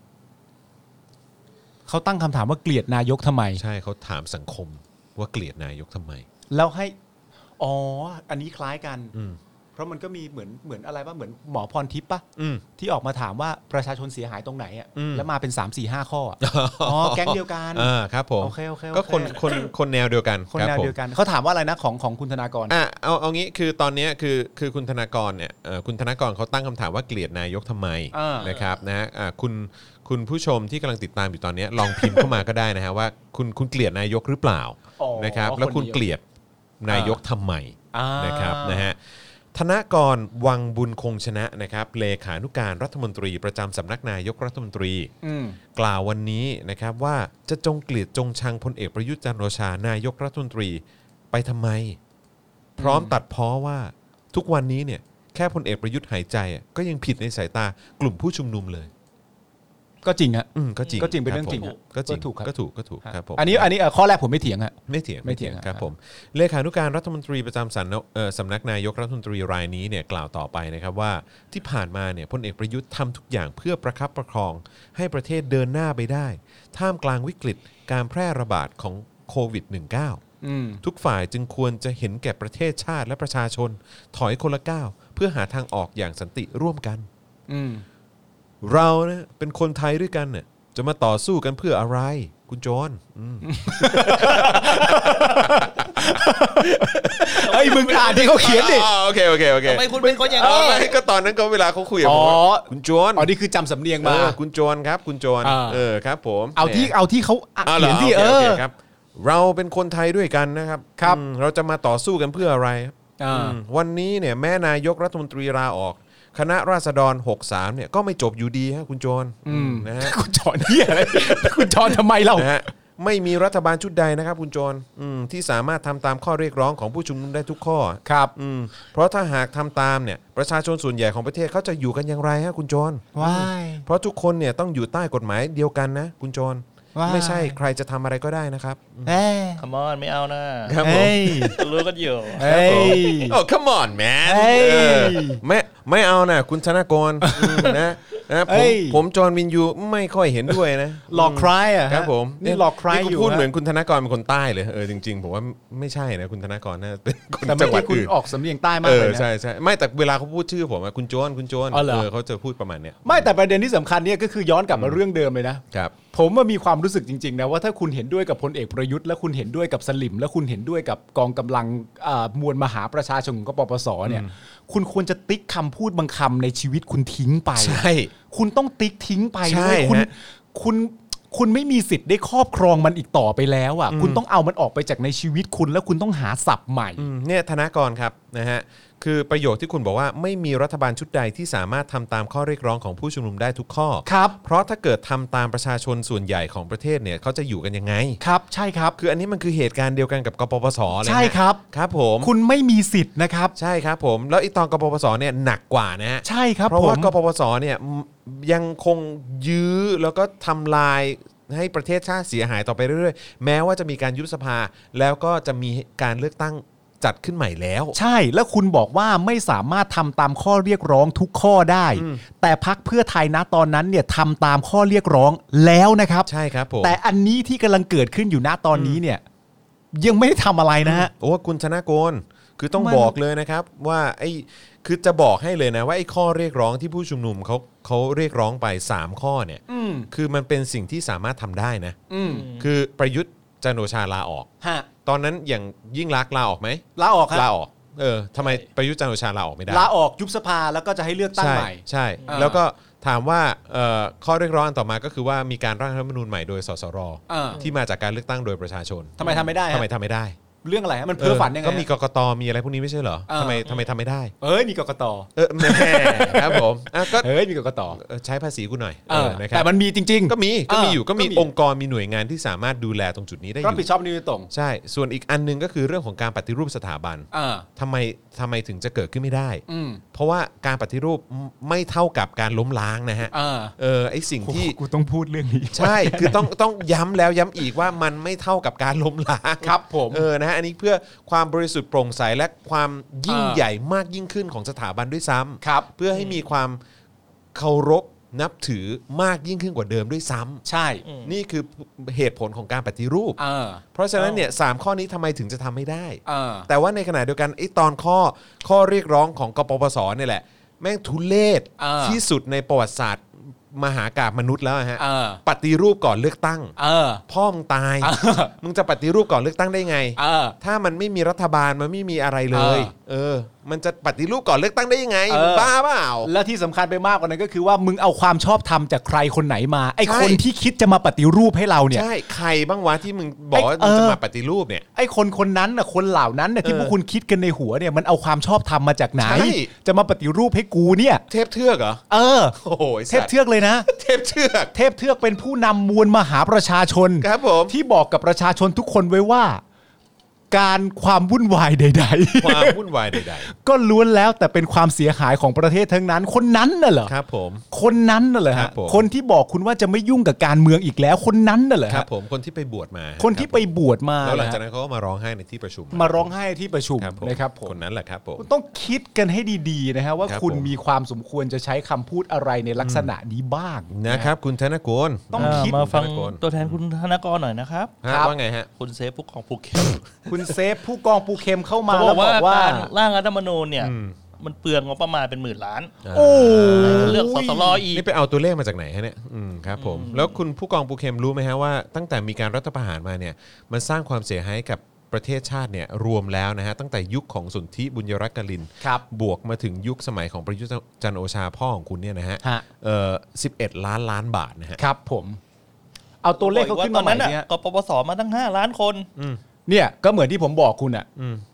เขาตั้งคำถามว่าเกลียดนายกทำไมใช่เขาถามสังคมว่าเกลียดนายกทำไมแล้วให้อ๋ออันนี้คล้ายกันเพราะมันก็มีเหมือนเหมือนอะไรป่ะเหมือนหมอพรทิพย์ป่ะที่ออกมาถามว่าประชาชนเสียหายตรงไหนอ่ะแล้วมาเป็นสาม สี่ ห้าข้ออ๋อแก๊งเดียวกันอ่าครับผมโอเคโอเคก็คนคนคนแนวเดียวกันคนแนวเดียวกันเขาถามว่าอะไรนะของของคุณธนากรอ่ะเอาเอางี้คือตอนนี้คือคือคุณธนากรเนี่ยคุณธนากรเขาตั้งคำถามว่าเกลียดนายกทำไมนะครับนะฮะคุณคุณผู้ชมที่กำลังติดตามอยู่ตอนนี้ลองพิมพ์เข้ามาก็ได้นะฮะว่าคุณคุณเกลียดนายกหรือเปล่านะครับแล้วคุณเกลียดนายกทำไมนะครับนะฮะธนกรวังบุญคงชนะนะครับเลขานุการรัฐมนตรีประจำสำนักนายกรัฐมนตรีกล่าววันนี้นะครับว่าจะจงเกลียดจงชังพลเอกประยุทธ์จันทร์โอชานายกรัฐมนตรีไปทำไมพร้อมตัดพ้อว่าทุกวันนี้เนี่ยแค่พลเอกประยุทธ์หายใจก็ยังผิดในสายตากลุ่มผู้ชุมนุมเลยก็จริงฮะก็จริงก็จริงเป็นเรื่องจริงก็จริงถูกก็ถูกก็ถูกครับผมอันนี้อันนี้ข้อแรกผมไม่เถียงฮะไม่เถียงไม่เถียงครับผมเลขานุการรัฐมนตรีประจำสำนักนายกรัฐมนตรีรายนี้เนี่ยกล่าวต่อไปนะครับว่าที่ผ่านมาเนี่ยพลเอกประยุทธ์ทำทุกอย่างเพื่อประคับประคองให้ประเทศเดินหน้าไปได้ท่ามกลางวิกฤตการแพร่ระบาดของโควิด สิบเก้า ทุกฝ่ายจึงควรจะเห็นแก่ประเทศชาติและประชาชนถอยคนละก้าวเพื่อหาทางออกอย่างสันติร่วมกันเรานะเป็นคนไทยด้วยกันเนี่ยจะมาต่อสู้กันเพื่ออะไรคุณโจรไอ้มึงอ่านที่เขาเขียนดิโอเคโอเคโอเคทำไมคุณเป็นคนอย่างนี้ก็ตอนนั้นก็เวลาเขาคุยกับผมคุณโจรอ๋อนี่คือจำสำเนียงมาคุณโจรครับคุณโจรเออครับผมเอาที่เอาที่เขาเขียนที่เออครับเราเป็นคนไทยด้วยกันนะครับครับเราจะมาต่อสู้กันเพื่ออะไรวันนี้เนี่ยแม่นายกรัฐมนตรีลาออกคณะราษฎรหกสิบสามเนี่ยก็ไม่จบอยู่ดีฮะคุณโจรนะฮะคุณจอนเหี้ยอะไรคุณจอนทำไมเล่านะฮะไม่มีรัฐบาลชุดใดนะครับคุณโจรอืมที่สามารถทำตามข้อเรียกร้องของผู้ชุมนุมได้ทุกข้อครับอืมเพราะถ้าหากทำตามเนี่ยประชาชนส่วนใหญ่ของประเทศเขาจะอยู่กันอย่างไรฮะคุณโจรว้ายเพราะทุกคนเนี่ยต้องอยู่ใต้กฎหมายเดียวกันนะคุณโจรว้ายไม่ใช่ใครจะทำอะไรก็ได้นะครับเอ้ยคัมอนไม่เอานะครับผมเฮ้ยรู้กันอยู่เฮ้ยโอ้ come on man เฮ้ยเออไม่ไม่เอานะคุณธนากรอืมนะนะผเฮ้มยผมจอห์นวินยูไม่ค่อยเห็นด้วยนะหลอกใครอ่ะครับผมนี่หลอกใครนี่อยู่พูดเหมือนฮะคุณธนากรเป็นคนใต้เลยเออจริงๆผมว่าไม่ใช่นะคุณธนากรน่าจะเป็นคนแต่จัเมื่งอหวัดกี้คุณอื่นออกสำเนียงใต้มาเอกเลอยนะใช่ใช่ไม่แต่เวลาเขาพูดชื่อผมอะคุณโจนคุณโจนอ๋อเหรอเออเขาจะพูดประมาณเนี้ยไม่แต่ประเด็นที่สำคัญเนี่ยก็คือย้อนกลับมาเรื่องเดิมเลยนะครับผมว่ามีความรู้สึกจริงๆนะว่าถ้าคุณเห็นด้วยกับพลเอกประยุทธ์และคุณเห็นด้วยกับสลิมและคุณเห็นด้วยกับกองกำลังอ่ามวลมหาประชาชนของกปปสเนี่ยคุณควรจะติ๊กคำพูดบางคำในชีวิตคุณทิ้งไปใช่คุณต้องติ๊กทิ้งไปใช่ด้วยคุณฮะคุณคุณไม่มีสิทธิ์ได้ครอบครองมันอีกต่อไปแล้วอ่ะคุณต้องเอามันออกไปจากในชีวิตคุณแล้วคุณต้องหาศัพท์ใหม่อืมเนี่ยธนากรครับนะฮะคือประโยคที่คุณบอกว่าไม่มีรัฐบาลชุดใดที่สามารถทำตามข้อเรียกร้องของผู้ชุมนุมได้ทุกข้อครับเพราะถ้าเกิดทำตามประชาชนส่วนใหญ่ของประเทศเนี่ยเขาจะอยู่กันยังไงครับใช่ครับคืออันนี้มันคือเหตุการณ์เดียวกันกับกปปสเลยนะใช่ครับครับผมคุณไม่มีสิทธิ์นะครับใช่ครับผมแล้วไอีตอนกปปสเนี่ยหนักกว่านะฮะใช่ครับเพราะผมว่ากปปสเนี่ยยังคงยื้อแล้วก็ทำลายให้ประเทศชาติเสียหายต่อไปเรื่อยๆแม้ว่าจะมีการยุบสภาแล้วก็จะมีการเลือกตั้งจัดขึ้นใหม่แล้วใช่แล้วคุณบอกว่าไม่สามารถทำตามข้อเรียกร้องทุกข้อได้ แต่พักเพื่อไทยนะตอนนั้นเนี่ยทำตามข้อเรียกร้องแล้วนะครับใช่ครับผมแต่อันนี้ที่กำลังเกิดขึ้นอยู่ณตอนนี้เนี่ยยังไม่ได้ทำอะไรนะฮะโอ้คุณธนากรคือต้องมันบอกเลยนะครับว่าไอ้คือจะบอกให้เลยนะว่าไอ้ข้อเรียกร้องที่ผู้ชุมนุมเขาเขาเรียกร้องไปสามข้อเนี่ยคือมันเป็นสิ่งที่สามารถทำได้นะคือประยุทธ์จันทร์โอชาลาออกฮะตอนนั้นอย่างยิ่งลักษณ์ลาออกไหมลาออกครับลาออกเออทำไมประยุทธ์จันทร์โอชาลาออกไม่ได้ลาออกยุบสภาแล้วก็จะให้เลือกตั้งใช่ใหม่ใช่อ่าแล้วก็ถามว่าเอ่อข้อเรียกร้องอันต่อมาก็คือว่ามีการร่างรัฐธรรมนูญใหม่โดยสสรอ่าที่มาจากการเลือกตั้งโดยประชาชนทำไมทำไม่ได้ฮะทำไมทำไม่ได้เรื่องอะไรฮะมันเพ้อฝันยังไงก็มีกกตมีอะไรพวกนี้ไม่ใช่เหรอเออทำไมทำไมทำไม่ได้เอ้ยมีกกตเออแหม่ครับผมอ่ะก็เอ้ยมีกกตเออใช้ภาษีกูหน่อยเออนะครัแต่บมันมีจริงๆก็มีก็มีอยู่ก็มีก็มีองค์กรมีหน่วยงานที่สามารถดูแลตรงจุดนี้ได้อรับยู่ผิดชอบนี่โดยตรงใช่ส่วนอีกอันนึงก็คือเรื่องของการปฏิรูปสถาบันอ่าทำไมทำไมถึงจะเกิดขึ้นไม่ได้อืมเพราะว่าการปฏิรูปไม่เท่ากับการล้มล้างนะฮะอ่าเออไอสิ่งที่กูต้องพูดเรื่องนี้ใช่ คือต้องต้องย้ำแล้วย้ำอีกว่ามันไม่เท่ากับการล้มล้างครับผมเออนะฮะอันนี้เพื่อความบริสุทธิ์โปร่งใสและความยิ่งอ่าใหญ่มากยิ่งขึ้นของสถาบันด้วยซ้ำครับเพื่อให้มีความเคารพนับถือมากยิ่งขึ้นกว่าเดิมด้วยซ้ำใช่นี่คือเหตุผลของการปฏิรูปอ่าเพราะฉะนั้นเนี่ยสามข้อนี้ทำไมถึงจะทำไม่ได้อ่าแต่ว่าในขณะเดียวกันไอ้ตอนข้อข้อเรียกร้องของกปปสเนี่ยแหละ แม่งทุเลศอ่าที่สุดในประวัติศาสตร์มหากาพย์มนุษย์แล้วฮะเออปฏิรูปก่อนเลือกตั้งเออพ่อมึงตายเออมึงจะปฏิรูปก่อนเลือกตั้งได้ไงเออถ้ามันไม่มีรัฐบาลมันไม่มีอะไรเลยเออเออ มันจะปฏิรูปก่อนเลือกตั้งได้ยังไงเออมึงบ้าเปล่าและที่สำคัญไปมากกว่านั้นก็คือว่ามึงเอาความชอบธรรมจากใครคนไหนมาไอ้ใช่คนที่คิดจะมาปฏิรูปให้เราเนี่ยใช่ใครบ้างวะที่มึงบอกว่าไอ้มึงจะเออมาปฏิรูปเนี่ยไอ้คนคนนั้นน่ะคนเหล่านั้นน่ะที่เออพวกคุณคิดกันในหัวเนี่ยมันเอาความชอบธรรมมาจากไหนใช่จะมาปฏิรูปให้กูเนี่ยเทพเทือกเหรอเออโอ้โหไอ้เทสัพตว์เทือกเลยนะเทพเทือกเทพเทือกเป็นผู้นำมวลมหาประชาชนครับผมที่บอกกับประชาชนทุกคนไว้ว่า การความวุ่นวายใดความวุ่นวายใดๆ ก็ล้วนแล้วแต่เป็นความเสียหายของประเทศทั้งนั้น คนนั้นน่ะเหรอๆ ครับผมคนนั้นน่ะเหรอครัฮะบผมคนที่บอกคุณว่าจะไม่ยุ่งกับการเมืองอีกแล้ว คนนั้นน่ะเหรอครัฮะบผมคนที่ไปบวชมาคนที่ไปบวชมาแล้วหลังจากนะนั้นเขาก็มาร้องไห้ในที่ประชุมมาร้องไห้ที่ประชุมครับผมนะครับผมคนนั้นแหละครับผมคุณต้องคิดกันให้ดีๆนะฮะว่าครับคุณผมมีความสมควรจะใช้คำพูดอะไรในลักษณะนี้บ้างนะครับคุณธนกรต้องเอ่อคิดมาฟังธนกรตัวแทนคุณธนกรหน่อยนะครับฮะครับว่าไงฮะคุณเซฟผู้ของภูเก็ตคุณเซฟผู้กองปูเข็มเข้ามาเขาบแล้อวกบว่าอกว่าการร่างรัฐธรรมนูญเนี่ยอืมมันเปลืองงบประมาณเป็นหมื่นล้านโอ้เลือกสสรอีกนี่ไปเอาตัวเลขมาจากไหนฮะเนี่ยอืมครับผมแล้วคุณผู้กองปูเข็มรู้ไหมฮะว่าตั้งแต่มีการรัฐประหารมาเนี่ยมันสร้างความเสียหายกับประเทศชาติเนี่ยรวมแล้วนะฮะตั้งแต่ยุคของสุนทรีบุญยรัตน์กลินครับบวกมาถึงยุคสมัยของประยุทธ์จันทร์โอชาพ่อของคุณเนี่ยนะฮะฮะเอ่อสิบเอ็ดล้านล้านบาทนะฮะครับผม เอาตัวเลขเขาขึ้นมาใหม่ตอนนั้นเนี่ยกปปสมาตั้งห้าล้านคนเนี่ยก็เหมือนที่ผมบอกคุณอ่ะ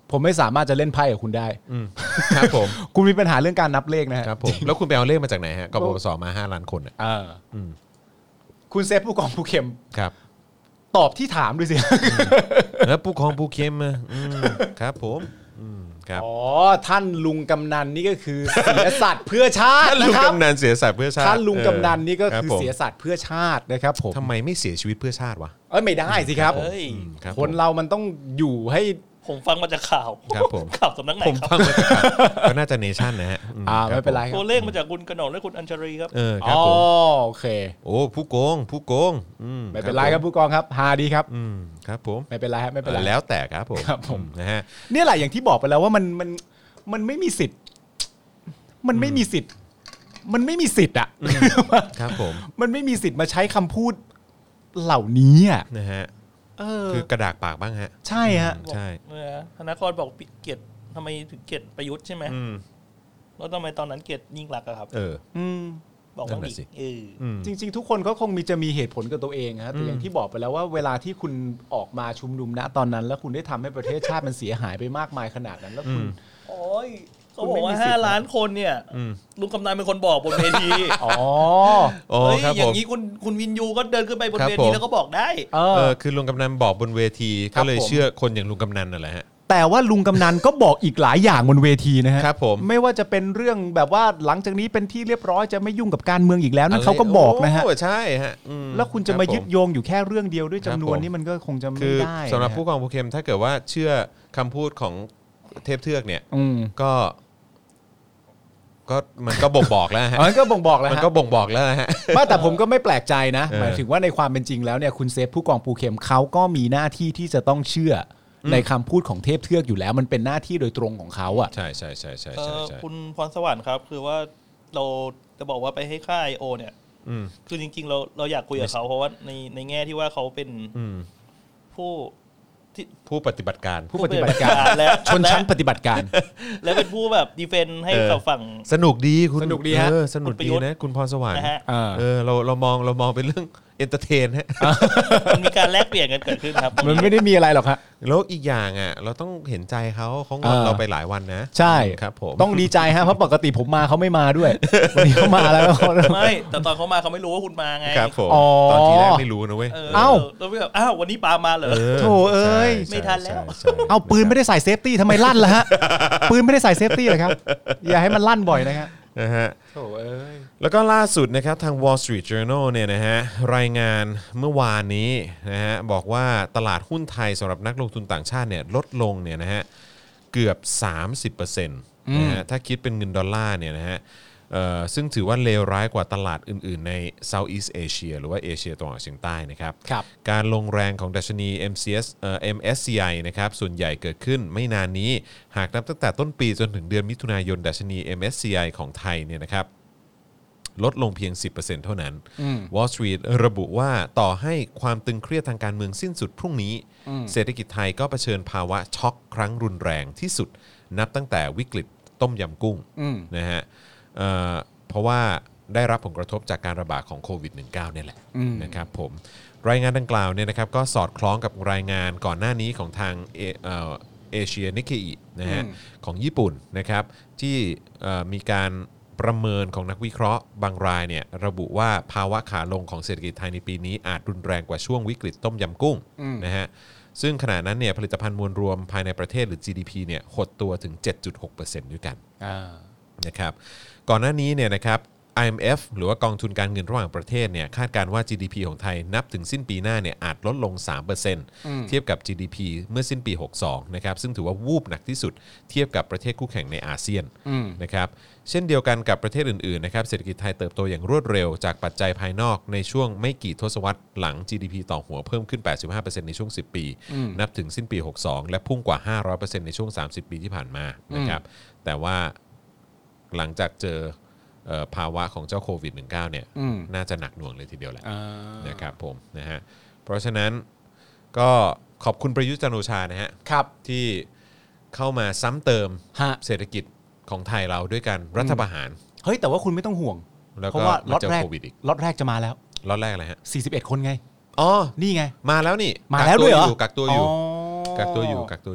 ผมไม่สามารถจะเล่นไพ่กับคุณได้ครับผมคุณมีปัญหาเรื่องการนับเลขนะฮะครับผมแล้วคุณไปเอาเลขมาจากไหนฮะกบพศมาห้าล้านคนอ่ะคุณเซฟผู้กองผู้เข็มครับตอบที่ถามด้วยสิแล้วผู้กองผู้เข็มอ่ะครับผมอ๋อท่านลุงกำนันนี่ก็คือเสียสัตว์เพื่อชาตินะครับท่านลุงกำนันเสียสัตว์เพื่อชาติท่านลุงกำนันนี่ก็คือเสียสัตว์เพื่อชาตินะครับผมทำไมไม่เสียชีวิตเพื่อชาติวะเอ้ยไม่ได้สิครับคนเรามันต้องอยู่ให้ผมฟังมาจากข่าวครับผมข่าวสำนักไหนผมฟังมาจากข่าวก็น่าจะเนชั่นนะฮะอ่าไม่เป็นไรตัวเลขมาจากคุณกนกและคุณอัญชรีครับเออครับผมโอเคโอ้ผู้โกงผู้โกงไม่เป็นไรครับผู้กองครับฮาดีครับอืมครับผมไม่เป็นไรครับไม่เป็นไรแล้วแต่ครับผมครับผมนะฮะเนี่ยแหละอย่างที่บอกไปแล้วว่ามันมันมันไม่มีสิทธิ์มันไม่มีสิทธิ์มันไม่มีสิทธิ์อ่ะครับผมมันไม่มีสิทธิ์มาใช้คำพูดเหล่านี้อ่ะนะฮะคือกระดากปากบ้างฮะใช่ฮะใช่ธนากรบอกเกลียดทำไมถึงเกลียดประยุทธ์ใช่ไหมแล้วทำไมตอนนั้นเกลียดยิ่งรักอะครับเออบอกว่าดิเออจริงๆทุกคนก็คงมีจะมีเหตุผลกับตัวเองฮะแต่อย่างที่บอกไปแล้วว่าเวลาที่คุณออกมาชุมนุมณตอนนั้นแล้วคุณได้ทำให้ประเทศชาติมันเสียหายไปมากมายขนาดนั้นแล้วคุณโอ้ยเขาบอกว่าห้าล้านคนเนี่ยลุงกำนันเป็นคนบอกบนเวทีอ๋อเฮ้ยอย่างนี้คุณคุณวินยูก็เดินขึ้นไปบนเวทีแล้วก็บอกได้เออคือลุงกำนันบอกบนเวทีก็เลยเชื่อคนอย่างลุงกำนันนั่นแหละฮะแต่ว่าลุงกำนันก็บอกอีกหลายอย่างบนเวทีนะฮะครับผมไม่ว่าจะเป็นเรื่องแบบว่าหลังจากนี้เป็นที่เรียบร้อยจะไม่ยุ่งกับการเมืองอีกแล้วนั่นเขาก็บอกนะฮะใช่ฮะแล้วคุณจะมายึดโยงอยู่แค่เรื่องเดียวด้วยจำนวนนี้มันก็คงจะไม่ได้สำหรับผู้กองผู้เข็มถ้าเกิดว่าเชื่อคำพูดของเทพเทือกเนี่ยก็ก็มันก็บ่งบอกแล้วฮะมันก็บ่งบอกแล้วมันก็บ่งบอกแล้วฮะไม่แต่ผมก็ไม่แปลกใจนะหมายถึงว่าในความเป็นจริงแล้วเนี่ยคุณเซฟผู้กองปูเข็มเขาก็มีหน้าที่ที่จะต้องเชื่อในคำพูดของเทพเทือกอยู่แล้วมันเป็นหน้าที่โดยตรงของเขาอ่ะใช่ใช่ใช่ใช่ใช่คุณพรสวรรค์ครับคือว่าเราจะบอกว่าไปให้ค่ายโอเนี่ยคือจริงๆเราเราอยากคุยกับเขาเพราะว่าในในแง่ที่ว่าเขาเป็นผู้ผู้ปฏิบัติการผู้ปฏิบัติการและชนชั้นปฏิบัติการและเป็นผู้แบบดีเฟนต์ให้กับฝั่งสนุกดีคุณสนุกดีฮะสนุกดีนะคุณพรสวรรค์เออเราเรามองเรามองเป็นเรื่องเอนเตอร์เทนฮะมันมีการแลกเปลี่ยนกันเกิดขึ้นครับมันไม่ได้มีอะไรหรอกครับแล้วอีกอย่างอ่ะเราต้องเห็นใจเขาเขางอนเราไปหลายวันนะใช่ครับผมต้องดีใจฮะเพราะปกติผมมาเขาไม่มาด้วยวันนี้เขามาแล้วไม่แต่ตอนเขามาเขาไม่รู้ว่าคุณมาไงครับผมตอนทีแรกไม่รู้นะเว้ยเอ้าเราแบบอ้าววันนี้ปามาเหรอโธ่เอ้ยไม่ทันแล้วเอาปืนไม่ได้ใส่เซฟตี้ทำไมลั่นล่ะฮะปืนไม่ได้ใส่เซฟตี้เลยครับอย่าให้มันลั่นบ่อยนะครับนะฮะโถ่เอ้ยแล้วก็ล่าสุดนะครับทาง Wall Street Journal เนี่ยนะฮะรายงานเมื่อวานนี้นะฮะบอกว่าตลาดหุ้นไทยสำหรับนักลงทุนต่างชาติเนี่ยลดลงเนี่ยนะฮะเกือบ สามสิบเปอร์เซ็นต์ นะฮะถ้าคิดเป็นเงินดอลลาร์เนี่ยนะฮะซึ่งถือว่าเลวร้ายกว่าตลาดอื่นๆใน Southeast Asia หรือว่าเอเชียตะวันออกเฉียงใต้นะครับการลงแรงของดัชนี เอ็ม ซี เอส เอ่อ เอ็ม เอส ซี ไอ นะครับส่วนใหญ่เกิดขึ้นไม่นานนี้หากนับตั้งแต่ต้นปีจนถึงเดือนมิถุนายนดัชนี เอ็ม เอส ซี ไอ ของไทยเนี่ยนะครับลดลงเพียง สิบเปอร์เซ็นต์ เท่านั้น Wall Street ระบุว่าต่อให้ความตึงเครียดทางการเมืองสิ้นสุดพรุ่งนี้เศรษฐกิจไทยก็เผชิญภาวะช็อกครั้งรุนแรงที่สุดนับตั้งแต่วิกฤตต้มยำกุ้งนะฮะเพราะว่าได้รับผลกระทบจากการระบาดของโควิด สิบเก้า เนี่ยแหละนะครับผมรายงานดังกล่าวเนี่ยนะครับก็สอดคล้องกับรายงานก่อนหน้านี้ของทางเอเชียนิเคอินะฮะของญี่ปุ่นนะครับที่มีการประเมินของนักวิเคราะห์บางรายเนี่ยระบุว่าภาวะขาลงของเศรษฐกิจไทยในปีนี้อาจรุนแรงกว่าช่วงวิกฤตต้มยำกุ้งนะฮะซึ่งขณะนั้นเนี่ยผลิตภัณฑ์มวลรวมภายในประเทศหรือ จี ดี พี เนี่ยหดตัวถึง เจ็ดจุดหกเปอร์เซ็นต์ ด้วยกันนะครับก่อนหน้านี้เนี่ยนะครับ ไอ เอ็ม เอฟ หรือว่ากองทุนการเงินระหว่างประเทศเนี่ยคาดการณ์ว่า จี ดี พี ของไทยนับถึงสิ้นปีหน้าเนี่ยอาจลดลง สามเปอร์เซ็นต์ เทียบกับ จี ดี พี เมื่อสิ้นปีหกสิบสองนะครับซึ่งถือว่าวูบหนักที่สุดเทียบกับประเทศคู่แข่งในอาเซียนนะครับเช่นเดียวกันกับประเทศอื่นๆนะครับเศรษฐกิจไทยเติบโตอย่างรวดเร็วจากปัจจัยภายนอกในช่วงไม่กี่ทศวรรษหลัง จี ดี พี ต่อหัวเพิ่มขึ้น แปดสิบห้าเปอร์เซ็นต์ ในช่วงสิบปีนับถึงสิ้นปีหกสิบสองและพุ่งกว่า ห้าร้อยเปอร์เซ็นต์ ในช่วงสามสิบปีที่ผ่านมานะครับแต่ว่าหลังจากเจอภาวะของเจ้าโควิด สิบเก้า เนี่ยน่าจะหนักหน่วงเลยทีเดียวแหละนะครับผมนะฮะเพราะฉะนั้นก็ขอบคุณประยุทธ์จันทร์โอชานะฮะที่เข้ามาซ้ำเติมเศรษฐกิจของไทยเราด้วยการรัฐประหารเฮ้ยแต่ว่าคุณไม่ต้องห่วงเพราะว่าล็อตแรกล็อตแรกจะมาแล้วล็อตแรกอะไรฮะสี่สิบเอ็ดคนไงอ๋อนี่ไงมาแล้วนี่มาแล้วด้วยเหรอกักตัวอยู่กักตัวอยู่กักตัวอยู่โอ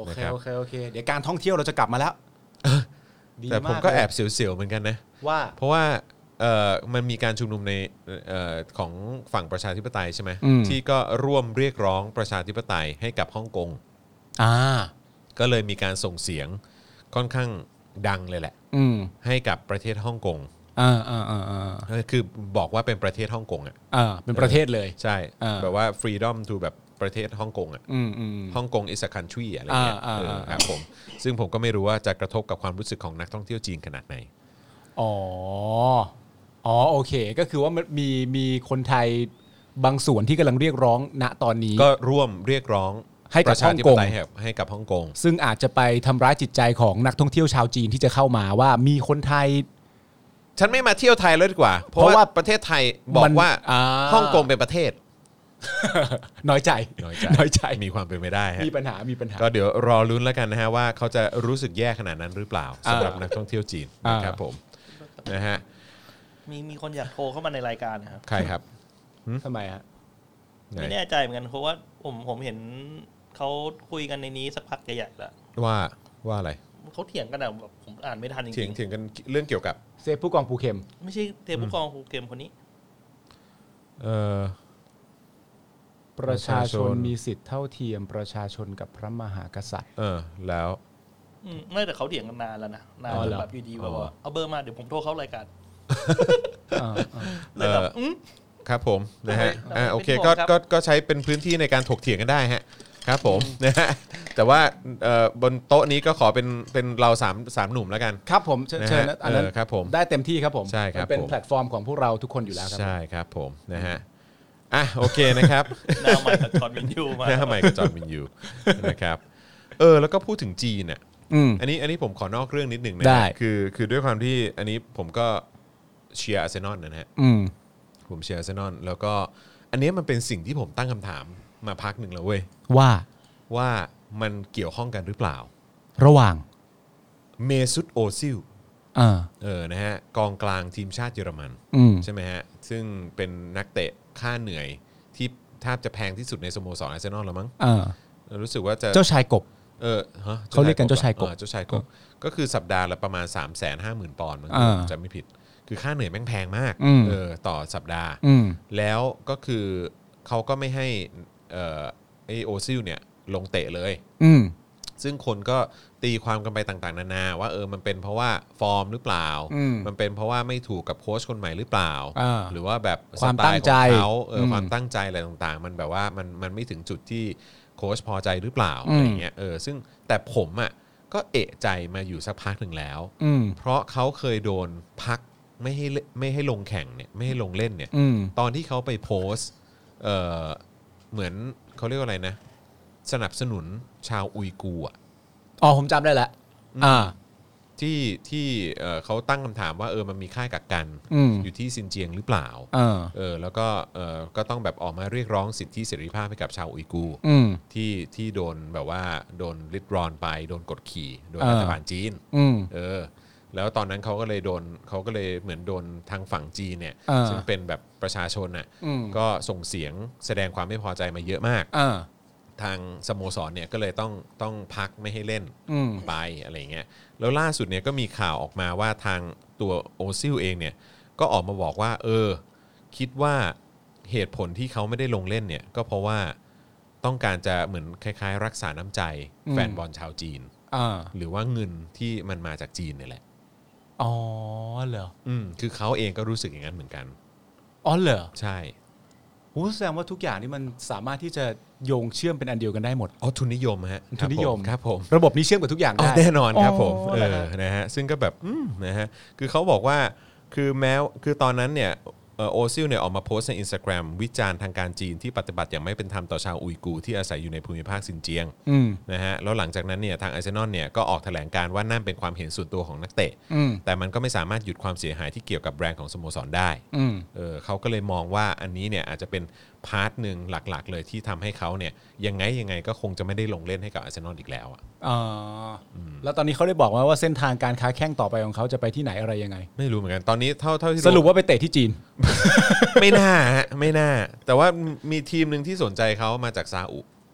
โอเคนะครับโอเคโอเคเดี๋ยวการท่องเที่ยวเราจะกลับมาแล้วดีแต่ผมก็แอบเสียวๆเหมือนกันนะว่าเพราะว่าเอ่อมันมีการชุมนุมในเอ่อของฝั่งประชาธิปไตยใช่ไหมอืมที่ก็ร่วมเรียกร้องประชาธิปไตยให้กับฮ่องกงอ่าก็เลยมีการส่งเสียงค่อนข้างดังเลยแหละอืมให้กับประเทศฮ่องกงอ่าอ่าอ่าอ่าคือบอกว่าเป็นประเทศฮ่องกงอ่ะอ่าเป็นประเทศเลยใช่อ่าแบบว่า freedom to แบบประเทศฮ่องกงอ่ะอืมอืมฮ่องกง is a country อะไรเงี้ยอ่าอ่าเอออ่าครับผมซึ่งผมก็ไม่รู้ว่าจะกระทบกับความรู้สึกของนักท่องเที่ยวจีนขนาดไหนอ๋ออ๋อโอเค ก็คือว่ามันมีมีคนไทยบางส่วนที่กำลังเรียกร้องณตอนนี้ก็ร่วมเรียกร้องให้กับประชาธิปไตยฮ่องกงให้ให้กับฮ่องกงซึ่งอาจจะไปทำร้ายจิตใจของนักท่องเที่ยวชาวจีนที่จะเข้ามาว่ามีคนไทยฉันไม่มาเที่ยวไทยเลยดีกว่า เพราะเพราะว่าว่าประเทศไทยบอกว่าอ่าฮ่องกงเป็นประเทศน้อยใจน้อยใจน้อยใจมีความเป็นไปได้ฮะมีปัญหามีปัญหาก็เดี๋ยวรอลุ้นแล้วกันนะฮะว่าเขาจะรู้สึกแย่ขนาดนั้นหรือเปล่าอ่าสำหรับนักท่องเที่ยวจีนอ่านนะครับผมนะฮะมีมีคนอยากโทรเข้ามาในรายการนะครับใครครับทำไมฮะไหนไม่แน่ใจเหมือนกันเพราะว่าผมผมเห็นเขาคุยกันในนี้สักพักใหญ่ๆแล้วว่าว่าอะไรเขาเถียงกันอะแบบผมอ่านไม่ทันจเถียริงงเถียงกันเรื่องเกี่ยวกับเซฟผู้กองภูเข็มๆไม่ใช่เทปผู้กองครูเกมคนนี้เอ่อประชาชนประชาชนมีสิทธิ์เท่าเทียมประชาชนกับพระมหากษัตริย์เออแล้วอืมไม่แต่เขาเถียงกันนานแล้วนะนานอ๋อจเหรนอแบบอยู่ดีแบบว่าเอาเบอร์มาเดี๋ยวผมโทรเข้ารายการอ่าอ่าเลยแบบอืมครับผมนะฮะทำไมอ่าทำไมโอเคเป็นห่ก็วงครับก็ก็ใช้เป็นพื้นที่ในการถกเถียงกันได้ฮะครับผมนะฮะแต่ว่าเอ่อบนโต๊ะนี้ก็ขอเป็นเป็นเราสามสามหนุ่มแล้วกันครับผมเชิญนะฮะเชิญนะอันนั้นเออครับผมได้เต็มที่ครับผมใช่ครับมันเป็นผมแพลตฟอร์มของพวกเราทุกคนอยู่แล้วครับใช่ครับผมนะฮะอ่ะโอเคนะครับหน้าใหม่กับจอห์นวินยูมาหน้าใหม่กับจอห์นวินยูนะครับเออแล้วก็พูดถึงจีนเนี่ยอืมอันนี้อันนี้ผมขอนอกเรื่องนิดหนึ่งนะได้ฮะคือคือด้วยความที่อันนี้ผมก็เชียร์อาร์เซนอลนะฮะอืมผมเชียร์อาร์เซนอลแล้วก็อันนี้มันเป็นสิ่งที่ผมตั้งคำถามมาพักหนึ่งแล้วเว้ยว่าว่ามันเกี่ยวข้องกันหรือเปล่าระหว่างเมซุตโอซิลอ่าเออนะฮะกองกลางทีมชาติเยอรมันอืมใช่ไหมฮะซึ่งเป็นนักเตะค่าเหนื่อยที่แทบจะแพงที่สุดในสโมสรอาร์เซนอลแล้วมั้งอ่ารู้สึกว่าจะเจ้าชายกบเออฮะเขาเรียกกันเจ้าชายกบเออเจ้าชายกบก็คือสัปดาห์ละประมาณ 3 5 0 0 0 0 ปอนด์มั้งอ่าจะไม่ผิด คือค่าเหนื่อยแม่งแพงมากอืมเออต่อสัปดาห์อืมแล้วก็คือเขาก็ไม่ให้เอ่อไอโอซิลเนี่ยลงเตะเลยอืมซึ่งคนก็ตีความกันไปต่างๆนานาว่าเออมันเป็นเพราะว่าฟอร์มหรือเปล่าอืมมันเป็นเพราะว่าไม่ถูกกับโค้ชคนใหม่หรือเปล่าอ่าหรือว่าแบบความสไตล์ตั้งใจของเขาเอออมความตั้งใจอะไรต่างๆ มันแบบว่ามันมันไม่ถึงจุดที่โค้ชพอใจหรือเปล่าอืมอะไรเงี้ยเออซึ่งแต่ผมอ่ะก็เอะใจมาอยู่สักพักหนึ่งแล้วอืมเพราะเขาเคยโดนพักไม่ให้เล่นไม่ให้ลงแข่งเนี่ยไม่ให้ลงเล่นเนี่ยอืมตอนที่เขาไปโพสต์เอ่อเหมือนเขาเรียกว่าอะไรนะ สนับสนุนชาวอุยกูร์อะอ๋อผมจำได้แล้วอ่าที่ที่เอ่อเขาตั้งคำถามว่าเออมันมีค่ายกักกันอืมอยู่ที่ซินเจียงหรือเปล่าอ่าเออแล้วก็เออก็ต้องแบบออกมาเรียกร้องสิทธิเสรีภาพให้กับชาวอุยกูร์อืมที่ที่โดนแบบว่าโดนริดรอนไปโดนกดขี่โดยอ่ารัฐบาลจีนอืมเออแล้วตอนนั้นเขาก็เลยโดนเขาก็เลยเหมือนโดนทางฝั่งจีนเนี่ยอ่าซึ่งเป็นแบบประชาชนน่ะอืมก็ส่งเสียงแสดงความไม่พอใจมาเยอะมากอ่าทางสโมสรเนี่ยก็เลยต้องต้องพักไม่ให้เล่นอืมไปอะไรเงี้ยแล้วล่าสุดเนี่ยก็มีข่าวออกมาว่าทางตัวโอซิลเองเนี่ยก็ออกมาบอกว่าเออคิดว่าเหตุผลที่เขาไม่ได้ลงเล่นเนี่ยก็เพราะว่าต้องการจะเหมือนคล้ายๆ รักษาน้ำใจอืมแฟนบอลชาวจีนอ่าหรือว่าเงินที่มันมาจากจีนเนี่ยแหละอ๋อเหรออืมคือเขาเองก็รู้สึกอย่างนั้นเหมือนกันอ๋อเหรอใช่โอ้แสดงว่าทุกอย่างนี่มันสามารถที่จะโยงเชื่อมเป็นอันเดียวกันได้หมดอ๋อทุนนิยมฮะทุนนิยมครับผมระบบนี้เชื่อมกับทุกอย่างอ๋อได้แน่นอนครับผมอ๋อเอเหรออฮะนะฮะซึ่งก็แบบอืมนะฮะคือเขาบอกว่าคือแม้คือตอนนั้นเนี่ยเอ่อโอซิลเนี่ยออกมาโพสต์ใน Instagram วิจารณ์ทางการจีนที่ปฏิบัติอย่างไม่เป็นธรรมต่อชาวอุยกูร์ที่อาศัยอยู่ในภูมิภาคซินเจียงอืมนะฮะแล้วหลังจากนั้นเนี่ยทางอาร์เซนอลเนี่ยก็ออกแถลงการว่านั่นเป็นความเห็นส่วนตัวของนักเตะอืมแต่มันก็ไม่สามารถหยุดความเสียหายที่เกี่ยวกับแบรนด์ของสโมสรได้อืมเออเขาก็เลยมองว่าอันนี้เนี่ยอาจจะเป็นพาร์ทหนึ่งหลักๆ เลยที่ทำให้เขาเนี่ยยังไงยังไงก็คงจะไม่ได้ลงเล่นให้กับอาร์เซนอลอีกแล้วอ่ะอ่าแล้วตอนนี้เขาได้บอกว่าว่าเส้นทางการค้าแข่งต่อไปของเขาจะไปที่ไหนอะไรยังไงไม่รู้เหมือนกันตอนนี้เท่าเท่าที่สรุปว่าไปเตะที่จีนไม่น่าฮะไม่น่า แต่ว่ามีทีมหนึ่งที่สนใจเขามาจากซาอุ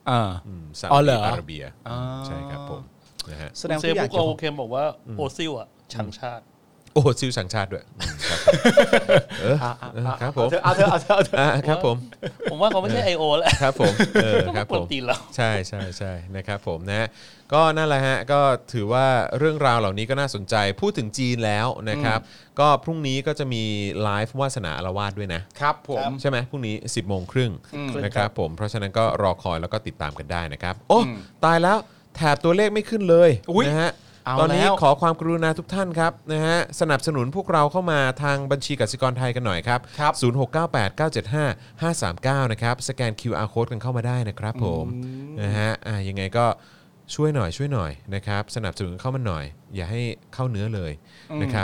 อ่าอืมซาอ๋ออุเหรดิออาระเบียอ๋อใช่ครับผมนะฮะแสดงเซว่าอยาบุกกจะโอเคมบอกว่าโอซิลอ่ะชังชาติโอ้ซิลสังชาติด้วยอืมครับเออเออครับผมเอาเถอะเอาเถอะเอาเถอะอ่าครับผมผมว่าเขาไม่ใช่ ไอ โอ แล้วครับผมเออก็ครับปผวดมตีนเราใช่ใช่ใช่นะครับผมนะฮะก็นั่นแหละฮะก็ถือว่าเรื่องราวเหล่านี้ก็น่าสนใจพูดถึงจีนแล้วนะครับก็พรุ่งนี้ก็จะมีไลฟ์วาสนาอารวาสด้วยนะครับผมใช่ไหมพรุ่งนี้ สิบโมงครึ่งอืมนะครับผมเพราะฉะนั้นก็รอคอยแล้วก็ติดตามกันได้นะครับโอ้อืมตายแล้วแถบตัวเลขไม่ขึ้นเลยอุ๊ยนะฮะเอาตอนนี้แล้วขอความกรุณาทุกท่านครับนะฮะสนับสนุนพวกเราเข้ามาทางบัญชีกสิกรไทยกันหน่อยครับครับศูนย์ หก เก้า แปด เก้า เจ็ด ห้า ห้า สาม เก้านะครับสแกน คิว อาร์ Code กันเข้ามาได้นะครับผมนะฮะอ่ะยังไงก็ช่วยหน่อยช่วยหน่อยนะครับสนับสนุนเข้ามาหน่อย อย่าให้เข้าเนื้อเลยนะครับ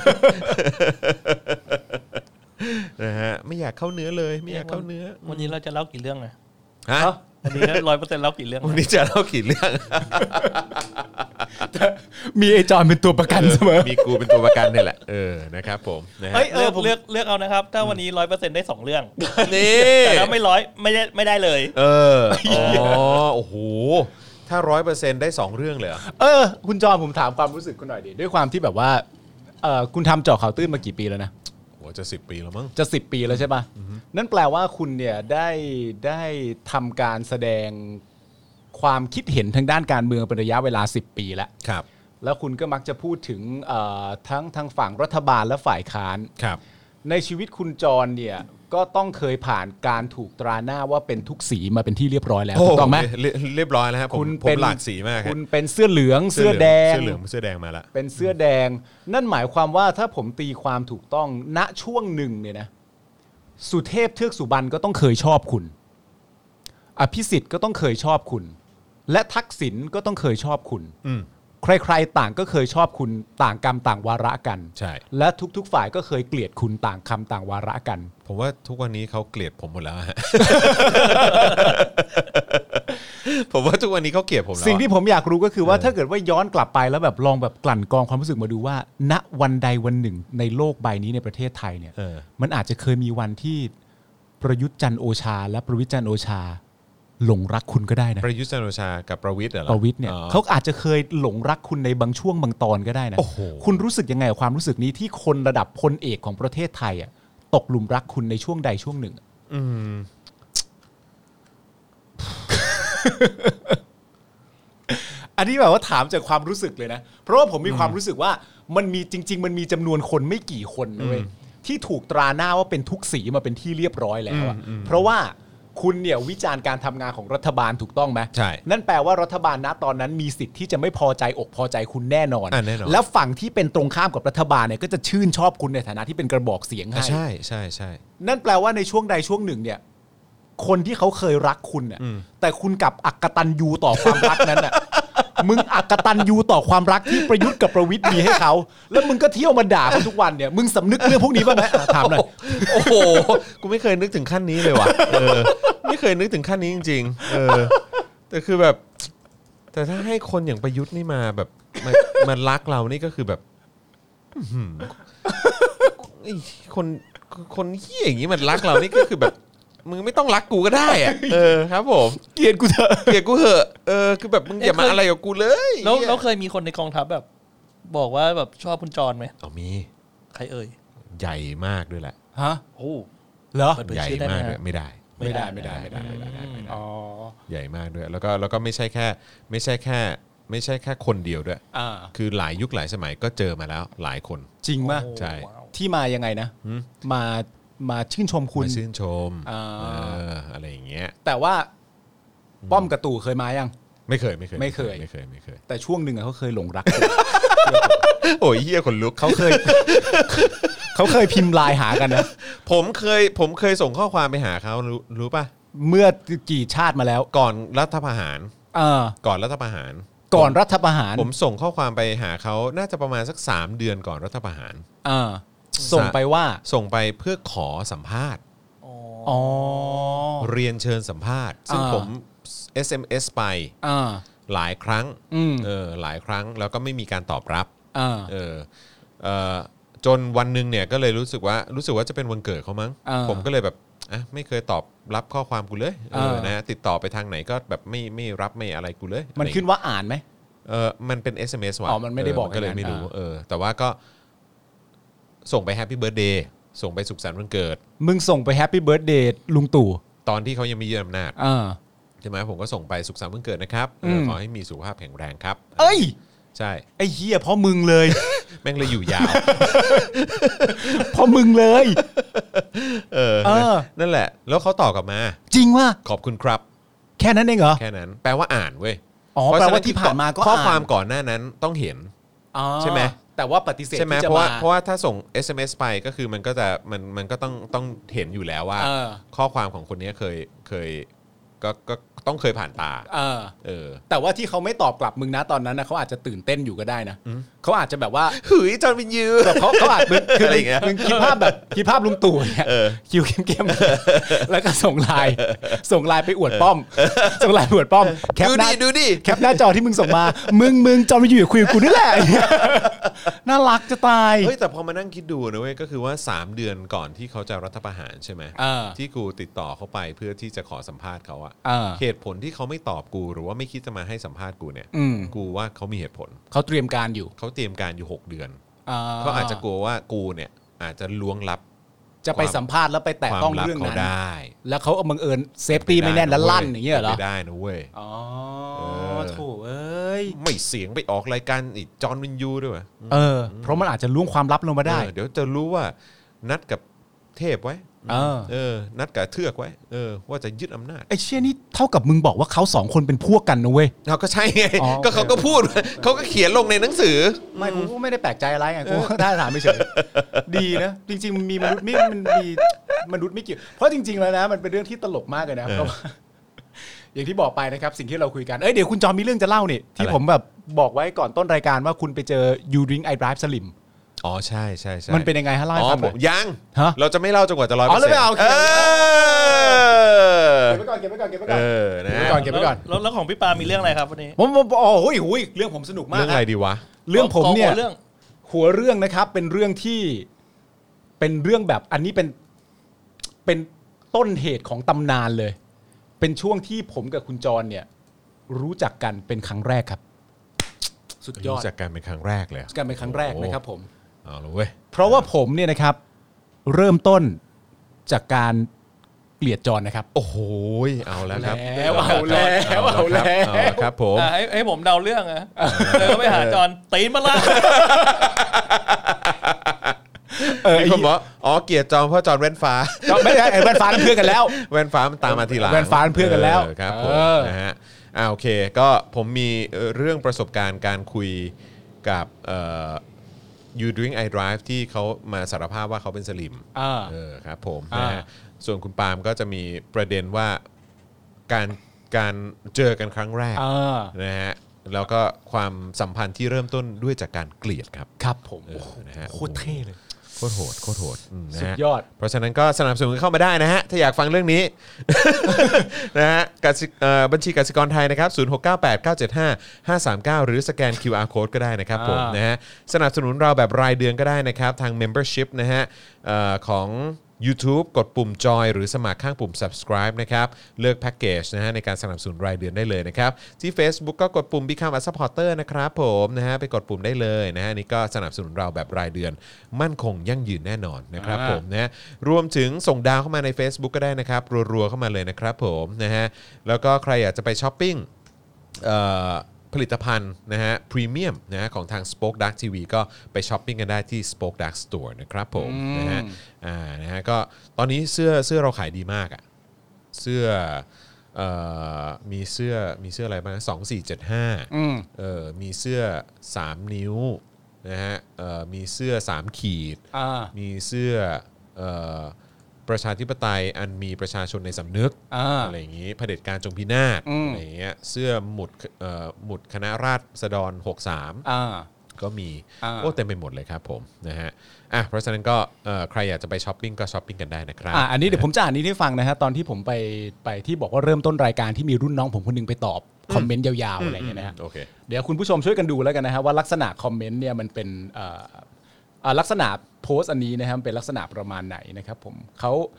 นะฮะไม่อยากเข้าเนื้อเลยไม่อยากเข้าเนื้อวันนี้เราจะเล่ากี่เรื่องอะฮะวันนี้ร้อยเปอร์เซ็นต์เล่ากี่เรื่องวันนี้จะเล่ากี่เรื่องมีไอจอนเป็นตัวประกันเสมอมีกูเป็นตัวประกันเนี่ยแหละเออนะครับผมนะฮะเฮ้ยเลือกเลือกเลือกเอานะครับ ถ้าวันนี้ร้อยเปอร์เซ็นต์ได้สองเรื่องนี่แต่ถ้าไม่ร้อยไม่ได้ไม่ได้เลยเอออ๋อโอ้โหถ้าร้อยเปอร์เซ็นต์ได้สองเรื่องเลยเหรอเออ คุณจอนผมถามความรู้สึกคุณหน่อยดิด้วยความที่แบบว่าเออคุณทำเจาะข่าวตื้นมากี่ปีแล้วนะโหจะสิบปีแล้วมั้งจะสิบปีแล้วใช่ป่ะนั่นแปลว่าคุณเนี่ยได้ได้ทำการแสดงความคิดเห็นทางด้านการเมืองเป็นระยะเวลาสิบปีแล้วครับแล้วคุณก็มักจะพูดถึงเอ่อทั้งทางฝั่งรัฐบาลและฝ่ายค้านครับในชีวิตคุณจรเนี่ยก็ต้องเคยผ่านการถูกตราหน้าว่าเป็นทุกสีมาเป็นที่เรียบร้อยแล้วถูกต้องไหมเรียเรียบร้อยแล้วครับผมคุณผเป็มนหลากสีมากครับคุณเป็นเสื้อเหลืองเสื้อแดงเสื้อเหลืองเสื้อแดงมาละเป็นเสื้อแดง นั่นหมายความว่าถ้าผมตีความถูกต้องณช่วงหนึ่งเนี่ยนะสุเทพเทือกสุบรรณก็ต้องเคยชอบคุณอภิสิทธิ์ก็ต้องเคยชอบคุณ และทักษิณก็ต้องเคยชอบคุณอืมใครๆต่างก็เคยชอบคุณต่างกรรมต่างวาระกันใช่และทุกๆฝ่ายก็เคยเกลียดคุณต่างคำต่างวาระกันผมว่าทุกวันนี้เขาเกลียดผมหมดแล้วฮะ ผมว่าทุกวันนี้เขาเกลียดผมแล้วสิ่งที่ผมอยากรู้ก็คือว่าเออถ้าเกิดว่าย้อนกลับไปแล้วแบบลองแบบกลั่นกรองความรู้สึกมาดูว่า ณวันใดวันหนึ่งในโลกใบนี้ในประเทศไทยเนี่ยเออมันอาจจะเคยมีวันที่ประยุทธ์จันทร์โอชา และประวิตรจันทร์โอชา หลงรักคุณก็ได้นะประยุทธ์จันทร์โอชากับประวิตรเหรอประวิตรเนี่ยอ๋อเขาอาจจะเคยหลงรักคุณในบางช่วงบางตอนก็ได้นะโอ้โหคุณรู้สึกยังไงกับความรู้สึกนี้ที่คนระดับพลเอกของประเทศไทยอ่ะตกหลุมรักคุณในช่วงใดช่วงหนึ่งอืมอันนี้แบบว่าถามจากความรู้สึกเลยนะ เพราะว่าผมมีความรู้สึกว่ามันมีจริง ๆ มันมีจำนวนคนไม่กี่คนนะเว้ยที่ถูกตราหน้าว่าเป็นทุกสีมาเป็นที่เรียบร้อยแล้วอะเพราะว่าคุณเนี่ยวิจารณ์การทำงานของรัฐบาลถูกต้องไหมใช่นั่นแปลว่ารัฐบาลณตอนนั้นมีสิทธิ์ที่จะไม่พอใจอกพอใจคุณแน่นอนอ่ะแน่นอนแล้วฝั่งที่เป็นตรงข้ามกับรัฐบาลเนี่ยก็จะชื่นชอบคุณในฐานะที่เป็นกระบอกเสียงอ่ะให้ใช่ใช่ใช่นั่นแปลว่าในช่วงใดช่วงหนึ่งเนี่ยคนที่เขาเคยรักคุณเนี่ยอืมแต่คุณกลับอักตันยูต่อความรักนั้นน่ะ มึงอักตันยูต่อความรักที่ประยุทธ์กับประวิตรมีให้เขาแล้วมึงก็เที่ยวมาด่าเขาทุกวันเนี่ยมึงสำนึกเรื่องพวกนี้บ้างไหมอ่ะถามหน่อยโอ้โห กูไม่เคยนึกถึงขั้นนี้เลยว่ะเออไม่เคยนึกถึงขั้นนี้จริงๆเออแต่คือแบบ แต่ถ้าให้คนอย่างประยุทธ์นี่มาแบบมามารักเรานี่ก็คือแบบอื้อหือไอ้คนคนเหี้ยอย่างนี้มันรักเรานี่ก็คือแบบมึงไม่ต้องรักกูก็ได้อะเออครับผมเกลียดกูเถอะเกลียดกูเหอะเออคือแบบมึงอย่ามาอะไรกับกูเลยแล้วเหี้ยแล้วเคยมีคนในกองทัพแบบ บอกว่าแบบชอบคุณจรไหมเอามีใครเอ่ยใหญ่มากด้วยแหละฮะโอ้เหรอเปิดเผยใหญ่ชื่อได้ไหมมากฮะด้วยไม่ได้ไม่ได้ไม่ได้ไม่ได้ไม่ได้ไม่ได้ไม่ได้อ๋อใหญ่มากด้วยแล้วก็แล้วก็ไม่ใช่แค่ ไม่ใช่แค่ ไม่ใช่แค่คนเดียวด้วยอ่าคือหลายยุคหลายสมัยก็เจอมาแล้วหลายคนจริงป่ะใช่ว้าวที่มายังไงนะหืมมามาชื่นชมคุณมาชื่นชมอ่าเอออะไรอย่างเงี้ยแต่ว่าป้อมกระตู่เคยมายังไม่เคยไม่เคยไม่เคยไม่เคยไม่เคยแต่ช่วงหนึ่งอะเขาเคยหลงรักโอ้ยเหี้ยคนลุกเขาเคย เขาเคยพิมพ์ไลน์หากันนะผมเคยผมเคยส่งข้อความไปหาเขารู้รู้ป่ะเมื่อกี่ชาติมาแล้วก่อนรัฐประหารเออก่อนรัฐประหารก่อนรัฐประหารผมส่งข้อความไปหาเขาน่าจะประมาณสักสามเดือนก่อนรัฐประหารเออส่งไปว่าส่งไปเพื่อขอสัมภาษณ์อ๋อเรียนเชิญสัมภาษณ์ ซึ่งอ่าผม เอส เอ็ม เอส ไปอ่าหลายครั้งอืมเออหลายครั้งแล้วก็ไม่มีการตอบรับอ่าเออเออจนวันหนึ่งเนี่ยก็เลยรู้สึกว่ารู้สึกว่าจะเป็นวันเกิดเขามั้งอ่าผมก็เลยแบบอ่ะไม่เคยตอบรับข้อความกูเลยเออนะติดต่อไปทางไหนก็แบบไม่ไม่รับไม่อะไรกูเลยมันขึ้นว่าอ่านไหมเออมันเป็น เอส เอ็ม เอส ว่ะอ๋อมันไม่ได้บอกก็เลยไม่รู้เออแต่ว่าก็ส่งไปแฮปปี้เบิร์ธเดย์ส่งไปสุขสันต์วันเกิดมึงส่งไปแฮปปี้เบิร์ธเดย์ลุงตู่ตอนที่เขายังมียึดอำนาจใช่ไหมผมก็ส่งไปสุขสันต์วันเกิดนะครับขอให้มีสุขภาพแข็งแรงครับเอ้ยใช่ไอ้เหี้ยเพราะมึงเลยแม่งเลยอยู่ยาวเพราะมึงเลยเออนั่นแหละแล้วเขาตอบกลับมาจริงว่าขอบคุณครับแค่นั้นเองเหรอแค่นั้นแปลว่าอ่านเว้ยอ๋อแปลว่าที่ผ่านมาก็ข้อความก่อนหน้านั้นต้องเห็นใช่ไหมแต่ว่าปฏิเสธใช่ไหมเพราะว่าเพราะว่าถ้าส่ง เอส เอ็ม เอส ไปก็คือมันก็จะมันมันก็ต้องต้องเห็นอยู่แล้วว่าข้อความของคนนี้เคยเคยก็ก็ต้องเคยผ่านตาเออเออแต่ว่าที่เขาไม่ตอบกลับมึงนะตอนนั้นนะเขาอาจจะตื่นเต้นอยู่ก็ได้นะเขาอาจจะแบบว่าหืยจอห์นวินยูแบบเขาเขาอาจคืออะไรเงี้ยมึงคิดภาพแบบคิดภาพลุงตู่เนี่ยคิวเข้มๆแล้วก็ส่งไลน์ส่งไลน์ไปอวดป้อมส่งไลน์ไปอวดป้อมแคปหน้าดูดิแคปหน้าจอที่มึงส่งมามึงมึงจอห์นวินยูคุยกับกูนี่แหละน่ารักจะตายเฮ้ยแต่พอมานั่งคิดดูนะเว้ยก็คือว่าสามเดือนก่อนที่เขาจะรัฐประหารใช่ไหมที่กูติดต่อเขาไปเพื่อที่จะขอสัมภาษณ์เขาอะเหตุผลที่เขาไม่ตอบกูหรือว่าไม่คิดจะมาให้สัมภาษณ์กูเนี่ยกูว่าเขามีเหตุผลเขาเตรียมการอยู่เขาเตรียมการอยู่หกเดือนเขาอาจจะกลัวว่ากูเนี่ยอาจจะล้วงลับจะไปสัมภาษณ์แล้วไปแตะต้องเรื่องนั้นได้แล้วเขาบังเอิญเซฟตี้ไม่แน่นแล้วลั่นอย่างเงี้ยเหรอไม่ได้นะเว้ยอ๋อโถเอ้ยไม่เสียงไปออกรายการอีกจอห์นวินยูด้วยเออเพราะมันอาจจะล้วงความลับลงมาได้เดี๋ยวจะรู้ว่านัดกับเทพไว้เออเออนัดกับเทือกไว้เออว่าจะยึดอำนาจไอ้เชี่ยนี่เท่ากับมึงบอกว่าเขาสองคนเป็นพวกกันนะเว้ยเราก็ใช่ไงก็เขาก็พูดเขาก็เขียนลงในหนังสือไม่กูก็ไม่ได้แปลกใจอะไรไงกูได้ถามไม่เฉยดีนะจริงๆมันมีมนุษย์ไม่มันมีมนุษย์ไม่เกี่ยวเพราะจริงๆแล้วนะมันเป็นเรื่องที่ตลกมากเลยนะเพราะอย่างที่บอกไปนะครับสิ่งที่เราคุยกันเอ้ยเดี๋ยวคุณจอมมีเรื่องจะเล่านี่ที่ผมแบบบอกไว้ก่อนต้นรายการว่าคุณไปเจอ You Drink I Drive Slim อ๋อใช่ใช่ใช่มันเป็นยังไงฮะเล่าให้ฟังหน่อยยังเราจะไม่เล่าจนกว่าจะร้อยเปอร์เซ็นต์อ๋อแล้วไม่เอาเก็บไว้ก่อนเก็บไว้ก่อนเก็บไว้ก่อนเออนะเก็บไว้ก่อนเก็บไว้ก่อนแล้วของพี่ปามีเรื่องอะไรครับวันนี้ผมโอ้โหโหเรื่องผมสนุกมากเรื่องอะไรดีวะเรื่องผมเนี่ยหัวเรื่องนะครับเป็นเรื่องที่เป็นเรื่องแบบอันนี้เป็นเป็นต้นเหตุของตำนานเลยเป็นช่วงที่ผมกับคุณจรเนี่ยรู้จักกันเป็นครั้งแรกครับสุดยอดรู้จักกันเป็นครั้งแรกเลยรู้จักกันเป็นครั้งแรกนะครับผมเอาละเว้ยเพราะว่าผมเนี่ยนะครับเริ่มต้นจากการเกลียดจรนะครับโอ้โหเอาแล้วครับเอาแล้วเอาแล้วครับผมให้ให้ผมเดาเรื่องนะเดินไปหาจรตีนมาละมีคนบอกอ๋อเกลียดจรเพราะจรแว่นฟ้าไม่ใช่แว่นฟ้าเพื่อนกันแล้วแว่นฟ้ามันตามมาทีหลังแว่นฟ้าเพื่อนกันแล้วครับผมนะฮะอ่าโอเคก็ผมมีเรื่องประสบการณ์การคุยกับเอ่อ You Drink I Drive ที่เขามาสารภาพว่าเขาเป็นสลิมเออครับผมนะฮะส่วนคุณปาล์มก็จะมีประเด็นว่าการการเจอกันครั้งแรกนะฮะแล้วก็ความสัมพันธ์ที่เริ่มต้นด้วยจากการเกลียดครับครับผมนะฮะโคตรเท่เลยโคตรโหดโคตรโหดสุดยอดเพราะฉะนั้นก็สนับสนุนเข้ามาได้นะฮะถ้าอยากฟังเรื่องนี้ นะฮะบัญชีกสิกรไทยนะครับศูนย์ หก เก้า แปด เก้า เจ็ด ห้า ห้า สาม เก้าหรือสแกน คิว อาร์ Code ก็ได้นะครับผมนะฮะสนับสนุนเราแบบรายเดือนก็ได้นะครับทาง Membership นะฮะของ YouTube กดปุ่มจอยหรือสมัครข้างปุ่ม Subscribe นะครับเลือกแพ็กเกจนะฮะในการสนับสนุนรายเดือนได้เลยนะครับที่ Facebook ก็กดปุ่ม Become a Supporter นะครับผมนะฮะไปกดปุ่มได้เลยนะฮะนี่ก็สนับสนุนเราแบบรายเดือนมั่นคงยั่งยืนแน่นอนนะครับผมนะรวมถึงส่งดาวเข้ามาใน Facebook ก็ได้นะครับรัวๆเข้ามาเลยนะครับผมนะฮะแล้วก็ใครอยากจะไปช้อปปิ้งผลิตภัณฑ์นะฮะพรีเมียมนะฮะของทาง Spoke Dark ที วี ก็ไปช้อปปิ้งกันได้ที่ Spoke Dark Store นะครับผมนะฮะอ่านะฮะก็ตอนนี้เสื้อเสื้อเราขายดีมากอ่ะเสื้อเอ่อมีเสื้อมีเสื้ออะไรบ้างสอง สี่ เจ็ด ห้าอืมเอ่อมีเสื้อสามนิ้วนะฮะเอ่อมีเสื้อสามขีดอ่ามีเสื้อเอ่อประชาธิปไตยอันมีประชาชนในสำนึก อ, อะไรอย่างนี้เผด็จการจงพินาศอะไรอย่างเงี้ยเสื้อหมุดหมุดคณะราษฎรหกสิบสามก็มีโอ้เต็มไปหมดเลยครับผมนะฮะอ่ะเพราะฉะนั้นก็ใครอยากจะไปช้อปปิ้งก็ช้อปปิ้งกันได้นะครับอ่ะอันนี้เดี๋ยวผมจะอ่านนี้ให้ฟังนะฮะตอนที่ผมไปไปที่บอกว่าเริ่มต้นรายการที่มีรุ่นน้องผมคนนึงไปตอบคอมเมนต์ยาวๆอะไรอย่างเงี้ยนะฮะเดี๋ยวคุณผู้ชมช่วยกันดูแล้วกันนะฮะว่าลักษณะคอมเมนต์เนี่ยมันเป็นลักษณะโพสต์อันนี้นะครับเป็นลักษณะประมาณไหนนะครับผมเขา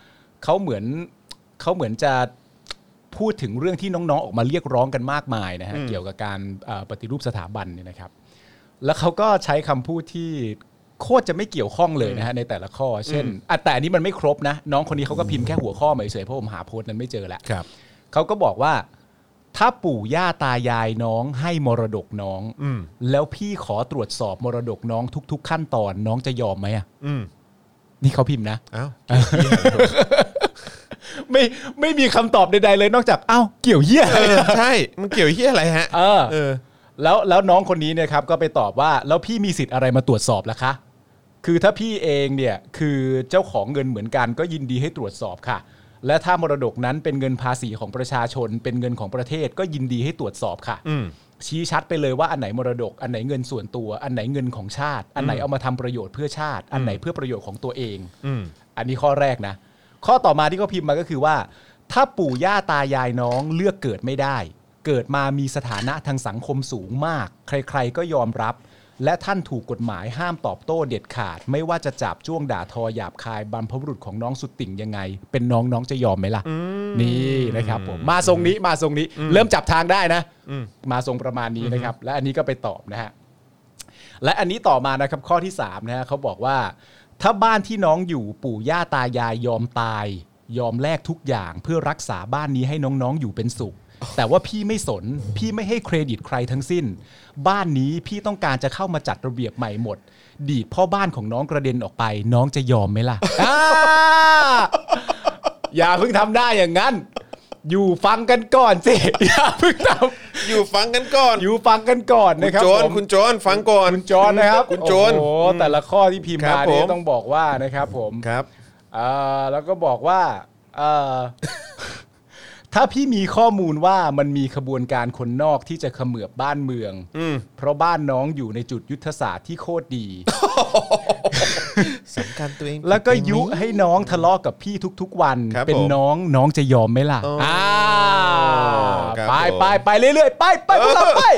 เขาเหมือนเขาเหมือนจะพูดถึงเรื่องที่น้องๆออกมาเรียกร้องกันมากมายนะฮะเกี่ยวกับการปฏิรูปสถาบันเนี่ยนะครับแล้วเขาก็ใช้คำพูดที่โคตรจะไม่เกี่ยวข้องเลยนะฮะในแต่ละข้อเช่นแต่อันนี้มันไม่ครบนะน้องคนนี้เขาก็พิมพ์แค่หัวข้อมาเฉยๆเพราะผมหาโพสต์นั้นไม่เจอแล้วเขาก็บอกว่าถ้าปู่ย่าตายายน้องให้มรดกน้องแล้วพี่ขอตรวจสอบมรดกน้องทุกๆขั้นตอนน้องจะยอมไหมอ่ะนี่เขาพิมพ์นะอ้าวไม่ไม่มีคำตอบใดๆเลยนอกจากอ้าวเกี่ยวเหี้ยอะไรใช่มันเกี่ยวเหี้ยอะไรฮะเออเออแล้วแล้วน้องคนนี้เนี่ยครับก็ไปตอบว่าแล้วพี่มีสิทธิ์อะไรมาตรวจสอบล่ะคะคือถ้าพี่เองเนี่ยคือเจ้าของเงินเหมือนกันก็ยินดีให้ตรวจสอบค่ะและถ้ามรดกนั้นเป็นเงินภาษีของประชาชนเป็นเงินของประเทศก็ยินดีให้ตรวจสอบค่ะชี้ชัดไปเลยว่าอันไหนมรดกอันไหนเงินส่วนตัวอันไหนเงินของชาติอันไหนเอามาทำประโยชน์เพื่อชาติอันไหนเพื่อประโยชน์ของตัวเองอันนี้ข้อแรกนะข้อต่อมาที่เขาพิมพ์มาก็คือว่าถ้าปู่ย่าตายายน้องเลือกเกิดไม่ได้เกิดมามีสถานะทางสังคมสูงมากใครๆก็ยอมรับและท่านถูกกฎหมายห้ามตอบโต้เด็ดขาดไม่ว่าจะจับจ้วงด่าทอหยาบคายบรรพบุรุษของน้องสุดติ่งยังไงเป็นน้องน้องจะยอมไหมล่ะนี่นะครับผมมาทรงนี้มาทรงนี้เริ่มจับทางได้นะมาทรงประมาณนี้นะครับและอันนี้ก็ไปตอบนะฮะและอันนี้ต่อมานะครับข้อที่สามนะฮะเขาบอกว่าถ้าบ้านที่น้องอยู่ปู่ย่าตายายยอมตายยอมแลกทุกอย่างเพื่อรักษาบ้านนี้ให้น้องๆอยู่เป็นสุขแต่ว่าพี่ไม่สนพี่ไม่ให้เครดิตใครทั้งสิ้นบ้านนี้พี่ต้องการจะเข้ามาจัดระเบียบใหม่หมดดีดพ่อบ้านของน้องกระเด็นออกไปน้องจะยอมไหมล่ะ อย่าเพิ่งทำได้อย่างนั้นอยู่ฟังกันก่อนสิอย่าเพิ่งทำอยู่ฟังกันก่อนอยู่ฟังกันก่อนนะครับคุณโจนคุณโจนฟังก่อนคุณโจนนะครับคุณโจนโอ้แต่ละข้อที่พิมพ์มาเนี่ยต้องบอกว่านะครับผมครับอ่าแล้วก็บอกว่าเอ่อถ้าพี่มีข้อมูลว่ามันมีขบวนการคนนอกที่จะเขมือบบ้านเมืองเพราะบ้านน้องอยู่ในจุดยุทธศาสตร์ที่โคตรดีสำคัญตัวเองแล้วก็ยุให้น้องทะเลาะกับพี่ทุกๆวันเป็นน้องน้องจะยอมไหมล่ะอ่าไปไปไปเรื่อยๆไปไปพวกเราไป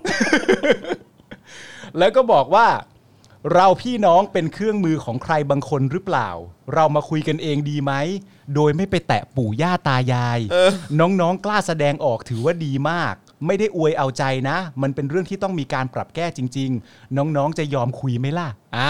แล้วก็บอกว่าเราพี่น้องเป็นเครื่องมือของใครบางคนหรือเปล่าเรามาคุยกันเองดีไหมโดยไม่ไปแตะปู่ย่าตายายน้องๆกล้าแสดงออกถือว่าดีมากไม่ได้อวยเอาใจนะมันเป็นเรื่องที่ต้องมีการปรับแก้จริงๆน้องๆจะยอมคุยไหมล่ะอ่า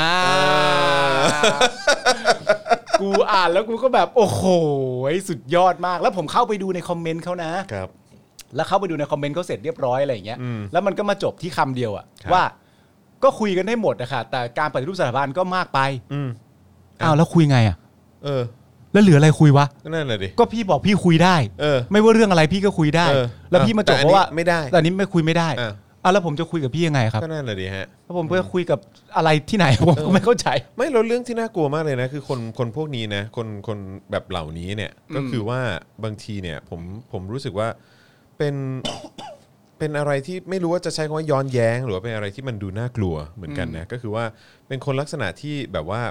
กูอ่านแล้วกูก็แบบโอ้โหสุดยอดมากแล้วผมเข้าไปดูในคอมเมนต์เขานะครับแล้วเข้าไปดูในคอมเมนต์เขาเสร็จเรียบร้อยอะไรอย่างเงี้ยแล้วมันก็มาจบที่คำเดียวอะว่าก็คุยกันได้หมดอะค่ะแต่การปฏิรูปสถาบันก็มากไปอ้าวแล้วคุยไงอะเออแล้วเหลืออะไรคุยวะก็นั่นแหละดิก็พี่บอกพี่คุยได้ไม่ว่าเรื่องอะไรพี่ก็คุยได้แล้วพี่มาจบเพราะว่าไม่ได้แต่อันนี้ไม่คุยไม่ได้อ้าวแล้วผมจะคุยกับพี่ยังไงครับก็นั่นแหละดิฮะแล้วผมจะคุยกับอะไรที่ไหนผมก็ไม่เข้าใจไม่เราเรื่องที่น่ากลัวมากเลยนะคือคนคนพวกนี้นะคนคนแบบเหล่านี้เนี่ยก็คือว่าบางทีเนี่ยผมผมรู้สึกว่าเป็นเป็นอะไรที่ไม่รู้ว่าจะใช้คำว่าย้อนแย้งหรือว่าเป็นอะไรที่มันดูน่ากลัวเหมือนกันนะก็คือว่าเป็นคนลักษณะที่แบบว่า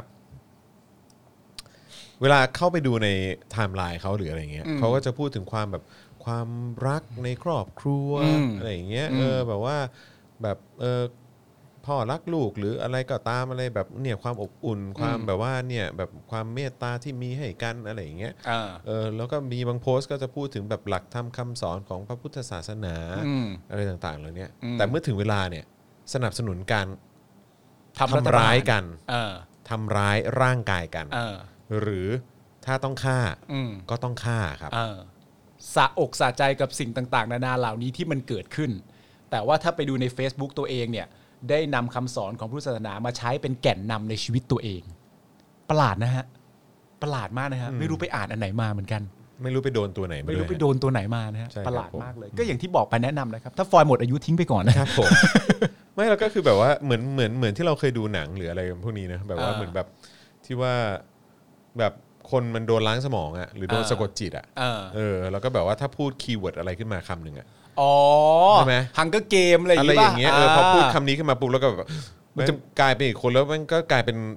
เวลาเข้าไปดูในไทม์ไลน์เขาหรืออะไรเงี้ยเขาก็จะพูดถึงความแบบความรักในครอบครัวอะไรอย่างเงี้ยเออแบบว่าแบบเออพ่อรักลูกหรืออะไรก็ตามอะไรแบบเนี่ยความอบอุ่นความแบบว่าเนี่ยแบบความเมตตาที่มีให้กันอะไรอย่างเงี้ยเออแล้วก็มีบางโพสต์ก็จะพูดถึงแบบหลักธรรมคำสอนของพระพุทธศาสนาอะไรต่างๆเหล่านี้แต่เมื่อถึงเวลาเนี่ยสนับสนุนการทำร้ายกันทำร้ายร่างกายกันหรือถ้าต้องฆ่าก็ต้องฆ่าครับสะอกสะใจกับสิ่งต่างๆนานาเหล่านี้ที่มันเกิดขึ้นแต่ว่าถ้าไปดูใน Facebook ตัวเองเนี่ยได้นำคำสอนของพุทธศาสนามาใช้เป็นแก่นนำในชีวิตตัวเองประหลาดนะฮะประหลาดมากนะฮะไม่รู้ไปอ่านอันไหนมาเหมือนกันไม่รู้ไปโดนตัวไหนไม่รู้ไปโดนตัวไหนมานะฮะประหลาดมากเลยก็อย่างที่บอกไปแนะนำนะครับถ้าฟอยหมดอายุทิ้งไปก่อนนะครับผมไม่เราก็คือแบบว่าเหมือนเหมือนเหมือนที่เราเคยดูหนังหรืออะไรพวกนี้นะแบบว่าเหมือนแบบที่ว่าแบบคนมันโดนล้างสมองอ่ะหรือโดนสะกดจิตอ่ะเออแล้วก็แบบว่าถ้าพูดคีย์เวิร์ดอะไรขึ้นมาคำหนึ่งอ่ะอ๋อใช่ไหมฮังเกอร์เกมอะไรอย่างเงี้ยอะไรอย่างเงี้ยเออพอพูดคำนี้ขึ้นมาปุ๊บแล้วก็แบบมันจะกลายเป็นอีกคนแล้วมันก็กลายเป็นแบบ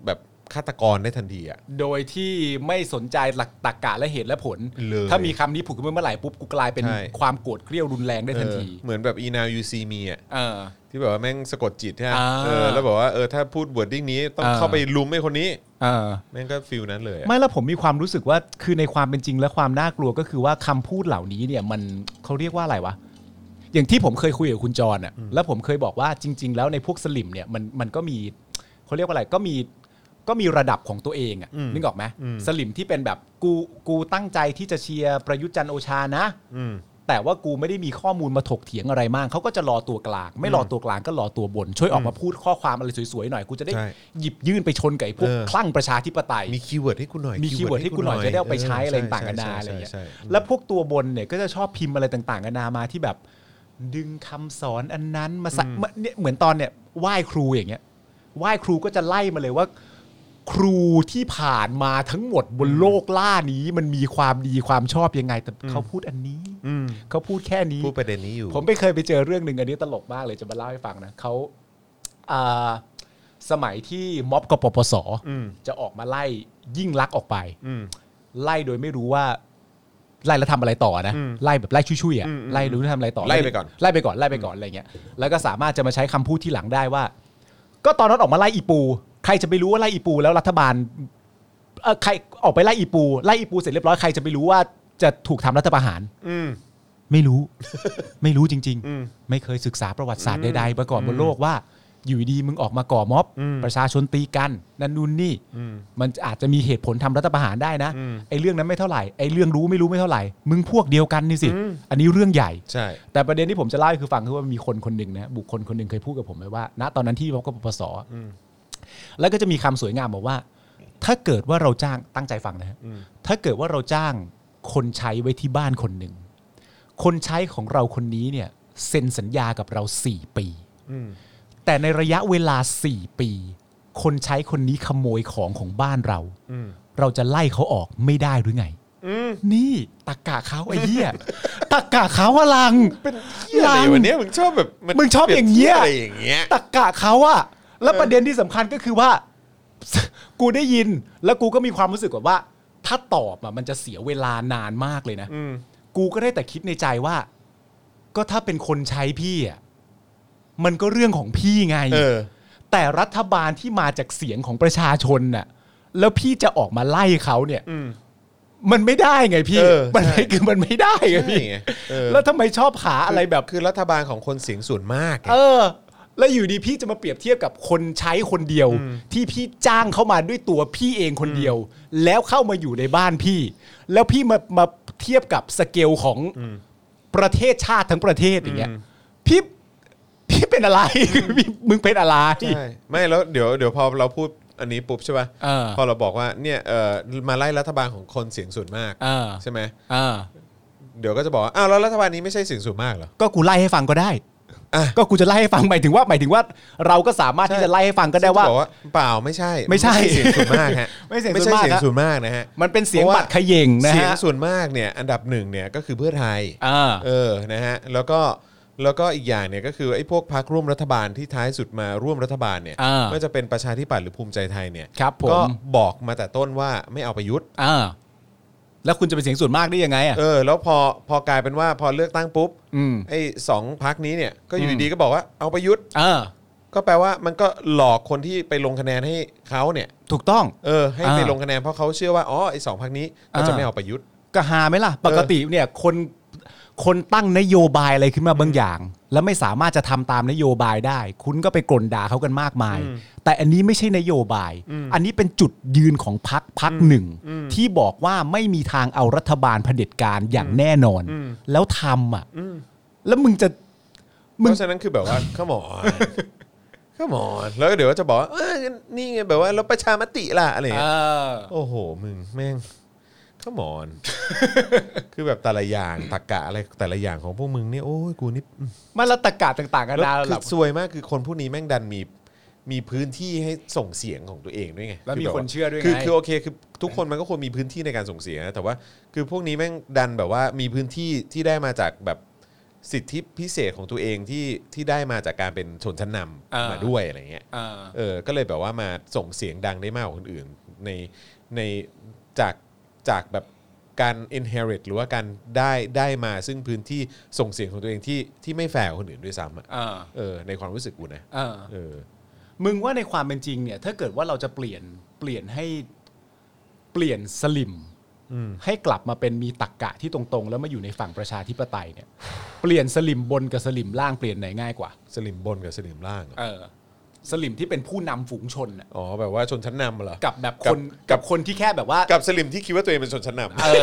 ฆาตกรได้ทันทีอ่ะโดยที่ไม่สนใจหลักตรรกะและเหตุและผลถ้ามีคำนี้ผุดขึ้นมาเมื่อไหร่ปุ๊บกูกลายเป็นความโกรธเกรี้ยวรุนแรงได้ทันทีเหมือนแบบ e now you see me อ่ะที่แบบว่าแม่งสะกดจิตใช่ไหมอ่าเออแล้วบอกว่าเออถ้าพูด wording นี้ต้องอ่าเข้าไปลุมไอ้คนนี้อ่าแม่งก็ฟีลนั้นเลยอะไม่แล้วผมมีความรู้สึกว่าคือในความเป็นจริงและความน่ากลัวก็คือว่าคำพูดเหล่านี้เนี่ยมันเขาเรียกว่าอะไรวะอย่างที่ผมเคยคุยกับคุณจรอ่ะแล้วผมเคยบอกว่าจริง ๆ แล้วในพวกสลิมเนี่ยมันมันก็มีเขาเรียกว่าอะไรก็มีก็มีระดับของตัวเองอ่ะนึกออกไหมสลิมที่เป็นแบบกูกูตั้งใจที่จะเชียร์ประยุทธ์จันทร์โอชานะแต่ว่ากูไม่ได้มีข้อมูลมาถกเถียงอะไรมากเขาก็จะรอตัวกลางไม่รอตัวกลางก็รอตัวบนช่วยออกมาพูดข้อความอะไรสวยๆหน่อยกูจะได้หยิบยื่นไปชนกับไอ้พวกคลั่งประชาธิปไตยมีคีย์เวิร์ดให้กูหน่อยมีคีย์เวิร์ดให้กูหน่อยจะได้เอาไปใช้อะไรต่างกันานาอะไรอย่างเงี้ยแล้วพวกตัวบนเนี่ยก็จะชอบพิมพ์อะไรต่างๆกันานามาที่แบบดึงคำสอนอันนั้นมาใส่เนี่ยเหมือนตอนเนี่ยไหว้ครูอย่างเงี้ยไหว้ครูก็จะไล่มาเลยว่าครูที่ผ่านมาทั้งหมดบนโลกล่านี้มันมีความดีความชอบยังไงแต่เขาพูดอันนี้เขาพูดแค่นี้พูดประเด็นนี้อยู่ผมไปเคยไปเจอเรื่องหนึ่งอันนี้ตลกมากเลยจะมาเล่าให้ฟังนะเขาสมัยที่ม็อบกปปสจะออกมาไล่ยิ่งลักษณ์ออกไปไล่โดยไม่รู้ว่าไล่แล้วทำอะไรต่อนะไล่แบบไล่ชุยๆอ่ะไล่รู้ทำอะไรต่อไล่ไปก่อนไล่ไปก่อนไล่ไปก่อนอะไรเงี้ยแล้วก็สามารถจะมาใช้คำพูดที่หลังได้ว่าก็ตอนนั้นออกมาไล่อีปูใครจะไปรู้ว่าไล่อีปูแล้วรัฐบาลเออใครออกไปไล่อีปูไล่อีปูเสร็จเรียบร้อยใครจะไปรู้ว่าจะถูกทำรัฐประหารไม่รู้ ไม่รู้จริงๆไม่เคยศึกษาประวัติศาสตร์ใดๆมาก่อนบนโลกว่าอยู่ดีมึงออกมาก่อม็อบประชาชนตีกันนั่นนู่นนี่มันอาจจะมีเหตุผลทำรัฐประหารได้นะไอ้เรื่องนั้นไม่เท่าไหร่ไอ้เรื่องรู้ไม่รู้ไม่เท่าไหร่มึงพวกเดียวกันนี่สิอันนี้เรื่องใหญ่ใช่แต่ประเด็นที่ผมจะเล่าคือฟังคือว่ามีคนคนหนึ่งนะบุคคลคนหนึ่งเคยพูดกับผมไว้ว่าณตอนนั้นที่ม็อบกปปสแล้วก็จะมีคำสวยงามบอกว่าถ้าเกิดว่าเราจ้างตั้งใจฟังนะฮะถ้าเกิดว่าเราจ้างคนใช้ไว้ที่บ้านคนหนึ่งคนใช้ของเราคนนี้เนี่ยเซ็นสัญญากับเราสี่ปีแต่ในระยะเวลาสี่ปีคนใช้คนนี้ขโมยของของบ้านเราเราจะไล่เขาออกไม่ได้หรือไงนี่ตะกะเขาไอ้เหี้ยตะกะเขาอะลังเป็นลังวันนี้มึงชอบแบบมึงชอบอย่างเงี้ยอะไรอย่างเงี้ยตะกะเขาอะแล้วประเด็นที่สำคัญก็คือว่ากูได้ยินแล้วกูก็มีความรู้สึกว่าถ้าตอบอะมันจะเสียเวลานานมากเลยนะกูก็ได้แต่คิดในใจว่าก็ถ้าเป็นคนใช้พี่อะมันก็เรื่องของพี่ไงแต่รัฐบาลที่มาจากเสียงของประชาชนน่ะแล้วพี่จะออกมาไล่เขาเนี่ยมันไม่ได้ไงพี่มันไม่คือมันไม่ได้ไงพี่แล้วทำไมชอบหาอะไรแบบคือรัฐบาลของคนเสียงส่วนมากเออแล้วอยู่ดีพี่จะมาเปรียบเทียบกับคนใช้คนเดียวที่พี่จ้างเข้ามาด้วยตัวพี่เองคนเดียวแล้วเข้ามาอยู่ในบ้านพี่แล้วพี่มามาเทียบกับสเกลของประเทศชาติทั้งประเทศอย่างเงี้ยพี่พี่เป็นอะไรมึงเป็นอะไรใช่ไม่แล้วเดี๋ยวเดี๋ยวพอเราพูดอันนี้ปุ๊บใช่ป่ะพอเราบอกว่าเนี่ยเอ่อมาไล่รัฐบาลของคนเสียงส่วนมากใช่ไหมเดี๋ยวก็จะบอกอ้าวแล้วรัฐบาลนี้ไม่ใช่เสียงส่วนมากเหรอก็กูไล่ให้ฟังก็ได้ก็กูจะไล่ให้ฟังหมายถึงว่าหมายถึงว่าเราก็สามารถที่จะไล่ให้ฟังก็ได้ว่าบอกว่าเปล่าไม่ใช่ไม่ใช่เสียงส่วนมากฮะไม่ใช่เสียงส่วนมากนะฮะมันเป็นเสียงบัตรเขย่งนะฮะเสียงส่วนมากเนี่ยอันดับหนึ่งเนี่ยก็คือเพื่อไทยเออนะฮะแล้วก็แล้วก็อีกอย่างเนี่ยก็คือไอ้พวกพรรคร่วมรัฐบาลที่ท้ายสุดมาร่วมรัฐบาลเนี่ยไม่ว่าจะเป็นประชาธิปัตย์หรือภูมิใจไทยเนี่ยก็บอกมาแต่ต้นว่าไม่เอาประยุทธ์แล้วคุณจะเป็นเสียงส่วนมากได้ยังไงอ่ะเออแล้วพอพอกลายเป็นว่าพอเลือกตั้งปุ๊บไอ้สองพรรคนี้เนี่ยก็อยู่ดีๆก็บอกว่าเอาประยุทธ์ก็แปลว่ามันก็หลอกคนที่ไปลงคะแนนให้เขาเนี่ยถูกต้องเออให้ไปลงคะแนนเพราะเขาเชื่อว่าอ๋อไอ้สองพรรคนี้ก็จะไม่เอาประยุทธ์ก็หาไหมล่ะปกติเนี่ยคนคนตั้งนโยบายอะไรขึ้นมาบางอย่างแล้วไม่สามารถจะทำตามนโยบายได้คุณก็ไปกล่นด่าเขากันมากมายแต่อันนี้ไม่ใช่นโยบายอันนี้เป็นจุดยืนของพรรคพรรคหนึ่งที่บอกว่าไม่มีทางเอารัฐบาลเผด็จการอย่างแน่นอนแล้วทำอ่ะแล้วมึงจะเพราะฉะนั้นคือแบบว่าข้ามอนข้ามอนแล้วเดี๋ยวจะบอกว่านี่ไงแบบว่าแล้วประชามติล่ะอะไรอย่างเงี้ยโอ้โหมึงแม่งขมอนคือแบบแต่ละอย่างตรรกะอะไรแต่ละอย่างของพวกมึงเนี่ยโอ้ยกูนี่มาละตรรกะต่างๆกันนะคือซวยมากคือคนพวกนี้แม่งดันมีมีพื้นที่ให้ส่งเสียงของตัวเองด้วยไงแล้วมีคนเชื่อด้วยไงคือคือโอเคคือทุกคนมันก็ควรมีพื้นที่ในการส่งเสียงนะแต่ว่าคือพวกนี้แม่งดันแบบว่ามีพื้นที่ที่ได้มาจากแบบสิทธิพิเศษของตัวเองที่ที่ได้มาจากการเป็นชนชั้นนอ่าำมาด้วยอะไรเงี้ยอ่าเออก็เลยแบบว่ามาส่งเสียงดังได้มากกว่าคนอื่นในในจากจากแบบการ inherit หรือว่าการได้ได้มาซึ่งพื้นที่ส่งเสียงของตัวเองที่ที่ไม่แฟร์กว่าคนอื่นด้วยซ้ำอ่ะอ่าเออในความรู้สึกกูนะอ่าเออมึงว่าในความเป็นจริงเนี่ยถ้าเกิดว่าเราจะเปลี่ยนเปลี่ยนให้เปลี่ยนสลิมให้กลับมาเป็นมีตรรกะที่ตรงๆ แล้วมาอยู่ในฝั่งประชาธิปไตยเนี่ยเปลี่ยนสลิมบนกับสลิมล่างเปลี่ยนไหนง่ายกว่าสลิมบนกับสลิมล่างเหรอเออสลิมที่เป็นผู้นำฝูงชนน่ะอ๋อแบบว่าชนชั้นนำเหรอกับแบบกัคบนกับคนที่แค่แบบว่ากับสลิมที่คิดว่าตัวเองเป็นชนชั้นนำเออ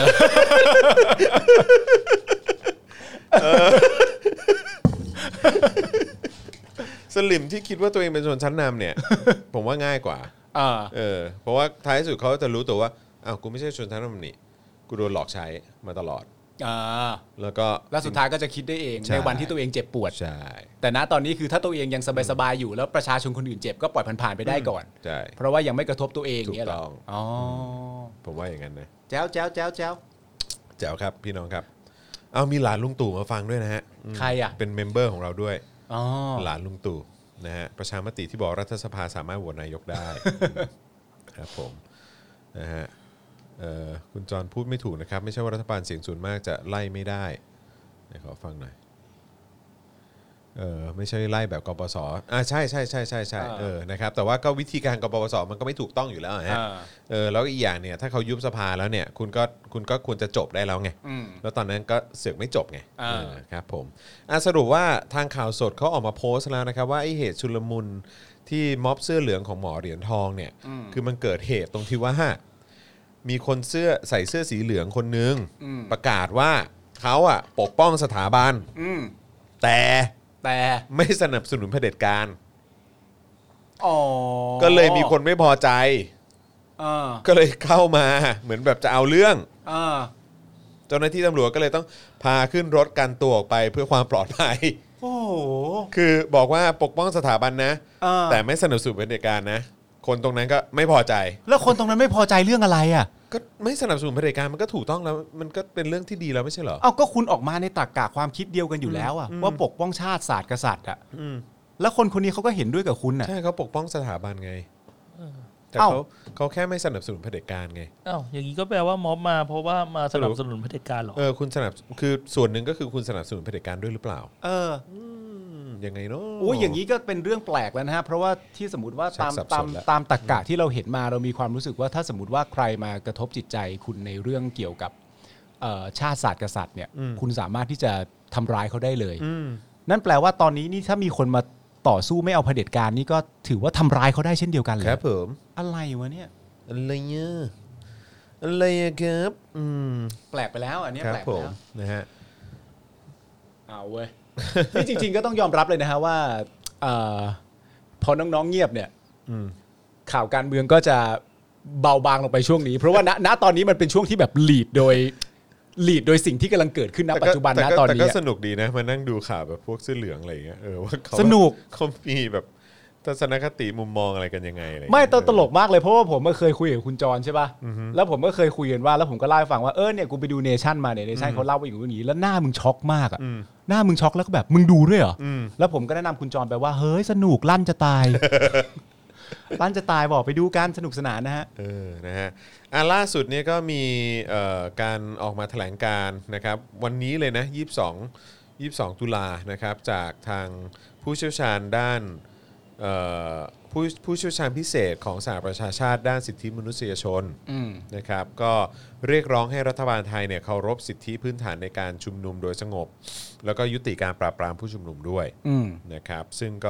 สลิมที่คิดว่าตัวเองเป็นชนชั้นนำเนี่ย ผมว่าง่ายกว่าเออเออเพราะว่าท้ายสุดเขาจะรู้ตัวว่าอ้าวกูไม่ใช่ชนชั้นนำนี่กูโดนหลอกใช้มาตลอดอ่าแล้วก็แล้วสุดท้ายก็จะคิดได้เองใช่ในวันที่ตัวเองเจ็บปวดใช่แต่ณตอนนี้คือถ้าตัวเองยังสบายๆอยู่แล้วประชาชนคนอื่นเจ็บก็ปล่อยผ่านๆไปได้ก่อนใช่เพราะว่ายังไม่กระทบตัวเองเนี่ยเหรถูกต้อองอ๋อผมว่าอย่างนั้นนะแจ้วแจ้วแจ้วแจ้วแจ๋วครับพี่น้องครับเอามีหลานลุงตู่มาฟังด้วยนะฮะอืมใครอ่ะเป็นเมมเบอร์ของเราด้วยอ๋อหลานลุงตู่นะฮะประชามติที่บอกรัฐสภาสามารถโหวตนายกได้ ครับผมนะฮะเอ่อคุณจรพูดไม่ถูกนะครับไม่ใช่ว่ารัฐบาลเสียงส่วนมากจะไล่ไม่ได้ไหนขอฟังหน่อยเออไม่ใช่ไล่แบบกปสอ่าใช่ใช่ใช่ใช่ใช่เออนะครับแต่ว่าก็วิธีการกปสมันก็ไม่ถูกต้องอยู่แล้วฮะอ่าเออแล้วอีกอย่างเนี่ยถ้าเขายุบสภาแล้วเนี่ยคุณก็คุณก็ควรจะจบได้แล้วไงอืมแล้วตอนนั้นก็เสือกไม่จบไงอ่าเออครับผมอ่ะสรุปว่าทางข่าวสดเขาออกมาโพสต์แล้วนะครับว่าไอ้เหตุชุลมุนที่ม็อบเสื้อเหลืองของหมอเหรียญทองเนี่ยคือมันเกิดเหตุตรงที่ว่ามีคนเสื้อใส่เสื้อสีเหลืองคนนึงประกาศว่าเขาอ่ะปกป้องสถาบันอืมแต่แต่ไม่สนับสนุนเผด็จการอ๋อก็เลยมีคนไม่พอใจอ่าก็เลยเข้ามาเหมือนแบบจะเอาเรื่องอ่าเจ้าหน้าที่ตำรวจก็เลยต้องพาขึ้นรถกันตัวออกไปเพื่อความปลอดภัยโอ้โหคือบอกว่าปกป้องสถาบันนะอ่าแต่ไม่สนับสนุนเผด็จการนะ คนตรงนั้นก็ไม่พอใจแล้วคนตรงนั้นไม่พอใจเรื่องอะไรอ่ะก็ไม่สนับสนุนเผด็จการมันก็ถูกต้องแล้วมันก็เป็นเรื่องที่ดีแล้วไม่ใช่เหรอเอาก็คุณออกมาในตรรกะความคิดเดียวกันอยู่แล้วอ่ะว่าปกป้องชาติศาสตร์กษัตริย์อ่ะแล้วคนคนนี้เขาก็เห็นด้วยกับคุณอ่ะใช่เขาปกป้องสถาบันไงแต่เอ้าเขาเขาแค่ไม่สนับสนุนเผด็จการไงอ้าวอย่างนี้ก็แปลว่าม็อบมาเพราะว่ามาสนับสนุนเผด็จการเหรอเออคุณสนับคือส่วนหนึ่งก็คือคุณสนับสนุนเผด็จการด้วยหรือเปล่าเอออืมยังไงเนาะโอ้ยอย่างนี้ก็เป็นเรื่องแปลกแล้วนะฮะเพราะว่าที่สมมติว่าชักตามสับสนตามแล้วตามตรรกะที่เราเห็นมาเรามีความรู้สึกว่าถ้าสมมติว่าใครมากระทบจิตใจคุณในเรื่องเกี่ยวกับเอ่อชาติศาสตร์กษัตริย์เนี่ยคุณสามารถที่จะทำร้ายเขาได้เลย นั่นแปลว่าตอนนี้นี่ถ้ามีคนมาต่อสู้ไม่เอาเผด็จการนี่ก็ถือว่าทำร้ายเขาได้เช่นเดียวกันเลยครับผมอะไรวะเนี่ยอะไรเนี่ยอะไรอะครับอืมแปลกไปแล้วอันเนี้ยครับแปลกผไปมแล้วนะฮะเอาเว้ย นี่จริงๆก็ต้องยอมรับเลยนะฮะว่าเออพอน้องๆเงียบเนี่ยข่าวการเมืองก็จะเบาบางลงไปช่วงนี้ เพราะว่าณณตอนนี้มันเป็นช่วงที่แบบลีดโดยลีดโดยสิ่งที่กำลังเกิดขึ้นณปัจจุบันณแต่ก็ตอนแต่นี้ก็อะสนุกดีนะมานั่งดูข่าวแบบพวกเสื้อเหลืองอะไรอย่างเงี้ยเออว่าเขาสนุกเขามีแบบทัศนคติมุมมองอะไรกันยังไงอะไรไม่เงี้ยตตลกมากเลยเพราะว่าผมก็เคยคุยกับคุณจรใช่ป่ะแล้วผมก็เคยคุยกันว่าแล้วผมก็เล่าให้ฟังว่าเออเนี่ยกูไปดูเนชั่นมาเนี่ยเนชั่นเขาเล่าว่าอย่างนี้แล้วหน้ามึงช็อกมากอ่ะหน้ามึงช็อกแล้วก็แบบมึงดูด้วยเหรออแล้วผมก็แนะนำคุณจรไปว่าเฮ้ยสนุกลั่นจะตาย ลั่นจะตายบอกไปดูกันสนุกสนานนะฮะเออนะฮะอ่ะล่าสุดเนี่ยก็มีเอ่อการออกมาแถลงการนะครับวันนี้เลยนะยี่สิบสอง ยี่สิบสองตุลานะครับจากทางผู้เชี่ยวชาญด้านเอ่อผู้ผู้เชี่ยวชาญพิเศษของสหประชาชาติด้านสิทธิมนุษยชนอืมนะครับก็เรียกร้องให้รัฐบาลไทยเนี่ยเคารพสิทธิพื้นฐานในการชุมนุมโดยสงบ แล้วก็ยุติการปราบปรามผู้ชุมนุมด้วยอืมนะครับซึ่งก็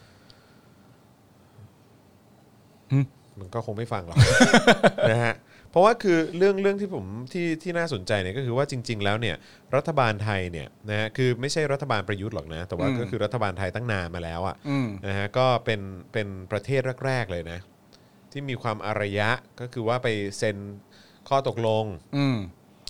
อืมมันก็คงไม่ฟังหรอก นะฮะเพราะว่าคือเรื่องเรื่องที่ผมที่ที่น่าสนใจเนี่ยก็คือว่าจริง ๆ แล้วเนี่ยรัฐบาลไทยเนี่ยนะฮะคือไม่ใช่รัฐบาลประยุทธ์หรอกนะแต่ว่าก็คือรัฐบาลไทยตั้งนานมาแล้วอ่ะอืมนะฮะก็เป็นเป็นประเทศแรกๆเลยนะที่มีความอารยะก็คือว่าไปเซ็นข้อตกลงอืม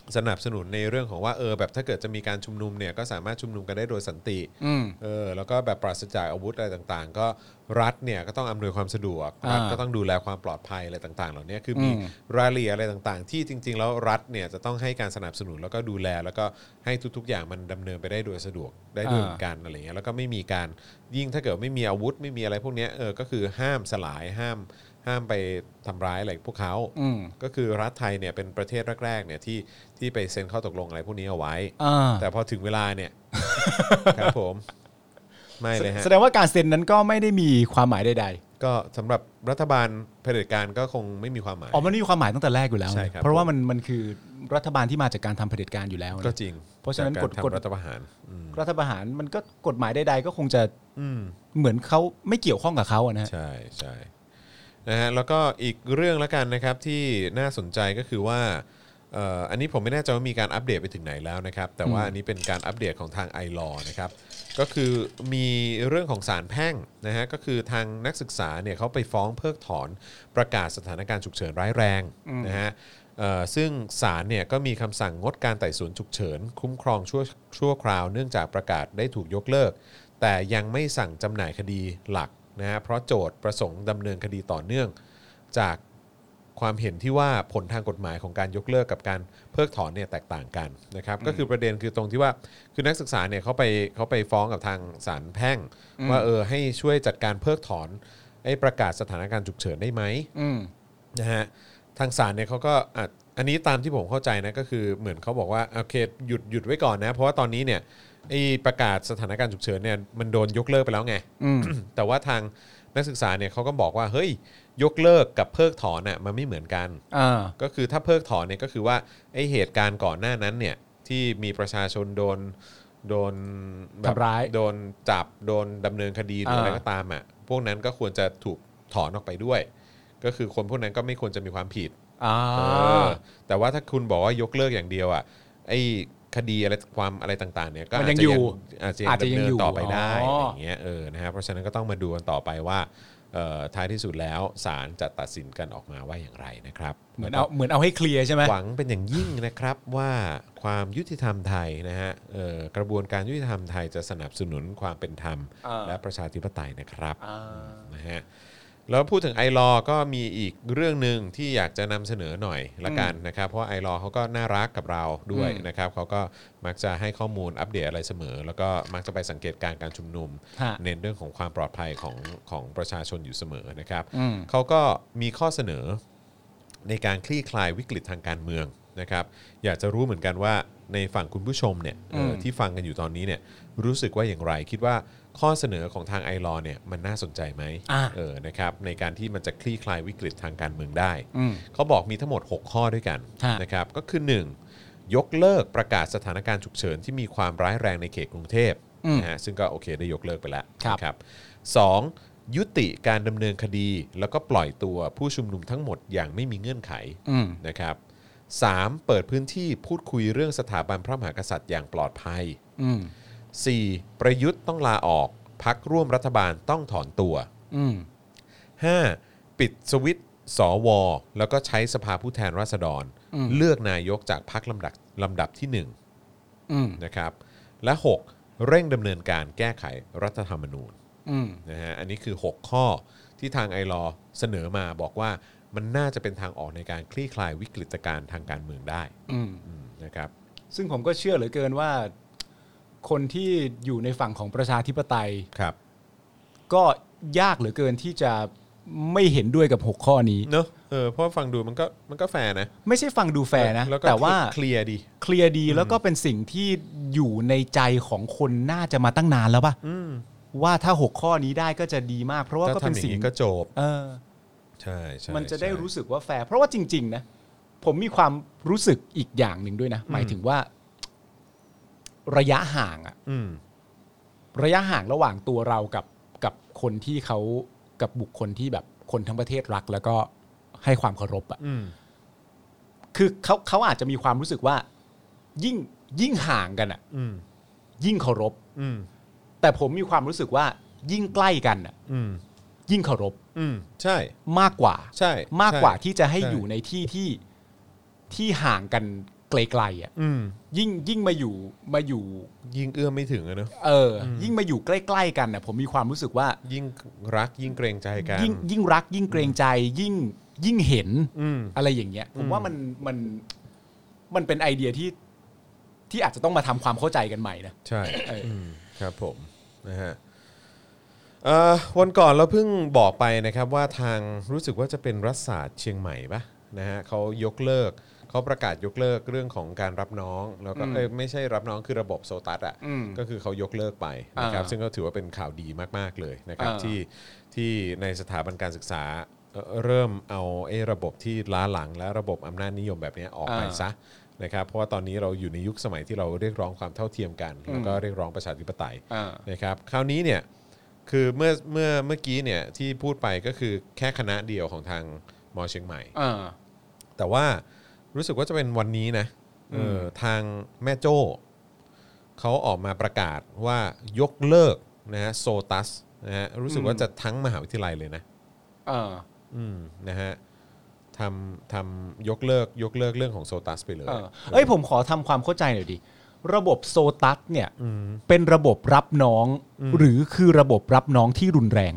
สนับสนุนในเรื่องของว่าเออแบบถ้าเกิดจะมีการชุมนุมเนี่ยก็สามารถชุมนุมกันได้โดยสันติเออแล้วก็แบบปราศจากอาวุธอะไรต่างๆก็รัฐเนี่ยก็ต้องอำนวยความสะดวกรัฐก็ต้องดูแลความปลอดภัยอะไรต่างๆเหล่านี้คือมีรายละเอียดอะไรต่างๆที่จริงๆแล้วรัฐเนี่ยจะต้องให้การสนับสนุนแล้วก็ดูแลแล้วก็ให้ทุกๆอย่างมันดำเนินไปได้โดยสะดวกได้ด้วยเหมือนกันอะไรเงี้ยแล้วก็ไม่มีการยิ่งถ้าเกิดไม่มีอาวุธไม่มีอะไรพวกนี้เออก็คือห้ามสลายห้ามห้ามไปทำร้ายอะไรพวกเขาก็คือรัฐไทยเนี่ยเป็นประเทศแรกๆเนี่ยที่ที่ไปเซ็นข้อตกลงอะไรพวกนี้เอาไว้แต่พอถึงเวลาเนี่ยครับผมไม่เลยฮะแสดงว่าการเซ็นนั้นก็ไม่ได้มีความหมายใดๆก็สำหรับรัฐบาลเผด็จการก็คงไม่มีความหมายอ๋อมันไม่มีความหมายตั้งแต่แรกอยู่แล้วเพราะว่ามันมันคือรัฐบาลที่มาจากการทำเผด็จการอยู่แล้วก็จริงเพราะฉะนั้นกฎกฎรัฐประหารรัฐประหารมันก็กฎหมายใดๆก็คงจะเหมือนเขาไม่เกี่ยวข้องกับเขาอะนะใช่ใช่นะฮะแล้วก็อีกเรื่องแล้วกันนะครับที่น่าสนใจก็คือว่าอันนี้ผมไม่แน่ใจว่ามีการอัปเดตไปถึงไหนแล้วนะครับแต่ว่าอันนี้เป็นการอัปเดตของทางไอลอนะครับก็คือมีเรื่องของศาลแพ่งนะฮะก็คือทางนักศึกษาเนี่ยเขาไปฟ้องเพิกถอนประกาศสถานการณ์ฉุกเฉินร้ายแรงนะฮะซึ่งศาลเนี่ยก็มีคำสั่งงดการไต่สวนฉุกเฉินคุ้มครองชั่วชั่วคราวเนื่องจากประกาศได้ถูกยกเลิกแต่ยังไม่สั่งจำหน่ายคดีหลักนะฮะเพราะโจทก์ประสงค์ดำเนินคดีต่อเนื่องจากความเห็นที่ว่าผลทางกฎหมายของการยกเลิกกับการเพิกถอนเนี่ยแตกต่างกันนะครับก็คือประเด็นคือตรงที่ว่าคือนักศึกษาเนี่ยเขาไปเขาไปฟ้องกับทางศาลแพ่งว่าเออให้ช่วยจัดการเพิกถอนไอ้ประกาศสถานการณ์ฉุกเฉินได้ไหมนะฮะทางศาลเนี่ยเขาก็อันนี้ตามที่ผมเข้าใจนะก็คือเหมือนเขาบอกว่าโอเคหยุดหยุดไว้ก่อนนะเพราะว่าตอนนี้เนี่ยไอ้ประกาศสถานการณ์ฉุกเฉินเนี่ยมันโดนยกเลิกไปแล้วไงแต่ว่าทางนักศึกษาเนี่ยเขาก็บอกว่าเฮ้ยยกเลิกกับเพิกถอนน่ะมันไม่เหมือนกันก็คือถ้าเพิกถอนเนี่ยก็คือว่าไอ้เหตุการณ์ก่อนหน้านั้นเนี่ยที่มีประชาชนโดนโดนทำร้ายโดนจับโดนดำเนินคดีหรืออะไรก็ตามอ่ะพวกนั้นก็ควรจะถูกถอนออกไปด้วยก็คือคนพวกนั้นก็ไม่ควรจะมีความผิดแต่ว่าถ้าคุณบอกว่ายกเลิกอย่างเดียวอ่ะไอ้คดีอะไรความอะไรต่างๆเนี่ยก็อาจจะยังอาจจะดำเนินต่อไปได้อย่างเงี้ยเออนะฮะเพราะฉะนั้นก็ต้องมาดูกันต่อไปว่าท้ายที่สุดแล้วศาลจะตัดสินกันออกมาว่าอย่างไรนะครับเหมือนเอาเหมือนเอาให้เคลียร์ใช่ไหมหวังเป็นอย่างยิ่งนะครับว่าความยุติธรรมไทยนะฮะกระบวนการยุติธรรมไทยจะสนับสนุนความเป็นธรรมและประชาธิปไตยนะครับนะฮะแล้วพูดถึงไอลอก็มีอีกเรื่องนึงที่อยากจะนำเสนอหน่อยละกันนะครับเพราะไอลอเขาก็น่ารักกับเราด้วยนะครับเขาก็มักจะให้ข้อมูลอัปเดตอะไรเสมอแล้วก็มักจะไปสังเกตการการชุมนุมเน้นเรื่องของความปลอดภัยของของประชาชนอยู่เสมอนะครับเขาก็มีข้อเสนอในการคลี่คลายวิกฤตทางการเมืองนะครับอยากจะรู้เหมือนกันว่าในฝั่งคุณผู้ชมเนี่ยที่ฟังกันอยู่ตอนนี้เนี่ยรู้สึกว่าอย่างไรคิดว่าข้อเสนอของทางไอลอเนี่ยมันน่าสนใจไหมเออนะครับในการที่มันจะคลี่คลายวิกฤตทางการเมืองได้เขาบอกมีทั้งหมดหกข้อด้วยกันนะครับก็คือหนึ่งยกเลิกประกาศสถานการณ์ฉุกเฉินที่มีความร้ายแรงในเขตกรุงเทพนะฮะซึ่งก็โอเคได้ยกเลิกไปแล้วนะครับสองยุติการดำเนินคดีแล้วก็ปล่อยตัวผู้ชุมนุมทั้งหมดอย่างไม่มีเงื่อนไขนะครับสามเปิดพื้นที่พูดคุยเรื่องสถาบันพระมหากษัตริย์อย่างปลอดภัยสี่ประยุทธ์ต้องลาออกพรรคร่วมรัฐบาลต้องถอนตัวห้าปิดสวิตช์สวแล้วก็ใช้สภาผู้แทนราษฎรเลือกนายกจากพรรคลำดับลำดับที่หนึ่งนะครับและหกเร่งดำเนินการแก้ไขรัฐธรรมนูญนะฮะอันนี้คือหกข้อที่ทางไอลอเสนอมาบอกว่ามันน่าจะเป็นทางออกในการคลี่คลายวิกฤตการณ์ทางการเมืองได้นะครับซึ่งผมก็เชื่อเหลือเกินว่าคนที่อยู่ในฝั่งของประชาธิปไตยครับก็ยากเหลือเกินที่จะไม่เห็นด้วยกับหกข้อนี้เนอะเออเพราะฟังดูมันก็มันก็แฟร์นะไม่ใช่ฟังดูแฟร์นะแต่ว่าเคลียร์ดีเคลียร์ดีแล้วก็เป็นสิ่งที่อยู่ในใจของคนน่าจะมาตั้งนานแล้วป่ะว่าถ้าหกข้อนี้ได้ก็จะดีมากเพราะว่าก็เป็นสิ่งก็จบเออใช่ใช่มันจะได้รู้สึกว่าแฟร์เพราะว่าจริงๆนะผมมีความรู้สึกอีกอย่างหนึ่งด้วยนะหมายถึงว่าระยะห่างอะระยะห่างระหว่างตัวเรากับกับคนที่เขากับบุคคลที่แบบคนทั้งประเทศรักแล้วก็ให้ความเคารพอะคือเขาเขาอาจจะมีความรู้สึกว่ายิ่งยิ่งห่างกันอะยิ่งเคารพแต่ผมมีความรู้สึกว่ายิ่งใกล้กันอะยิ่งเคารพใช่มากกว่าใช่มากกว่าที่จะให้อยู่ในที่ที่ที่ห่างกันไกลๆอ่ะยิ่งยิ่งมาอยู่มาอยู่ยิ่งเอื้อมไม่ถึงอะเนอะเออยิ่งมาอยู่ใกล้ๆกันน่ะผมมีความรู้สึกว่ายิ่งรักยิ่งเกรงใจกันยิ่งยิ่งรักยิ่งเกรงใจยิ่งยิ่งเห็นอะไรอย่างเงี้ยผมว่ามันมันมันเป็นไอเดียที่ที่อาจจะต้องมาทำความเข้าใจกันใหม่นะใช่ครับผมนะฮะวันก่อนเราเพิ่งบอกไปนะครับว่าทางรู้สึกว่าจะเป็นรัฐศาสตร์เชียงใหม่ปะนะฮะเขายกเลิกเขาประกาศยกเลิกเรื่องของการรับน้องแล้วก็ไม่ใช่รับน้องคือระบบโซตัสอ่ะก็คือเขายกเลิกไปนะครับซึ่งก็ถือว่าเป็นข่าวดีมากๆเลยนะครับที่ที่ในสถาบันการศึกษาเริ่มเอาไอ้ระบบที่ล้าหลังและระบบอำนาจนิยมแบบนี้ออกไปซะนะครับเพราะว่าตอนนี้เราอยู่ในยุคสมัยที่เราเรียกร้องความเท่าเทียมกันแล้วก็เรียกร้องประชาธิปไตยนะครับคราวนี้เนี่ยคือเมื่อเมื่อเมื่อกี้เนี่ยที่พูดไปก็คือแค่คณะเดียวของทางมอเชียงใหม่แต่ว่ารู้สึกว่าจะเป็นวันนี้นะเออทางแม่โจ้เขาออกมาประกาศว่ายกเลิกนะฮะโซตัสนะฮะรู้สึกว่าจะทั้งมหาวิทยาลัยเลยนะอืมนะฮะทำทำยกเลิกยกเลิกเรื่องของโซตัสไปเลยเอ้ยผมขอทำความเข้าใจหน่อยดิระบบโซตัสเนี่ยเป็นระบบรับน้องหรือคือระบบรับน้องที่รุนแรง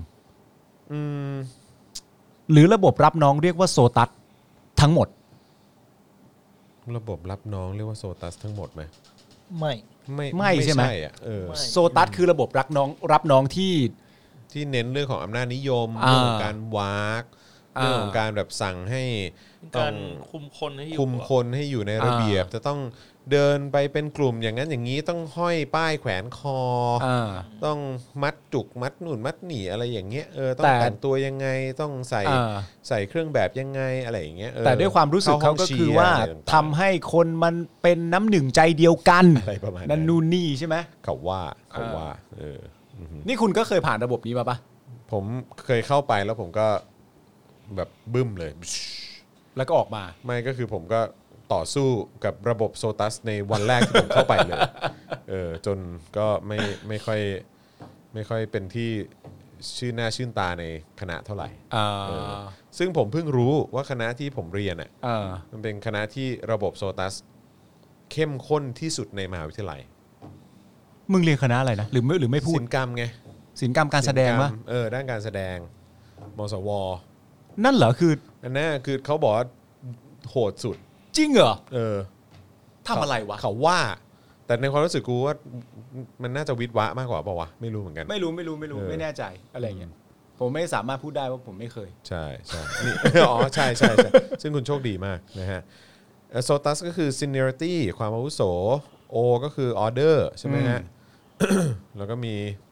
หรือระบบรับน้องเรียกว่าโซตัสทั้งหมดระบบรับน้องเรียกว่าโซตัสทั้งหมดไหมไม่ไม่ไม่ใช่ไหมโซตัสคือระบบรับน้องรับน้องที่ที่เน้นเรื่องของอำนาจนิยมเรื่องของการวากเรื่องของการแบบสั่งให้การคุมคนให้อยู่คุมคนให้อยู่ในระเบียบจะต้องเดินไปเป็นกลุ่มอย่างนั้นอย่างนี้ต้องห้อยป้ายแขวนคอต้องมัดจุกมัดหนุนมัดหนีอะไรอย่างเงี้ยเออต้องแต่งตัวยังไงต้องใส่ใส่เครื่องแบบยังไงอะไรอย่างเงี้ยแต่ด้วยความรู้สึกเขาก็คือว่าทำให้คนมันเป็นน้ำหนึ่งใจเดียวกันอะไรประมาณนั้นนู่นนี่ใช่ไหมเขาว่าเขาว่าเออนี่คุณก็เคยผ่านระบบนี้มาปะผมเคยเข้าไปแล้วผมก็แบบบึ้มเลยแล้วก็ออกมาไม่ก็คือผมก็ต่อสู้กับระบบโซตัสในวันแรกที่ผมเข้าไปเลยเออจนก็ไม่ไม่ค่อยไม่ค่อยเป็นที่ชื่อหน้าชื่นตาในคณะเท่าไหร่ซึ่งผมเพิ่งรู้ว่าคณะที่ผมเรียนอ่ะมันเป็นคณะที่ระบบโซตัสเข้มข้นที่สุดในมหาวิทยาลัยมึงเรียนคณะอะไรนะหรือไม่หรือไม่พูดศิลปกรรมไงศิลปกรรมการแสดงวะเออด้านการแสดงมสวนั่นเหรอคืออันนั้นคือเขาบอกว่าโหดสุดจริงเหรอเออทำอะไรวะเขาว่าแต่ในความรู้สึกกูว่ามันน่าจะวิทย์วะมากกว่าเปล่าวะไม่รู้เหมือนกันไม่รู้ไม่รู้ไม่รู้ไม่แน่ใจอะไรเงี้ยผมไม่สามารถพูดได้ว่าผมไม่เคยใช่ใช่นี่อ๋อใช่ใช่ซึ่งคุณโชคดีมากนะฮะโซตัสก็คือ seniority ความอาวุโส O ก็คือ order ใช่ไหมฮะ แล้วก็มี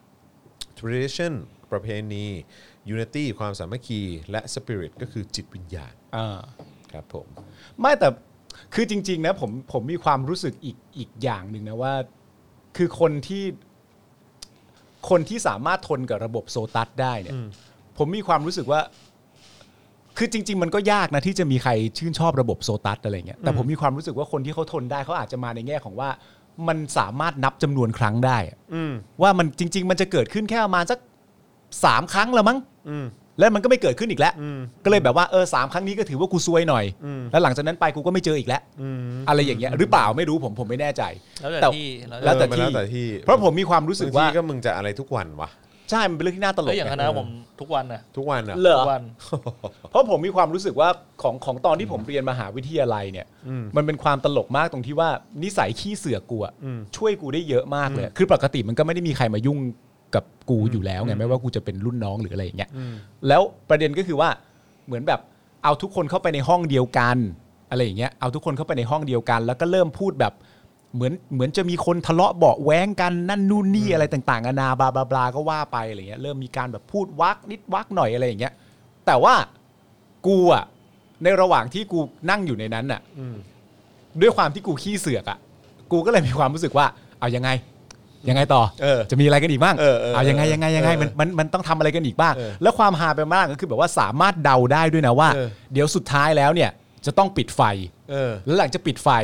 tradition ประเพณี unity ความสามัคคีและ spirit ก็คือจิตวิญญาณครับผมไม่แต่คือจริงๆนะผมผมมีความรู้สึกอีกอีกอย่างหนึ่งนะว่าคือคนที่คนที่สามารถทนกับระบบโซตัสได้เนี่ยผมมีความรู้สึกว่าคือจริงๆมันก็ยากนะที่จะมีใครชื่นชอบระบบโซตัสอะไรเงี้ยแต่ผมมีความรู้สึกว่าคนที่เขาทนได้เขาอาจจะมาในแง่ของว่ามันสามารถนับจำนวนครั้งได้ว่ามันจริงๆมันจะเกิดขึ้นแค่ประมาณสักสามครั้งละมั้งแล้วมันก็ไม่เกิดขึ้นอีกแล้วก็เลยแบบว่าเออสามครั้งนี้ก็ถือว่ากูซวยหน่อยแล้วหลังจากนั้นไปกูก็ไม่เจออีกแล้วอะไรอย่างเงี้ยหรือเปล่าไม่รู้ผมผมไม่แน่ใจแล้วแต่ที่แล้วแต่ที่เพราะผมมีความรู้สึกว่าก็มึงจะอะไรทุกวันวะใช่มันเป็นเรื่องที่น่าตลกอย่างคณะผมทุกวันนะทุกวันอ่ะทุกวันเพราะผมมีความรู้สึกว่าของของตอนที่ผมเรียนมหาวิทยาลัยเนี่ยมันเป็นความตลกมากตรงที่ว่านิสัยขี้เสือกกูอ่ะช่วยกูได้เยอะมากเลยคือปกติมันก็ไม่ได้มีใครมายุ่งกับกูอยู่แล้วไงไม่ว่ากูจะเป็นรุ่นน้องหรืออะไรอย่างเงี้ยแล้วประเด็นก็คือว่าเหมือนแบบเอาทุกคนเข้าไปในห้องเดียวกันอะไรอย่างเงี้ยเอาทุกคนเข้าไปในห้องเดียวกันแล้วก็เริ่มพูดแบบเหมือนเหมือนจะมีคนทะเลาะเบาะแว้งกันนั่นนู่นนี่อะไรต่างๆนานาบลาบลาบลาก็ว่าไปอะไรเงี้ยเริ่มมีการแบบพูดวักนิดวักหน่อยอะไรอย่างเงี้ยแต่ว่ากูอ่ะในระหว่างที่กูนั่งอยู่ในนั้นอ่ะด้วยความที่กูขี้เสือกอ่ะกูก็เลยมีความรู้สึกว่าเอายังไงยังไงต่อจะมีอะไรกันอีกบ้างเอายังไงยังไงยังไงมันมันมันต้องทำอะไรกันอีกบ้างแล้วความฮาไปมากก็คือแบบว่าสามารถเดาได้ด้วยนะว่าเดี๋ยวสุดท้ายแล้วเนี่ยจะต้องปิดไฟแล้วหลังจะปิดไฟ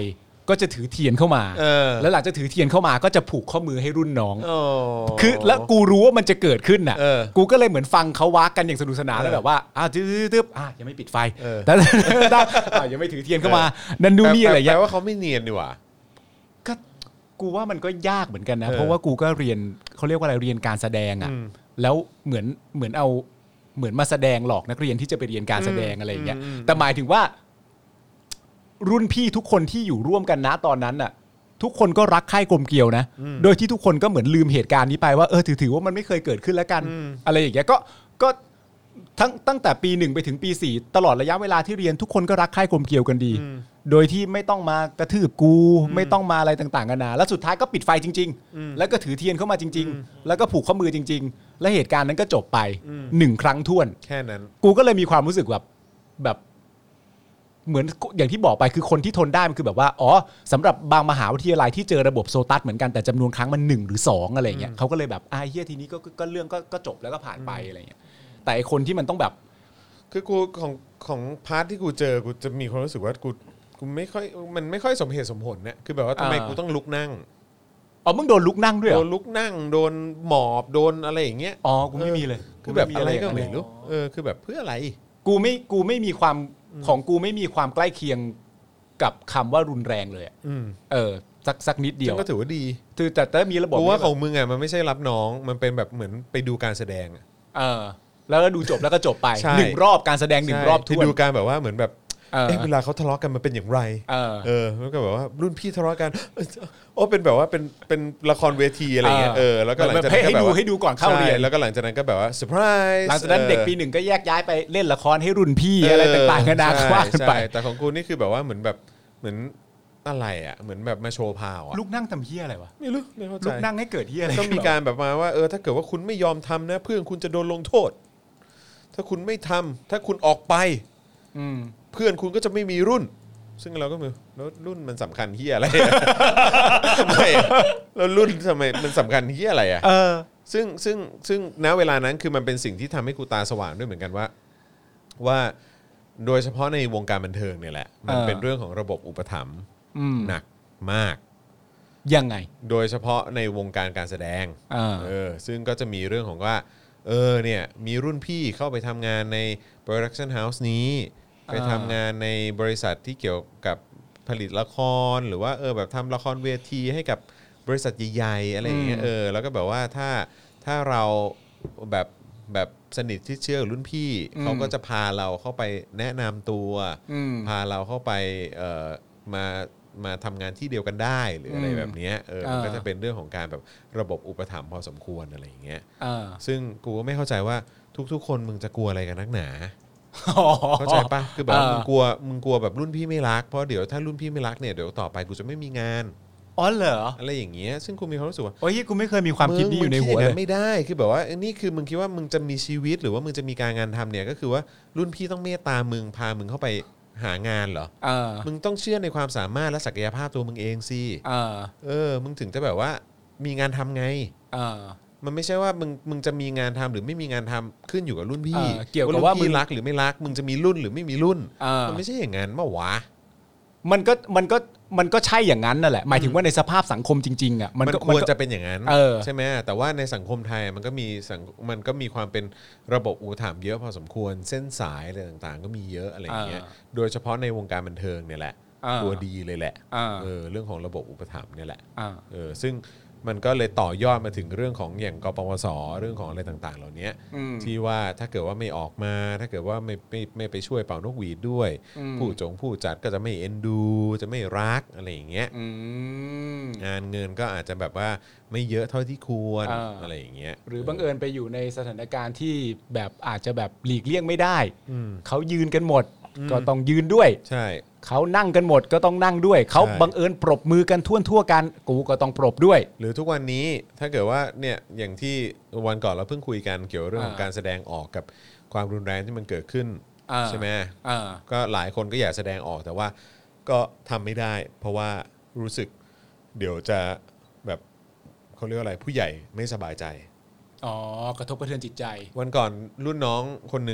ก็จะถือเทียนเข้ามาเออแล้วหลังจากถือเทียนเข้ามาก็จะผูกข้อมือให้รุ่นน้องโอ้คือแล้วกูรู้ว่ามันจะเกิดขึ้นน่ะเออกูก็เลยเหมือนฟังเขาวักกันอย่างสนุกสนานเออแล้วแบบว่าอ่ะตึ๊บๆอ่ะยังไม่ปิดไฟเออแต่ ได้อ่ะยังไม่ถือเทียนเข้ามานั่นนู่นนี่อะไรอย่างแปเงี้ลยว่าเขาไม่เนียนดีกว่าก็กูว่ามันก็ยากเหมือนกันนะเออเพราะว่ากูก็เรียนเขาเรียกว่าอะไรเรียนการแสดงอ่ะอืมแล้วเหมือนเหมือนเอาเหมือนมาแสดงหลอกนักเรียนที่จะไปเรียนการแสดงอะไรอย่างเงี้ยอืมแต่หมายถึงว่า รุ่นพี่ทุกคนที่อยู่ร่วมกันนะตอนนั้นน่ะ ทุกคนก็รักใคร่กลมเกลียวนะโดยที่ทุกคนก็เหมือนลืมเหตุการณ์นี้ไปว่าเออถือถือว่ามันไม่เคยเกิดขึ้นแล้วกัน อะไรอย่างเงี้ยก็ก็ทั้งตั้งแต่ปีหนึ่งไปถึงปีสี่ตลอดระยะเวลาที่เรียนทุกคนก็รักใคร่กลมเกลียวกันดี โดยที่ไม่ต้องมากระทืบกูไม่ต้องมาอะไรต่างๆกันานาแล้วสุดท้ายก็ปิดไฟจริง ๆ แล้วก็ถือเทียนเข้ามาจริง ๆ แล้วก็ผูกข้อมือจริง ๆ และเหตุการณ์นั้นก็จบไปหนึ่งครั้งท้วนแค่นั้นกูก็เลยมีความรู้สึกแบบแบบเหมือนอย่างที่บอกไปคือคนที่ทนได้มันคือแบบว่าอ๋อสำหรับบางมหาวิทยาลัยที่เจอระบบโซตัสเหมือนกันแต่จำนวนครั้งมันหนึ่งหรือสองอะไรเงี้ยเขาก็เลยแบบอ่าเฮียทีนี้ก็ก็เรื่องก็ก็จบแล้วก็ผ่านไปอะไรเงี้ยแต่ไอคนที่มันต้องแบบคือกูของของพาร์ทที่กูเจอกูจะมีความรู้สึกว่ากูกูไม่ค่อยมันไม่ค่อยสมเหตุสมผลเนี่ยคือแบบว่าทำไมอ่ากูกูต้องลุกนั่งอ๋อมึงโดนลุกนั่งด้วยเหรโดอนลุกนั่งโดนหมอบโดนอะไรอย่างเงี้ยอ๋อกูไม่มีเลยคือแบบอะไรก็ย่างนั้นไม่เลยรู้เออคือแบบเพื่ออะไรกูไม่กูไม่มีความของกูไม่มีความใกล้เคียงกับคำว่ารุนแรงเลยอะอืมเออสักสักนิดเดีซึ่ยวงก็ถือว่าดีคือแต่แต่มีระบบกูว่าที่ขแบบองมึงอ่ะมันไม่ใช่รับน้องมันเป็นแบบเหมือนไปดูการแสดงอะเออแล้วก็ดูจบแล้วก็จบไปใช่หนึ่งรอบการแสดงหนึ่งรอบที่ท้วนดูการแบบว่าเหมือนแบบเออเอ๊ะเวลาเขาทะเลาะกันมันเป็นอย่างไรเออเออแล้วก็แบบว่ารุ่นพี่ทะเลาะกันโอ้เป็นแบบว่าเป็นเป็นละครเวทีอะไรเงี้ยเออแล้วก็หลังจากนั้นให้ก็แบบดูว่าให้ดูก่อนเข้าเรียนใช่แล้วก็หลังจากนั้นก็แบบว่าเซอร์ไพรส์หลังจากนั้นเด็กปีหนึ่งก็แยกย้ายไปเล่นละครให้รุ่นพี่อะไรต่างๆกันานาใช่ว่ากันไปใช่แต่ของกูนี่คือแบบว่าเหมือนแบบเหมือนอะไรอ่ะเหมือนแบบมาโชว์พาวอ่ะลูกนั่งทำเฮียอะไรวะไม่รู้ไม่เข้าใจลูกนั่งให้เกิดเฮียอะไรต้องมีการแบบมาว่าเออถ้าเกิดว่าคุณไม่ยอมทำนะเพื่อนคุณจะโดนลงโทษ ถ้าคุณไม่ทำถ้าคุณออกไปอืมเพื่อนคุณก็จะไม่มีรุ่น ซึ่งเราก็มือแล้วรุ่นมันสำคัญเฮียอะไร ไม่แล้วรุ่นทำไมมันสำคัญเฮียอะไรอ่ะเออซึ่งซึ่งซึ่งณเวลานั้นคือมันเป็นสิ่งที่ทำให้กูตาสว่างด้วยเหมือนกันว่า ว่าโดยเฉพาะในวงการบันเทิงเนี่ยแหละมันเออเป็นเรื่องของระบบอุปถัมภ์อืมหนักมากยังไงโดยเฉพาะในวงการการแสดงอ่าเออซึ่งก็จะมีเรื่องของว่าเออเนี่ยมีรุ่นพี่เข้าไปทำงานใน Production House นี้ไปทำงานในบริษัทที่เกี่ยวกับผลิตละครหรือว่าเออแบบทำละครเวทีให้กับบริษัทใหญ่ๆอะไรอย่างเงี้ยอืมเออแล้วก็แบบว่าถ้าถ้าเราแบบแบบสนิทที่เชื่อกับรุ่นพี่เขาก็จะพาเราเข้าไปแนะนำตัวอืมพาเราเข้าไปเอ่อมามาทำงานที่เดียวกันได้หรืออะไรอืมแบบเนี้ยเออมันอ่าก็จะเป็นเรื่องของการแบบระบบอุปถัมภ์พอสมควรอะไรอย่างเงี้ยอ่าซึ่งกูก็ไม่เข้าใจว่าทุกๆ คนมึงจะกลัวอะไรกันนักหนา เข้าใจปะคือแบบว่ามึงกลัวมึงกลัวแบบรุ่นพี่ไม่รักเพราะเดี๋ยวถ้ารุ่นพี่ไม่รักเนี่ยเดี๋ยวต่อไปกูจะไม่มีงานอ๋อเหรออะไรอย่างเงี้ยซึ่งกูมีความรู้สึกว่าโอ้ยกูไม่เคยมีความคิดนี้อยู่ในหัวมึงเลคิดางยไม่ได้คือแบบว่านี่คือมึงคิดว่ามึงจะมีชีวิตหรือว่ามึงจะมีการงานทำเนี่ยก็คือว่ารุ่นพี่ต้องเมตตามึงพามึงเข้าไปหางานเหรอเออมึงต้องเชื่อในความสามารถและศักยภาพตัวมึงเองสิเออเออมึงถึงจะแบบว่ามีงานทำไงเออมันไม่ใช่ว่ามึงมึงจะมีงานทำหรือไม่มีงานทำขึ้นอยู่กับรุ่นพี่เออเกี่ยวกับว่ารุ่นพี่มึงรักหรือไม่รัก มึงจะมีรุ่นหรือไม่มีรุ่นเออมันไม่ใช่อย่างนั้นมาวะมันก็มันก็มันก็ใช่อย่างนั้นนั่นแหละหมายถึงว่าในสภาพสังคมจริงๆอ่ะมันก็ควรก็จะเป็นอย่างนั้นเออใช่ไหมแต่ว่าในสังคมไทยมันก็มีสังมันก็มีความเป็นระบบอุปถัมภ์เยอะพอสมควรเส้นสายอะไรต่างๆ ก็มีเยอะอะไรอย่างเงี้ยโดยเฉพาะในวงการบันเทิงเนี่ยแหละอ่าตัวดีเลยแหละอ่าเออเรื่องของระบบอุปถัมภ์เนี่ยแหละอ่าเออซึ่งมันก็เลยต่อยอดมาถึงเรื่องของอย่างกปปสเรื่องของอะไรต่าง ๆ เหล่านี้อืมที่ว่าถ้าเกิดว่าไม่ออกมาถ้าเกิดว่าไม่ไม่ไม่ไปช่วยเป่านกหวีดด้วยอืมผู้จงผู้จัดก็จะไม่เอ็นดู จะไม่รักอะไรอย่างเงี้ยอืมงานเงินก็อาจจะแบบว่าไม่เยอะเท่าที่ควรอ่าอะไรอย่างเงี้ยหรือบังเอิญไปอยู่ในสถานการณ์ที่แบบอาจจะแบบหลีกเลี่ยงไม่ได้อืมเขายืนกันหมด ก็ต้องยืนด้วยใช่เขานั่งกันหมดก็ต้องนั่งด้วย เขาใช่บังเอิญปรบมือกันทั่วทั่วๆกัน กูก็ต้องปรบด้วยหรือทุกวันนี้ถ้าเกิดว่าเนี่ยอย่างที่วันก่อนเราเพิ่งคุยกันเกี่ยวกับเรื่องของอ่าการแสดงออกกับความรุนแรงที่มันเกิดขึ้นอ่าใช่ไหมอ่าก็หลายคนก็อยากแสดงออกแต่ว่าก็ทำไม่ได้ เพราะว่ารู้สึกเดี๋ยวจะแบบเขาเรียกว่าอะไรผู้ใหญ่ไม่สบายใจอ๋อกระทบกระเทือนจิตใจวันก่อนรุ่นน้องคนหนึ่งอ่ะ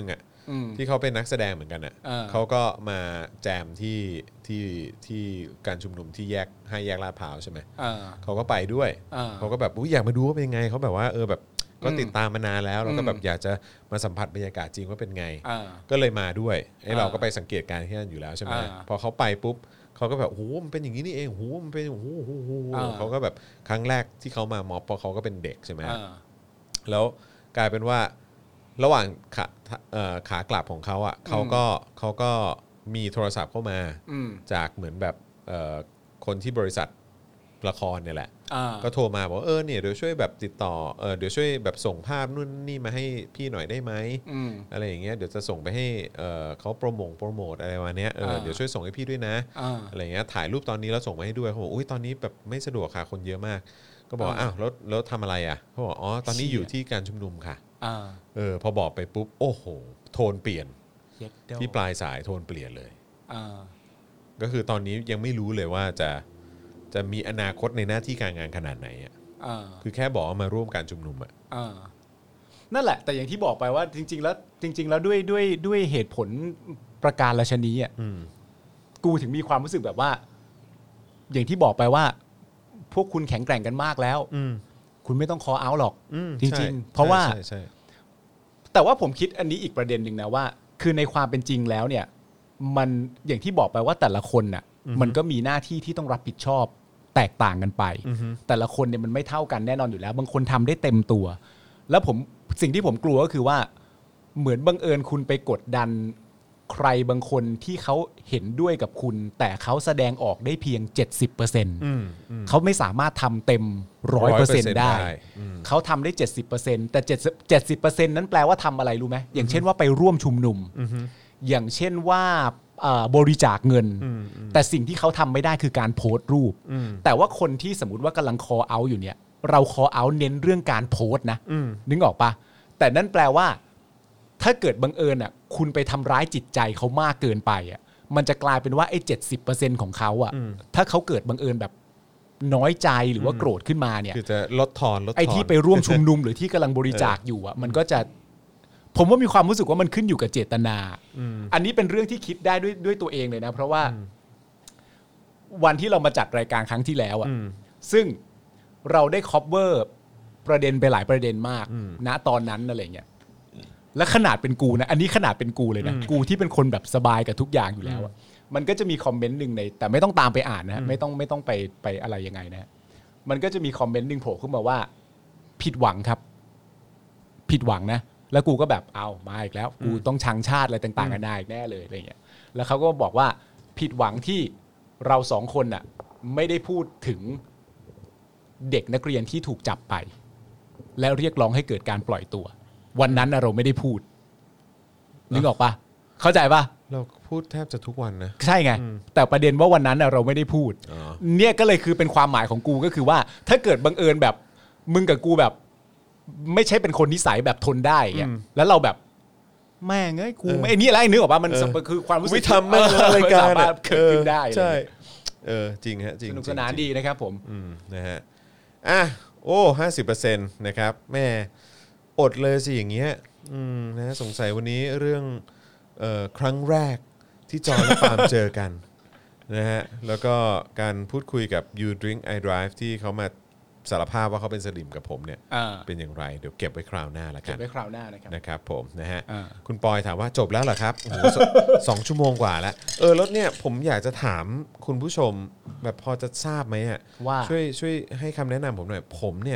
ที่เขาเป็นนักแสดงเหมือนกันอ่ะเขาก็มาแจมที่ที่ที่การชุมนุมที่แยกให้แยกลาดพร้าวใช่ไหมเขาก็ไปด้วยเขาก็แบบอยากมาดูว่าเป็นยังไงเขาแบบว่าเออแบบก็ติดตามมานานแล้วแล้วก็แบบอยากจะมาสัมผัสบรรยากาศจริงว่าเป็นไงก็เลยมาด้วยไอ้เราก็ไปสังเกตการณ์ที่นั่นอยู่แล้วใช่ไหมพอเขาไปปุ๊บเขาก็แบบโอ้โหมันเป็นอย่างนี้นี่เองโอ้โหมันเป็นโอ้โหเขาก็แบบครั้งแรกที่เขามาม็อบเพราะเขาก็เป็นเด็กใช่ไหมแล้วกลายเป็นว่าระหว่างขาขากลับของเขาอ่ะเขาก็เขาก็มีโทรศัพท์เข้ามาจากเหมือนแบบคนที่บริษัทละครเนี่ยแหละก็โทรมาบอกเออเนี่ยเดี๋ยวช่วยแบบติดต่อเออเดี๋ยวช่วยแบบส่งภาพนู่นนี่มาให้พี่หน่อยได้ไหมอะไรอย่างเงี้ยเดี๋ยวจะส่งไปให้เออเขาโปรโมทโปรโมทอะไรวันนี้เออเดี๋ยวช่วยส่งให้พี่ด้วยนะอะไรอย่างเงี้ยถ่ายรูปตอนนี้แล้วส่งมาให้ด้วยเขาบอกอุ้ยตอนนี้แบบไม่สะดวกค่ะคนเยอะมากก็บอกอ้าวแล้วแล้วทำอะไรอ่ะเขาบอกอ๋อตอนนี้อยู่ที่การชุมนุมค่ะเออพอบอกไปปุ๊บโอ้โหโทนเปลี่ยนที่ปลายสายโทนเปลี่ยนเลยก็คือตอนนี้ยังไม่รู้เลยว่าจะจะมีอนาคตในหน้าที่การงานขนาดไหนอ่ะคือแค่บอกมาร่วมการชุมนุมอ่ะนั่นแหละแต่อย่างที่บอกไปว่าจริงๆแล้วจริงๆแล้วด้วยด้วยด้วยเหตุผลประการราชนีอ่ะกูถึงมีความรู้สึกแบบว่าอย่างที่บอกไปว่าพวกคุณแข็งแกร่งกันมากแล้วคุณไม่ต้องคอเอาท์หรอกจริงๆเพราะว่าแต่ว่าผมคิดอันนี้อีกประเด็นหนึ่งนะว่าคือในความเป็นจริงแล้วเนี่ยมันอย่างที่บอกไปว่าแต่ละคนน่ะมันก็มีหน้าที่ที่ต้องรับผิดชอบแตกต่างกันไปแต่ละคนเนี่ยมันไม่เท่ากันแน่นอนอยู่แล้วบางคนทำได้เต็มตัวแล้วผมสิ่งที่ผมกลัวก็คือว่าเหมือนบังเอิญคุณไปกดดันใครบางคนที่เขาเห็นด้วยกับคุณแต่เขาแสดงออกได้เพียง เจ็ดสิบเปอร์เซ็นต์ เขาไม่สามารถทำเต็ม หนึ่งร้อยเปอร์เซ็นต์ ได้เขาทำได้ เจ็ดสิบเปอร์เซ็นต์ แต่เจ็ดสิบเปอร์เซ็นต์ นั้นแปลว่าทำอะไรรู้ไหมอย่างเช่นว่าไปร่วมชุมนุมอย่างเช่นว่าบริจาคเงินแต่สิ่งที่เขาทำไม่ได้คือการโพสต์รูปแต่ว่าคนที่สมมติว่ากำลัง call out อยู่เนี่ยเรา call out เน้นเรื่องการโพสต์นะนึกออกปะแต่นั่นแปลว่าถ้าเกิดบังเอิญอ่ะคุณไปทำร้ายจิตใจเขามากเกินไปอ่ะมันจะกลายเป็นว่าไอ้ เจ็ดสิบเปอร์เซ็นต์ ของเขาอ่ะถ้าเขาเกิดบังเอิญแบบน้อยใจหรือว่าโกรธขึ้นมาเนี่ยคือจะลดทอนลดทอนไอ้ที่ไปร่วมชุมนุมหรือที่กำลังบริจาคอยู่อ่ะมันก็จะผมว่ามีความรู้สึกว่ามันขึ้นอยู่กับเจตนาอันนี้เป็นเรื่องที่คิดได้ด้วยด้วยตัวเองเลยนะเพราะว่าวันที่เรามาจัดรายการครั้งที่แล้วอ่ะซึ่งเราได้คอฟเวอร์ประเด็นไปหลายประเด็นมากณตอนนั้นอะไรเงี้ยและขนาดเป็นกูนะอันนี้ขนาดเป็นกูเลยนะกูที่เป็นคนแบบสบายกับทุกอย่างอยู่แล้วอ่ะมันก็จะมีคอมเมนต์นึงในแต่ไม่ต้องตามไปอ่านนะไม่ต้องไม่ต้องไปไปอะไรยังไงนะมันก็จะมีคอมเมนต์นึงโผล่ขึ้นมาว่าผิดหวังครับผิดหวังนะแล้วกูก็แบบเอามาอีกแล้วกูต้องชังชาติอะไรต่างๆกันได้อีกแน่เลยอะไรเงี้ยแล้วเขาก็บอกว่าผิดหวังที่เราสองคนน่ะไม่ได้พูดถึงเด็กนักเรียนที่ถูกจับไปแล้วเรียกร้องให้เกิดการปล่อยตัววันนั้นเราไม่ได้พูดนึกออกปะเข้าใจปะเราพูดแทบจะทุกวันนะใช่ไงแต่ประเด็นว่าวันนั้นเราไม่ได้พูดเนี่ยก็เลยคือเป็นความหมายของกูก็คือว่าถ้าเกิดบังเอิญแบบมึงกับกูแบบไม่ใช่เป็นคนนิสัยแบบทนได้อย่างเงี้ยแล้วเราแบบแม่งเอ้ยกูไม่ไอ้นี่อะไรนึกออกป่ะมันคือความรู้สึกไม่ทำไม่อะไรกันเกิดขึ้นได้ใช่เออจริงฮะจริงสนุกสนานดีนะครับผมนะฮะอ่ะโอ้ห้าสิบเปอร์เซ็นต์นะครับแม่อดเลยสิอย่างเงี้ยอืมนะสงสัยวันนี้เรื่องเอ่อครั้งแรกที่จอและปาล์มเจอกันนะฮะแล้วก็การพูดคุยกับ You Drink I Drive ที่เขามาสารภาพว่าเขาเป็นสลิมกับผมเนี่ยเป็นอย่างไรเดี๋ยวเก็บไว้คราวหน้าละกันเก็บไว้คราวหน้านะครับนะครับผมนะฮะคุณปอยถามว่าจบแล้วเหรอครับโอ้โหสองชั่วโมงกว่าแล้วเออแล้วเนี่ยผมอยากจะถามคุณผู้ชมแบบพอจะทราบไหมอ่ะว่าช่วยช่วยให้คำแนะนำผมหน่อยผมเนี่ย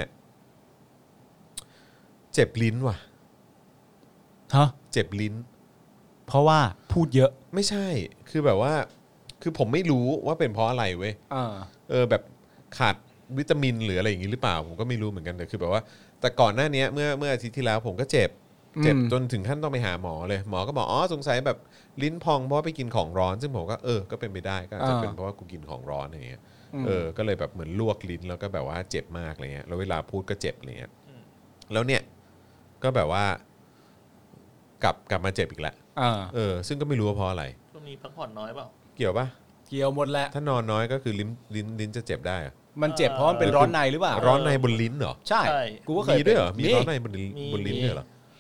เจ็บลิ้นว่ะฮะเจ็บลิ้นเพราะว่าพูดเยอะไม่ใช่คือแบบว่าคือผมไม่รู้ว่าเป็นเพราะอะไรเว้ยเออแบบขาดวิตามินหรืออะไรอย่างงี้หรือเปล่าผมก็ไม่รู้เหมือนกันแต่คือแบบว่าแต่ก่อนหน้านี้เมื่อเมื่ออาทิตย์ที่แล้วผมก็เจ็บเจ็บจนถึงขั้นต้องไปหาหมอเลยหมอก็บอกอ๋อสงสัยแบบลิ้นพองเพราะไปกินของร้อนซึ่งผมก็เออก็เป็นไปได้ก็อาจจะเป็นเพราะว่ากูกินของร้อนอะไรเงี้ยเออก็เลยแบบเหมือนลวกลิ้นแล้วก็แบบว่าเจ็บมากอะไรเงี้ยแล้วเวลาพูดก็เจ็บอะไรเงี้ยแล้วเนี่ยก็แบบว่ากลับกลับมาเจ็บอีกแล้วเออซึ่งก็ไม่รู้ว่าเพราะอะไรช่วงนี้พักผ่อนน้อยเปล่าเกี่ยวปะเกี่ยวหมดแหละถ้านอนน้อยก็คือลิ้นลิ้นลิ้นจะเจ็บได้มันเจ็บเพราะมันเป็นร้อนในหรือเปล่าร้อนในบนลิ้นเหรอใช่กูก็เคยมีด้วยเหรอมีร้อนในบนบนลิ้นด้วยเหรอ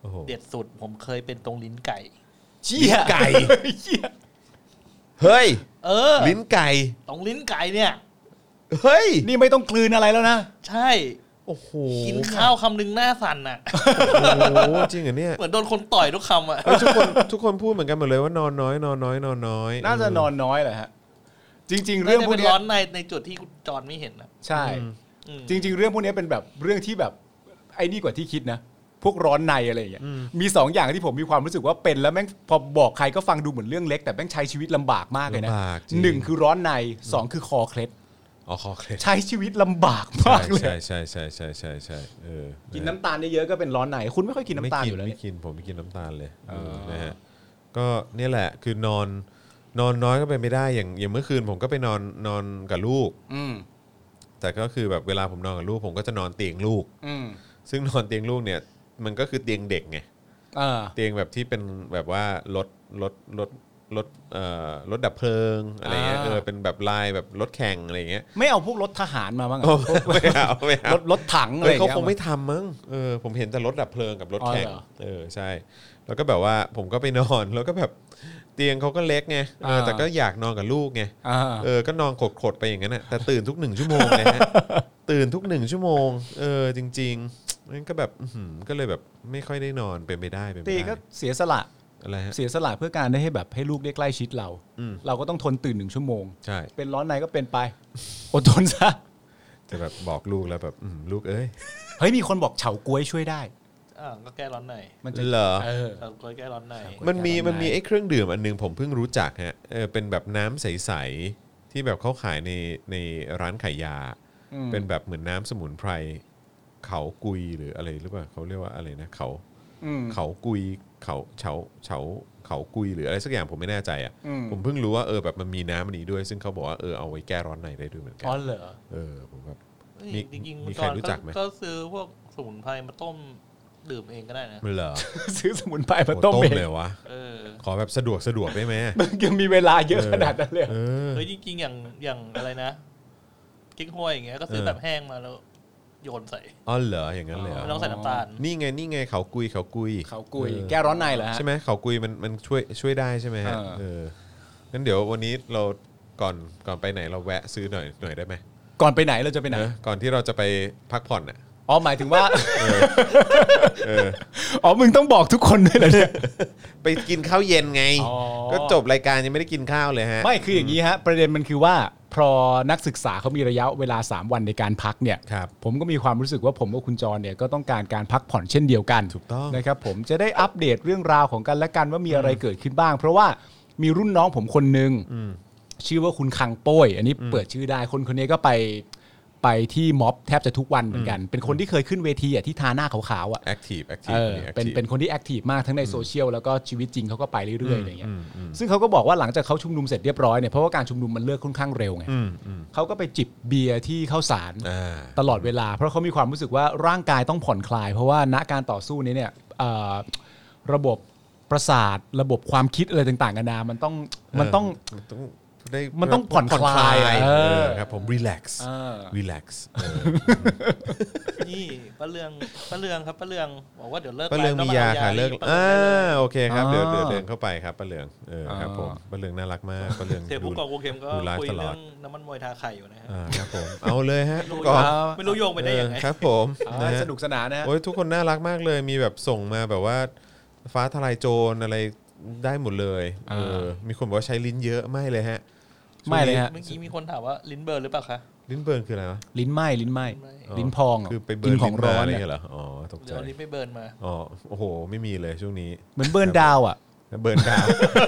โอ้โหเด็ดสุดผมเคยเป็นตรงลิ้นไก่เชี่ยไก่เฮ้ยเออลิ้นไก่ตรงลิ้นไก่เนี่ยเฮ้ยนี่ไม่ต้องกลืนอะไรแล้วนะใช่โอ้โหกินข้าวคำนึงหน้าสั่นอ่ะโอ้โหจริงเหรอเนี่ยเหมือนโดนคนต่อยทุกคำอ่ะเฮ้ยทุกคนทุกคนพูดเหมือนกันหมดเลยว่านอนน้อยนอนน้อยนอนน้อยน่าจะนอนน้อยแหละฮะจริง ๆ เรื่องพวกเป็นนี้ร้อนในในจุดที่จอนไม่เห็นนะใช่อืมจริง ๆ เรื่องพวกนี้เป็นแบบเรื่องที่แบบไอ้นี่กว่าที่คิดนะพวกร้อนในอะไรอย่างเงี้ยมีสองอย่างที่ผมมีความรู้สึกว่าเป็นแล้วแม่งพอบอกใครก็ฟังดูเหมือนเรื่องเล็กแต่แม่งใช้ชีวิตลำบากมากเลยนะลำบากจริงหนึ่งคือร้อนในสองคือคอเคล็ดอ๋อคอเคล็ดใช้ชีวิตลำบากมากเลยใช่ใช่ใช่ใช่ใช่ใช่เออกินน้ำตาลเยอะๆก็เป็นร้อนในคุณไม่ค่อยกินน้ำตาลไม่อยู่แล้วไม่นี่กินผมไม่กินน้ำตาลเลยเออนะฮะก็เนี่ยแหละคือนอนนอนน้อยก็เป็นไม่ได้อย่างอย่างเมื่อคืนผมก็ไปนอนนอนกับลูกอืมแต่ก็คือแบบเวลาผมนอนกับลูกผมก็จะนอนเตียงลูกอืมซึ่งนอนเตียงลูกเนี่ยมันก็คือเตียงเด็กไงอ่าเตียงแบบที่เป็นแบบว่ารถรถรถรถเอ่อรถดับเพลิงอะไรเงี้ยอ่าเออเป็นแบบลายแบบรถแข่งอะไรเงี้ยไม่เอาพวกรถทหารมาบ้างอะโอ้ไม่เอาไม่เอารถรถถังอะไรเอออย่าง เขาเงี้ยคงไม่ทำมั้งเออผมเห็นแต่รถดับเพลิงกับรถแข่งอ๋อเหรอเออใช่ แล้วก็แบบว่าผมก็ไปนอนแล้วก็แบบเตียงเขาก็เล็กไงเออแต่ก็อยากนอนกับลูกไงอ่าเออก็นอนขดๆไปอย่างนั้นน่ะแต่ตื่นทุกหนึ่งชั่วโมงเลยฮะ ตื่นทุกหนึ่งชั่วโมงเออจริงๆนั่นก็แบบอื้อหือก็เลยแบบไม่ค่อยได้นอนเป็นไปได้เป็นไปตีได้ก็เสียสละอะไรฮะเสียสละเพื่อการได้ให้แบบให้ลูกได้ใกล้ชิดเราอืมเราก็ต้องทนตื่นหนึ่งชั่วโมงใช่เป็นร้อนในก็เป็นไป อดทนซะจะแบบบอกลูกแล้วแบบอืมลูกเอ้ยเฮ้ยมีคนบอกเฉาก๊วยช่วยได้อ่าก็แก้ร้อนในมันจะเหรอเออเราก็แก้ร้อนในมันมีแก้ร้อนในมันมีไอ้เครื่องดื่มอันนึงผมเพิ่งรู้จักฮะเออเป็นแบบน้ำใสๆที่แบบเขาขายในในร้านขายยาอืมเป็นแบบเหมือนน้ำสมุนไพรเขากุยหรืออะไรหรือเปล่าเขาเรียกว่าอะไรนะเขาอืมเขากุยเขาเฉาเฉาเขากุยหรืออะไรสักอย่างผมไม่แน่ใจอ่ะอืมผมเพิ่งรู้ว่าเออแบบมันมีน้ำอันนี้ด้วย ซึ่งเขาบอกว่าเออเอาไว้แก้ร้อนในได้ด้วยเหมือนกัอ๋อเหรอเออผมแบบเอ้ยมีจริงมีๆใครรู้จักไหมก็ซื้อพวกสมุนไพรมาต้มดื่มเองก็ได้นะมันเหรอซื้อสมุนไพรมาโอ้ต้มต้มเองเลยวะเออขอแบบสะดวกสะดวกได้ไหมมันยังมีเวลาเยอะขนาดนั้นเลยเหรอเออเฮ้ยจริงๆอย่างอย่างอะไรนะกิ๊กฮวยอย่างเงี้ยก็ซื้อเออแบบแห้งมาแล้วโยนใส่อ๋อเหรออย่างนั้นเลยเหรไม่อต้องใส่น้ำตาลนี่ไงนี่ไงเขากุยเขากุยเขากุยเออแก้ร้อนในเหรอฮะใช่ไหมเขากุยมันมันช่วยช่วยได้ใช่ไหมฮะเออเอองั้นเดี๋ยววันนี้เราก่อนก่อนไปไหนเราแวะซื้อหน่อยหน่อยได้ไหมก่อนไปไหนเราจะไปไหนเออก่อนที่เราจะไปพักผ่อนอ่ะอ๋อหมายถึงว่าเอออ๋อมึงต้องบอกทุกคนด้วยเหรอเนี่ยไปกินข้าวเย็นไงอ๋อก็จบรายการยังไม่ได้กินข้าวเลยฮะไม่คืออย่างนี้ฮะประเด็นมันคือว่าพอนักศึกษาเขามีระยะเวลาสามวันในการพักเนี่ยครับผมก็มีความรู้สึกว่าผมกับคุณจรเนี่ยก็ต้องการการพักผ่อนเช่นเดียวกันถูกต้องนะครับผมจะได้อัปเดตเรื่องราวของกันและกันว่ามีอะไรเกิดขึ้นบ้าง เพราะว่ามีรุ่นน้องผมคนหนึ่งชื่อว่าคุณคังโป้ย อันนี้เปิดชื่อได้คนคนนี้ก็ไปไปที่ม็อบแทบจะทุกวันเหมือนกัน เป็นคนที่เคยขึ้นเวทีอ่ะที่ทาหน้าขาวๆอ่ะแอคทีฟแอคทีเอฟอเป็นเป็นคนที่แอคทีฟมากทั้งในโซเชียลแล้วก็ชีวิตจริงเขาก็ไปเรื่อยๆอะไรเงี้ยซึ่งเขาก็บอกว่าหลังจากเขาชุมนุมเสร็จเรียบร้อยเนี่ยเพราะว่าการชุมนุมมันเลิกค่อนข้างเร็วไงเขาก็ไปจิบเบียร์ที่เข้าสารอ่าตลอดเวลา เพราะเขามีความรู้สึกว่าร่างกายต้องผ่อนคลาย เพราะว่าณการต่อสู้นี้เนี่ยเอ่อระบบประสาทระบบความคิดอะไรต่างๆกันานามันต้องมันต้องมันต้องได้มันต้องผ่อนคลายเอเอออครับผมรีแลกซ์เออรีแลกซ์นี่ป้าเรืองป้าเรืองครับป้าเรืองบอกว่าเดี๋ยวเลิกป้าเรืองไลฟ์มียาค่ะเลิกป้าอ่าเรืองได้เลยโอเคครับเดี๋ยวอ่าเดี๋ยวเดินเข้าไปครับป้าเรืองเออครับอ่าผมป้าเรืองน่ารักมากป้าเรืองเสียผู้กองกูเข็มก็ดูไลฟ์คุยตลอเรื่ดองน้ำมันมวยทาไข่อยู่นะฮะอ่าครับผมเอาเลยฮะไม่รู้ก่อนไม่รู้โยงไปได้ยังไงเออครับผมอ่านะฮะสนุกสนานนะฮะโอ้ยทุกคนน่ารักมากเลยมีแบบส่งมาแบบว่าฟ้าทลายโจรอะไรได้หมดเลยเออมีคนบอกว่าใช้ลิ้นเยอะไม่เลยฮะไม่เลยฮะเมื่อกี้มีคนถามว่าลิ้นเบิร์นหรือเปล่าคะลิ้นเบิร์นคืออะไรวะลิ้นไหม้ลิ้นไหม้อ๋อลิ้นพองคือไปกิเบิร์นของร้อนลิ้นมาอะไรเนี่ยเงี้ยเหรออ๋อตกใจเดี๋ยวลิ้นไม่เบิร์นมาอ๋อโอ้โหไม่มีเลยช่วงนี้เหมือนเบิร์นดาวอ่ะเบิร์นดาว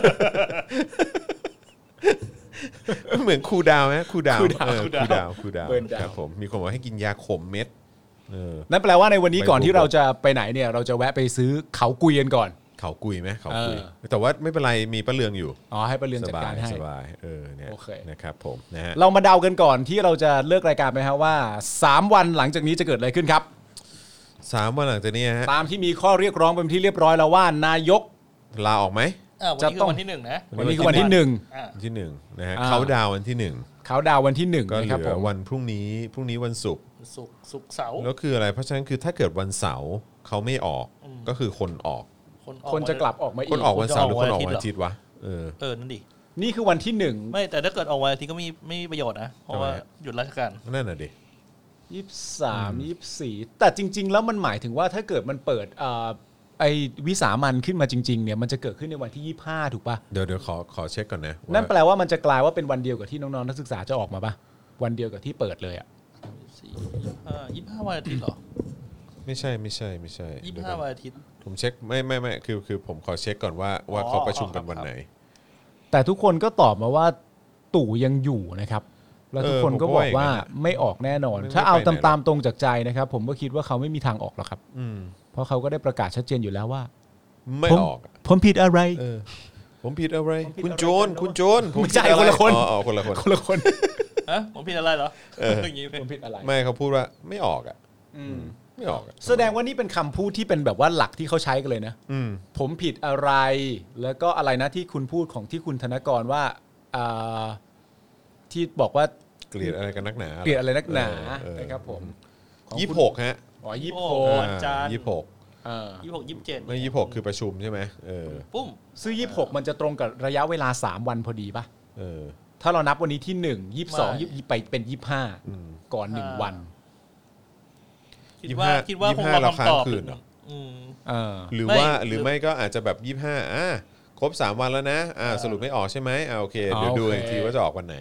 เหมือนคูลดาวน์ไหมคูลดาวน์คูลดาวน์เออคูลดาวน์คูลดาวน์เบิร์นดาวน์ครับผมมีคนบอกให้กินยาขมเม็ดเออนั่นแปลว่าในวันนี้ไปก่อนที่บุกเราจะไปไหนเนี่ยเราจะแวะไปซื้อเขากุยกันก่อนเขากุยไหมเขากุยเออแต่ว่าไม่เป็นไรมีป้าเลืองอยู่อ๋อให้ป้าเรือนสจัดบาการยให้สบายเออเนี่ยโอเคนะครับผมนะฮะเรามาเดากันก่อนที่เราจะเลิกรายการไปครับว่าสามวันหลังจากนี้จะเกิดอะไรขึ้นครับสามวันหลังจากนี้ฮะตามที่มีข้อเรียกร้องเป็นที่เรียบร้อยแล้วว่านายกลาออกไหมอ่าวันนี้จะคืต้อองวันที่หนึ่งนะวันนี้คือวันที่หนึ่งอ่าวันที่หนึ่งนะฮะอ่าเขาดาวน์วันที่หนึ่งเขาดาววันที่หนึ่งก็เหนะครับลืผอมวันพรุ่งนี้พรุ่งนี้วันศุกร์สุกร์ศุกร์เสาร์แล้วคืออะไรเพราะฉะนั้นคือถ้าเกิดวันเสาร์เขาไม่ออกก็คือคนออกคนจะกลับออกมาอีกคนออกวันเสาร์หรือคนออกวันอาทิตย์วะเออเออนั่นดินี่คือวันที่หนึ่งไม่แต่ถ้าเกิดออกวันอาทิตย์ก็ไม่ไม่มีประโยชน์นะเพราะว่าหยุดราชการนั่นน่ะดิยี่สิบสาม ยี่สิบสี่แต่จริงๆแล้วมันหมายถึงว่าถ้าเกิดมันเปิดอ่าไอ้วิสามันขึ้นมาจริงๆเนี่ยมันจะเกิดขึ้นในวันที่ยี่สิบห้าถูกป่ะเดี๋ยวเดี๋ยวขอขอเช็คก่อนนะนั่นแปลว่ามันจะกลายว่าเป็นวันเดียวกับที่น้องๆนักศึกษาจะออกมาป่ะวันเดียวกับที่เปิดเลยอ่ะยี่สิบห้าวันอาทิตย์เหรอไม่ใช่ไม่ใช่ไม่ใช่ยี่สิบห้าวันอาทิตย์ผมเช็คไม่ไม่ไม่คือคือผมขอเช็คก่อนว่าว่าเขาประชุมกันวันไหนแต่ทุกคนก็ตอบมาว่าตู่ยังอยู่นะครับแล้วทุกคนก็บอกว่าไม่ออกแน่นอนถ้าเอาตามตามตรงจากใจนะครับผมก็คิดว่าเขาไม่มีทางออกหรอกครับเพราะเขาก็ได้ประกาศชัดเจนอยู่แล้วว่าไม่ออกผมผิดอะไรผมผิดอะไรคุณโจนคุณโจนไม่ใช่คนละคนอ๋อคนละคนคนละคนฮะผมผิดอะไรเหรออย่างนี้ผมผิดอะไรไม่เขาพูดว่าไม่ออกอ่ะไม่ออกแสดงว่านี่เป็นคำพูดที่เป็นแบบว่าหลักที่เขาใช้กันเลยนะผมผิดอะไรแล้วก็อะไรนะที่คุณพูดของที่คุณธนกรว่าที่บอกว่าเกลียดอะไรกันนักหนาเกลียดอะไรนักหนานะครับผมยี่สิบหกฮะอ๋อยี่สิบหกจานยี่สิบหกยี่สิบหกยี่สิบเจ็ดไม่ยี่สิบหกคือประชุมใช่ไหมเออปุ้มซึ่งยี่สิบหกมันจะตรงกับระยะเวลาสามวันพอดีป่ะเออถ้าเรานับวันนี้ที่หนึ่ง ยี่สิบสองไปเป็นยี่สิบห้าก่อนหนึ่งวันคิดว่าคิดว่าคงรอคำตอบหรือว่าหรือไม่ก็อาจจะแบบยี่สิบห้าอ่ะครบสามวันแล้วนะอ่าสรุปไม่ออกใช่ไหมอ่าโอเคเดี๋ยวดูอีกทีว่าจะออกวันไหน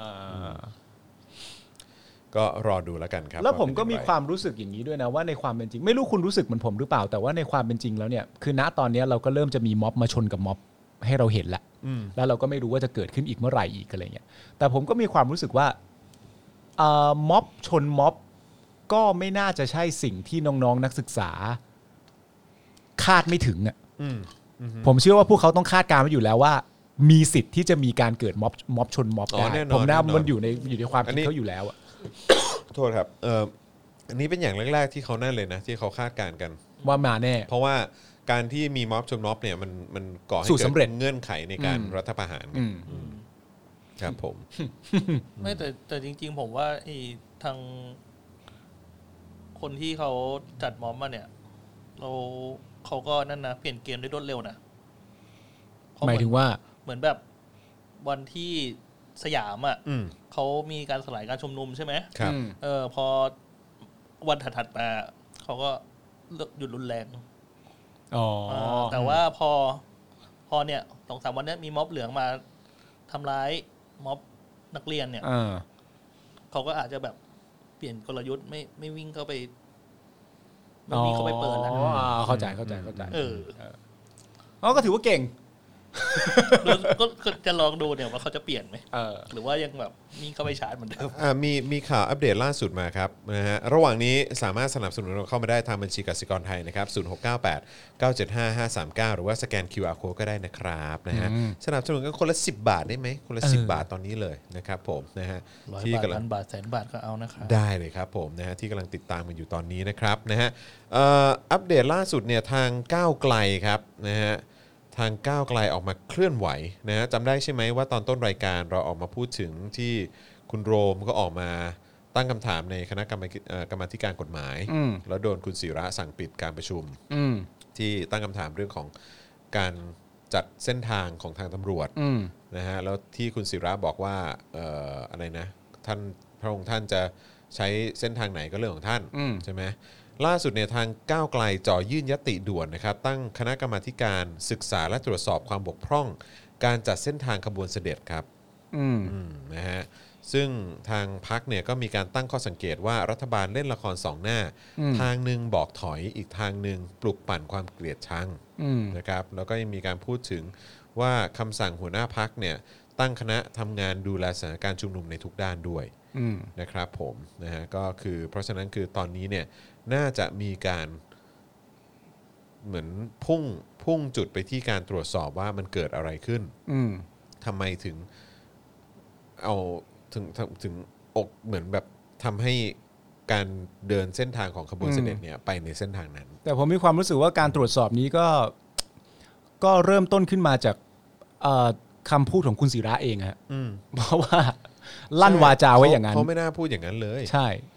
ก็รอดูแล้วกันครับแล้วผมก็มีความรู้สึกอย่างนี้ด้วยนะว่าในความเป็นจริงไม่รู้คุณรู้สึกเหมือนผมหรือเปล่าแต่ว่าในความเป็นจริงแล้วเนี่ยคือณตอนนี้เราก็เริ่มจะมีม็อบมาชนกับม็อบให้เราเห็นแล้วแล้วเราก็ไม่รู้ว่าจะเกิดขึ้นอีกเมื่อไหร่อีกอะไรเงี้ยแต่ผมก็มีความรู้สึกว่าม็อบชนม็อบก็ไม่น่าจะใช่สิ่งที่น้องๆนักศึกษาคาดไม่ถึงอ่ะผมเชื่อว่าพวกเขาต้องคาดการณ์ไว้อยู่แล้วว่ามีสิทธิ์ที่จะมีการเกิดม็อบม็อบชนม็อบได้ผมน่ามันอยู่ในอยู่ในความคิดเขาอยู่แล้วอ่ะโทษครับเอ่ออันนี้เป็นอย่างแรกๆที่เขาแน่เลยนะที่เขาคาดการณ์กันว่ามาแน่เพราะว่าการที่มีม็อบชนม็อบเนี่ยมันมันก่อให้เกิดเงื่อนไขในการรัฐประหารครับผมไม่แต่แต่จริงๆผมว่าไอ้ทางคนที่เขาจัดม็อบมาเนี่ยเราเขาก็นั่นนะเปลี่ยนเกมได้รวดเร็วนะหมายถึงว่าเหมือนแบบวันที่สยามอ่ะเขามีการสลายการชุมนุมใช่ไหมครับเออพอวันถัดๆมาเขาก็เลิกหยุดรุนแรงอ๋อแต่ว่าพอพอเนี่ยสองสามวันนี้มีม็อบเหลืองมาทำร้ายม็อบนักเรียนเนี่ยเขาก็อาจจะแบบเปลี่ยนกลยุทธ์ไม่ไม่วิ่งเข้าไปไม่วิ่งเข้าไปเปิดแล้วเข้าใจเข้าใจเข้าใจเอออ๋อก็ถือว่าเก่งก็จะลองดูเนี่ยว่าเขาจะเปลี่ยนไหมหรือว่ายังแบบมีเข้าไปชาร์จเหมือนเดิมมีมีข่าวอัปเดตล่าสุดมาครับนะฮะระหว่างนี้สามารถสนับสนุนเราเข้ามาได้ทางบัญชีกสิกรไทยนะครับศูนย์ หก เก้า แปด เก้า เจ็ด ห้า ห้า สาม เก้าหรือว่าสแกน คิว อาร์ Code ก็ได้นะครับนะฮะสนับสนุนกันคนละสิบบาทได้ไหมคนละสิบบาทตอนนี้เลยนะครับผมนะฮะที่กำลังบาทแสนบาทก็เอานะครับได้เลยครับผมนะฮะที่กำลังติดตามกันอยู่ตอนนี้นะครับนะฮะอัปเดตล่าสุดเนี่ยทางก้าวไกลครับนะฮะทางก้าวไกลออกมาเคลื่อนไหวนะฮะจำได้ใช่ไหมว่าตอนต้นรายการเราออกมาพูดถึงที่คุณโรมก็ออกมาตั้งคำถามในคณะกรรมกรรมธิการกฎหมายแล้วโดนคุณศิระสั่งปิดการประชุมที่ตั้งคำถามเรื่องของการจัดเส้นทางของทางตำรวจนะฮะแล้วที่คุณศิระบอกว่าเอ่ออะไรนะท่านพระองค์ท่านจะใช้เส้นทางไหนก็เรื่องของท่านใช่ไหมล่าสุดเนี่ยทางก้าวไกลจ่อยื่นญัตติด่วนนะครับตั้งคณะกรรมาธิการศึกษาและตรวจสอบความบกพร่องการจัดเส้นทางขบวนเสด็จครับนะฮะซึ่งทางพรรคเนี่ยก็มีการตั้งข้อสังเกตว่ารัฐบาลเล่นละครสองหน้าทางหนึ่งบอกถอยอีกทางหนึ่งปลุกปั่นความเกลียดชังนะครับแล้วก็ยังมีการพูดถึงว่าคำสั่งหัวหน้าพรรคเนี่ยตั้งคณะทำงานดูแลสถานการณ์ชุมนุมในทุกด้านด้วยนะครับผมนะฮะก็คือเพราะฉะนั้นคือตอนนี้เนี่ยน่าจะมีการเหมือนพุ่งพุ่งจุดไปที่การตรวจสอบว่ามันเกิดอะไรขึ้นทำไมถึงเอาถึงถึงอกเหมือนแบบทำให้การเดินเส้นทางของขบวนเสด็จเนี่ยไปในเส้นทางนั้นแต่ผมมีความรู้สึกว่าการตรวจสอบนี้ก็ก็เริ่มต้นขึ้นมาจากคำพูดของคุณศิระเองฮะเพราะว่าลั่นวาจาไว้อย่างนั้นเขาไม่น่าพูดอย่างนั้นเลยใช่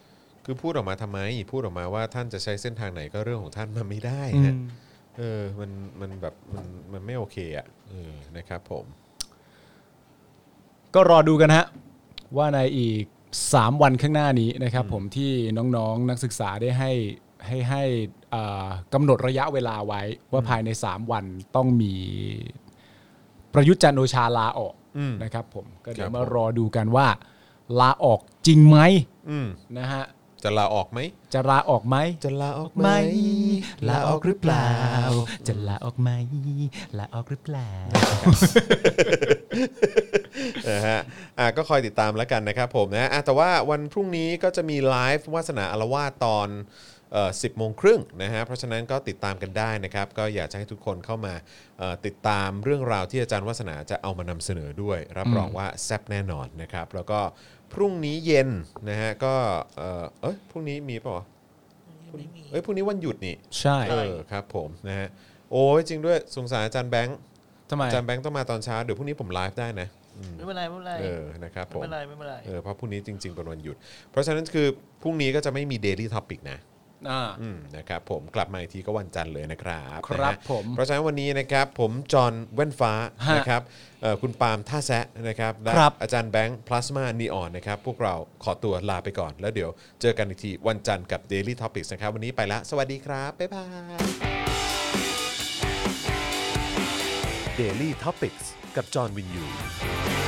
คือพูดออกมาทำไมพูดออกมาว่าท่านจะใช้เส้นทางไหนก็เรื่องของท่านมันไม่ได้ฮะเออมันมันแบบมันมันไม่โอเคอ่ะเออนะครับผมก็รอดูกันฮะว่าในอีกสามวันข้างหน้านี้นะครับผมที่น้องๆนักศึกษาได้ให้ให้ให้กำหนดระยะเวลาไว้ว่าภายในสามวันต้องมีประยุทธ์จันทร์โอชาลาออกนะครับผมก็เดี๋ยวมารอดูกันว่าลาออกจริงไหมนะฮะจะลาออกไหมจะลาออกไหมจะลาออกไหมลาออกหรือเปล่าจะลาออกไหมลาออกหรือเปล่านะฮะอ่ะก็คอยติดตามแล้วกันนะครับผมนะอ่ะแต่ว่าวันพรุ่งนี้ก็จะมีไลฟ์วาสนาอารวาสตอนเอ่อสิบโมงครึ่งนะฮะเพราะฉะนั้นก็ติดตามกันได้นะครับก็อยากจะให้ทุกคนเข้ามาเอ่อติดตามเรื่องราวที่อาจารย์วาสนาจะเอามานำเสนอด้วยรับรองว่าแซ่บแน่นอนนะครับแล้วก็พรุ่งนี้เย็นนะฮะก็เอ่อเอ้ยพรุ่งนี้มีป่ะเอ้ยพรุ่งนี้วันหยุดนี่ใช่เออครับผมนะฮะโอ้ยจริงด้วยสงสารอาจารย์แบงค์ทำไมอาจารย์แบงค์ต้องมาตอนเช้าเดี๋ยวพรุ่งนี้ผมไลฟ์ได้นะไม่เป็นไรไม่เป็นไรเออนะครับผมไม่เป็นไรไม่เป็นไรเออเพราะพรุ่งนี้จริงๆเป็นวันหยุดเพราะฉะนั้นคือพรุ่งนี้ก็จะไม่มี Daily Topic นะอ่าอืมนะครับผมกลับมาอีกทีก็วันจันทร์เลยนะครับครับผมเพราะฉะนั้นวันนี้นะครับผมจอห์นแว่นฟ้านะครับเอ่อคุณปาล์มท่าแซะนะครับและอาจารย์แบงค์พลาสมานีออนนะครับพวกเราขอตัวลาไปก่อนแล้วเดี๋ยวเจอกันอีกทีวันจันทร์กับ Daily Topics นะครับวันนี้ไปละสวัสดีครับบ๊ายบาย Daily Topics กับจอห์นวินยู